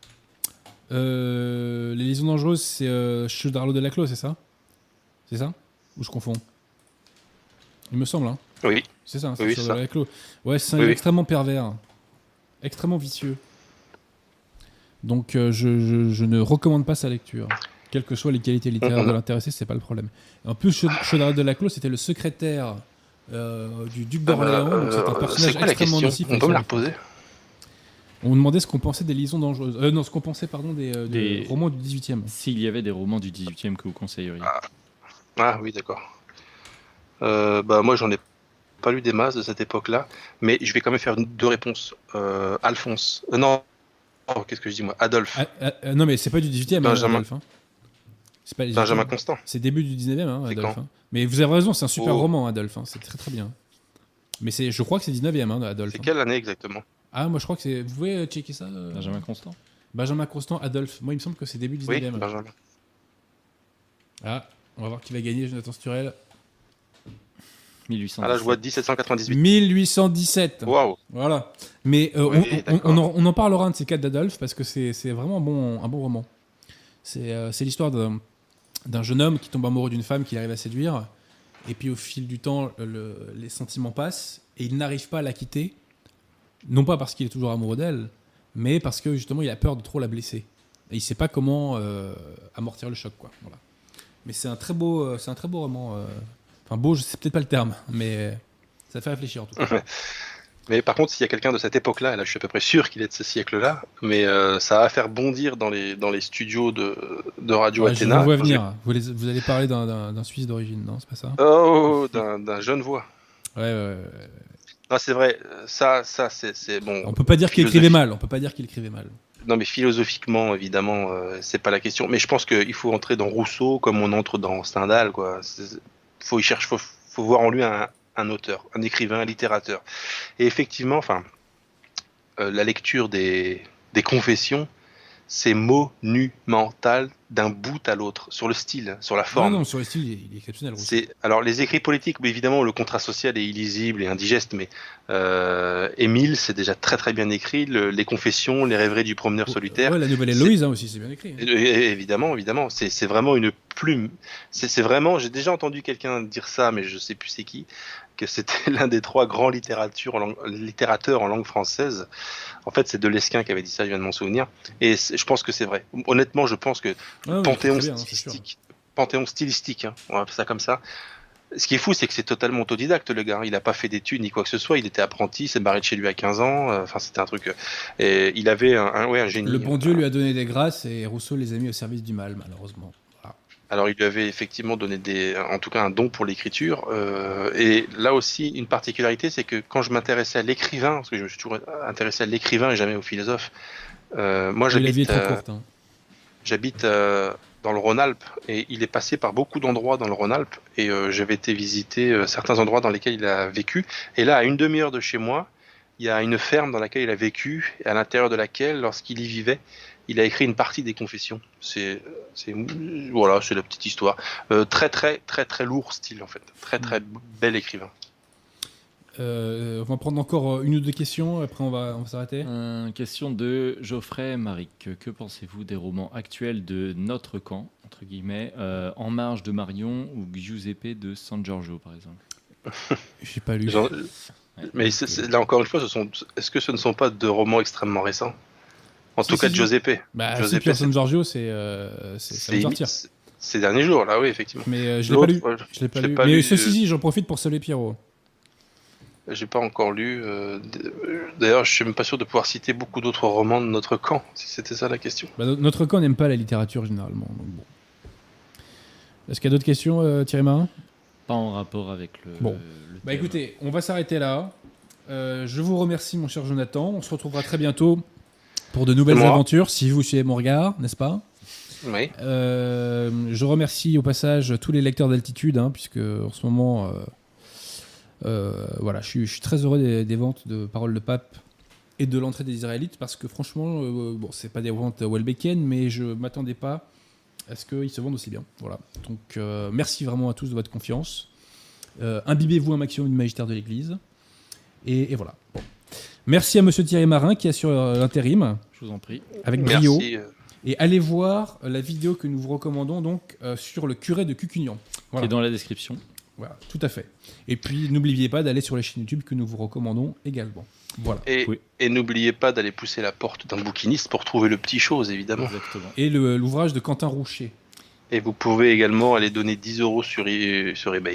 Les liaisons dangereuses, c'est Chaudarlot de la Clos, c'est ça? C'est ça? Ou je confonds? Il me semble, hein? Oui. C'est ça, c'est Chaudarlot de la Clos. Ouais, c'est un livre extrêmement pervers. Extrêmement vicieux. Donc je ne recommande pas sa lecture. Quelles que soient les qualités littéraires de l'intéressé, c'est pas le problème. En plus, Chaudarlot de la Clos, c'était le secrétaire du duc d'Orléans, donc c'est un personnage extrêmement nocif. On peut me la reposer. On demandait ce qu'on pensait des liaisons dangereuses. Non, ce qu'on pensait, pardon, des romans du 18e. S'il y avait des romans du 18e que vous conseilleriez. Ah oui, d'accord. Moi, j'en ai pas lu des masses de cette époque-là, mais je vais quand même faire deux réponses. Alphonse. Qu'est-ce que je dis moi? Adolphe. Non, mais c'est pas du 18e, Benjamin. Adolphe. Hein. C'est pas Benjamin Constant. C'est début du 19e, Adolphe. Hein. Mais vous avez raison, c'est un super roman, Adolphe. Hein. C'est très très bien. Mais je crois que c'est 19e, Adolphe. C'est quelle année exactement? Ah, moi je crois que c'est. Vous pouvez checker ça Benjamin Constant. Benjamin Constant, Adolphe. Moi il me semble que c'est début 19e. Oui, Benjamin. Ah, on va voir qui va gagner, Jonathan Sturel. 1817. Ah là, je vois 1798. 1817. Waouh. Voilà. Mais on en parlera un de ces quatre d'Adolphe parce que c'est vraiment un bon roman. C'est l'histoire d'un jeune homme qui tombe amoureux d'une femme qu'il arrive à séduire. Et puis au fil du temps, les sentiments passent et il n'arrive pas à la quitter. Non pas parce qu'il est toujours amoureux d'elle, mais parce que justement il a peur de trop la blesser. Et il ne sait pas comment amortir le choc, quoi. Voilà. Mais c'est un très beau roman. Enfin beau, c'est peut-être pas le terme, mais ça fait réfléchir en tout cas. Mais par contre, s'il y a quelqu'un de cette époque-là, et là je suis à peu près sûr qu'il est de ce siècle-là, mais ça va faire bondir dans les studios de Radio Athéna. Je vous vois venir. Vous allez parler d'un Suisse d'origine, non? C'est pas ça? Oh, d'un jeune voix. Ouais. Non, c'est vrai. Ça, c'est bon. On peut pas dire qu'il écrivait mal. On peut pas dire qu'il écrivait mal. Non, mais philosophiquement, évidemment, c'est pas la question. Mais je pense qu'il faut entrer dans Rousseau comme on entre dans Stendhal, quoi. Faut voir en lui un auteur, un écrivain, un littérateur. Et effectivement, enfin, la lecture des confessions, c'est monumental d'un bout à l'autre, sur le style, sur la Non, forme. non, sur le style, il est exceptionnel. Rousseau. Alors les écrits politiques, mais évidemment le contrat social est illisible et indigeste, mais Émile, c'est déjà très très bien écrit. Les confessions, les rêveries du promeneur solitaire. Ouais, la nouvelle Héloïse aussi, c'est bien écrit. Évidemment, évidemment, c'est vraiment une plume. C'est vraiment, j'ai déjà entendu quelqu'un dire ça, mais je sais plus c'est qui, que c'était l'un des 3 grands littérateurs en langue française. En fait, c'est Delesquin qui avait dit ça, je viens de m'en souvenir. Et je pense que c'est vrai. Honnêtement, je pense que Panthéon stylistique, hein, on va appeler ça comme ça. Ce qui est fou, c'est que c'est totalement autodidacte, le gars. Il n'a pas fait d'études ni quoi que ce soit. Il était apprenti, s'est barré de chez lui à 15 ans. Enfin, c'était un truc. Et il avait un génie. Le bon Dieu lui a donné des grâces et Rousseau les a mis au service du mal, malheureusement. Voilà. Alors, il lui avait effectivement donné en tout cas un don pour l'écriture. Et là aussi, une particularité, c'est que quand je m'intéressais à l'écrivain, parce que je me suis toujours intéressé à l'écrivain et jamais au philosophe, moi, La vie est trop courte. Hein. J'habite dans le Rhône-Alpes et il est passé par beaucoup d'endroits dans le Rhône-Alpes et j'avais été visiter certains endroits dans lesquels il a vécu. Et là, à une demi-heure de chez moi, il y a une ferme dans laquelle il a vécu et à l'intérieur de laquelle, lorsqu'il y vivait, il a écrit une partie des Confessions. Voilà, c'est la petite histoire. Très très très très lourd style en fait. Très très bel écrivain. On va prendre encore une ou deux questions, après on va s'arrêter. Question de Geoffrey Maric. Que pensez-vous des romans actuels de notre camp, entre guillemets, En marge de Marion ou Giuseppe de San Giorgio, par exemple? J'ai pas lu. Mais là encore une fois, est-ce que ce ne sont pas 2 romans extrêmement récents? En tout cas, Giuseppe. Giuseppe de San Giorgio, c'est ça va sortir. Ces derniers jours, là, oui, effectivement. Mais je l'ai pas lu. Mais ceci, j'en profite pour saluer Pierrot. J'ai pas encore lu. D'ailleurs, je suis même pas sûr de pouvoir citer beaucoup d'autres romans de notre camp, si c'était ça la question. Notre camp n'aime pas la littérature généralement. Donc bon. Est-ce qu'il y a d'autres questions, Thierry Marin? Pas en rapport avec le. Bon. Le écoutez, on va s'arrêter là. Je vous remercie, mon cher Jonathan. On se retrouvera très bientôt pour de nouvelles aventures, si vous suivez mon regard, n'est-ce pas? Oui. Je remercie au passage tous les lecteurs d'Altitude, hein, puisque en ce moment. Voilà, je suis très heureux des ventes de Paroles de Pape et de l'entrée des Israélites parce que franchement, bon, c'est pas des ventes Welbecken, mais je m'attendais pas à ce qu'ils se vendent aussi bien. Voilà. Donc, merci vraiment à tous de votre confiance. Imbibez-vous un maximum du magistère de l'Église. Et voilà. Bon. Merci à Monsieur Thierry Marin qui assure l'intérim. Je vous en prie. Avec brio. Et allez voir la vidéo que nous vous recommandons donc sur le curé de Cucugnan. Voilà. Qui est dans la description. Voilà, tout à fait. Et puis, n'oubliez pas d'aller sur les chaînes YouTube que nous vous recommandons également. Voilà. Et n'oubliez pas d'aller pousser la porte d'un bouquiniste pour trouver le petit chose, évidemment. Exactement. Et l'ouvrage de Quentin Roucher. Et vous pouvez également aller donner 10 € sur eBay,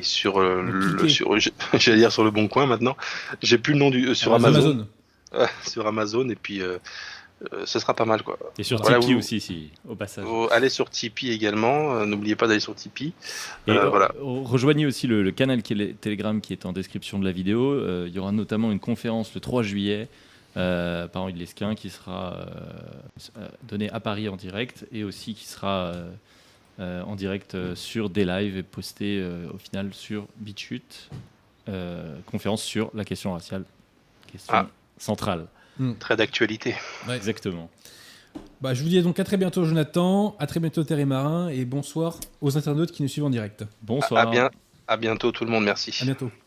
j'allais dire sur le Bon Coin maintenant. J'ai plus le nom sur Amazon. Sur Amazon, et puis ce sera pas mal, quoi. Et sur Tipeee aussi, au passage. Allez sur Tipeee également, n'oubliez pas d'aller sur Tipeet. Et rejoignez aussi le canal Telegram qui est en description de la vidéo. Il y aura notamment une conférence le 3 juillet par Henri de Lesquin qui sera donnée à Paris en direct et aussi qui sera en direct sur des lives et postée au final sur BitChute. Conférence sur la question raciale, question centrale. Très d'actualité. Ouais. Exactement. Je vous dis donc à très bientôt, Jonathan, à très bientôt, Thierry Marin, et bonsoir aux internautes qui nous suivent en direct. Bonsoir. À bientôt tout le monde, merci. À bientôt.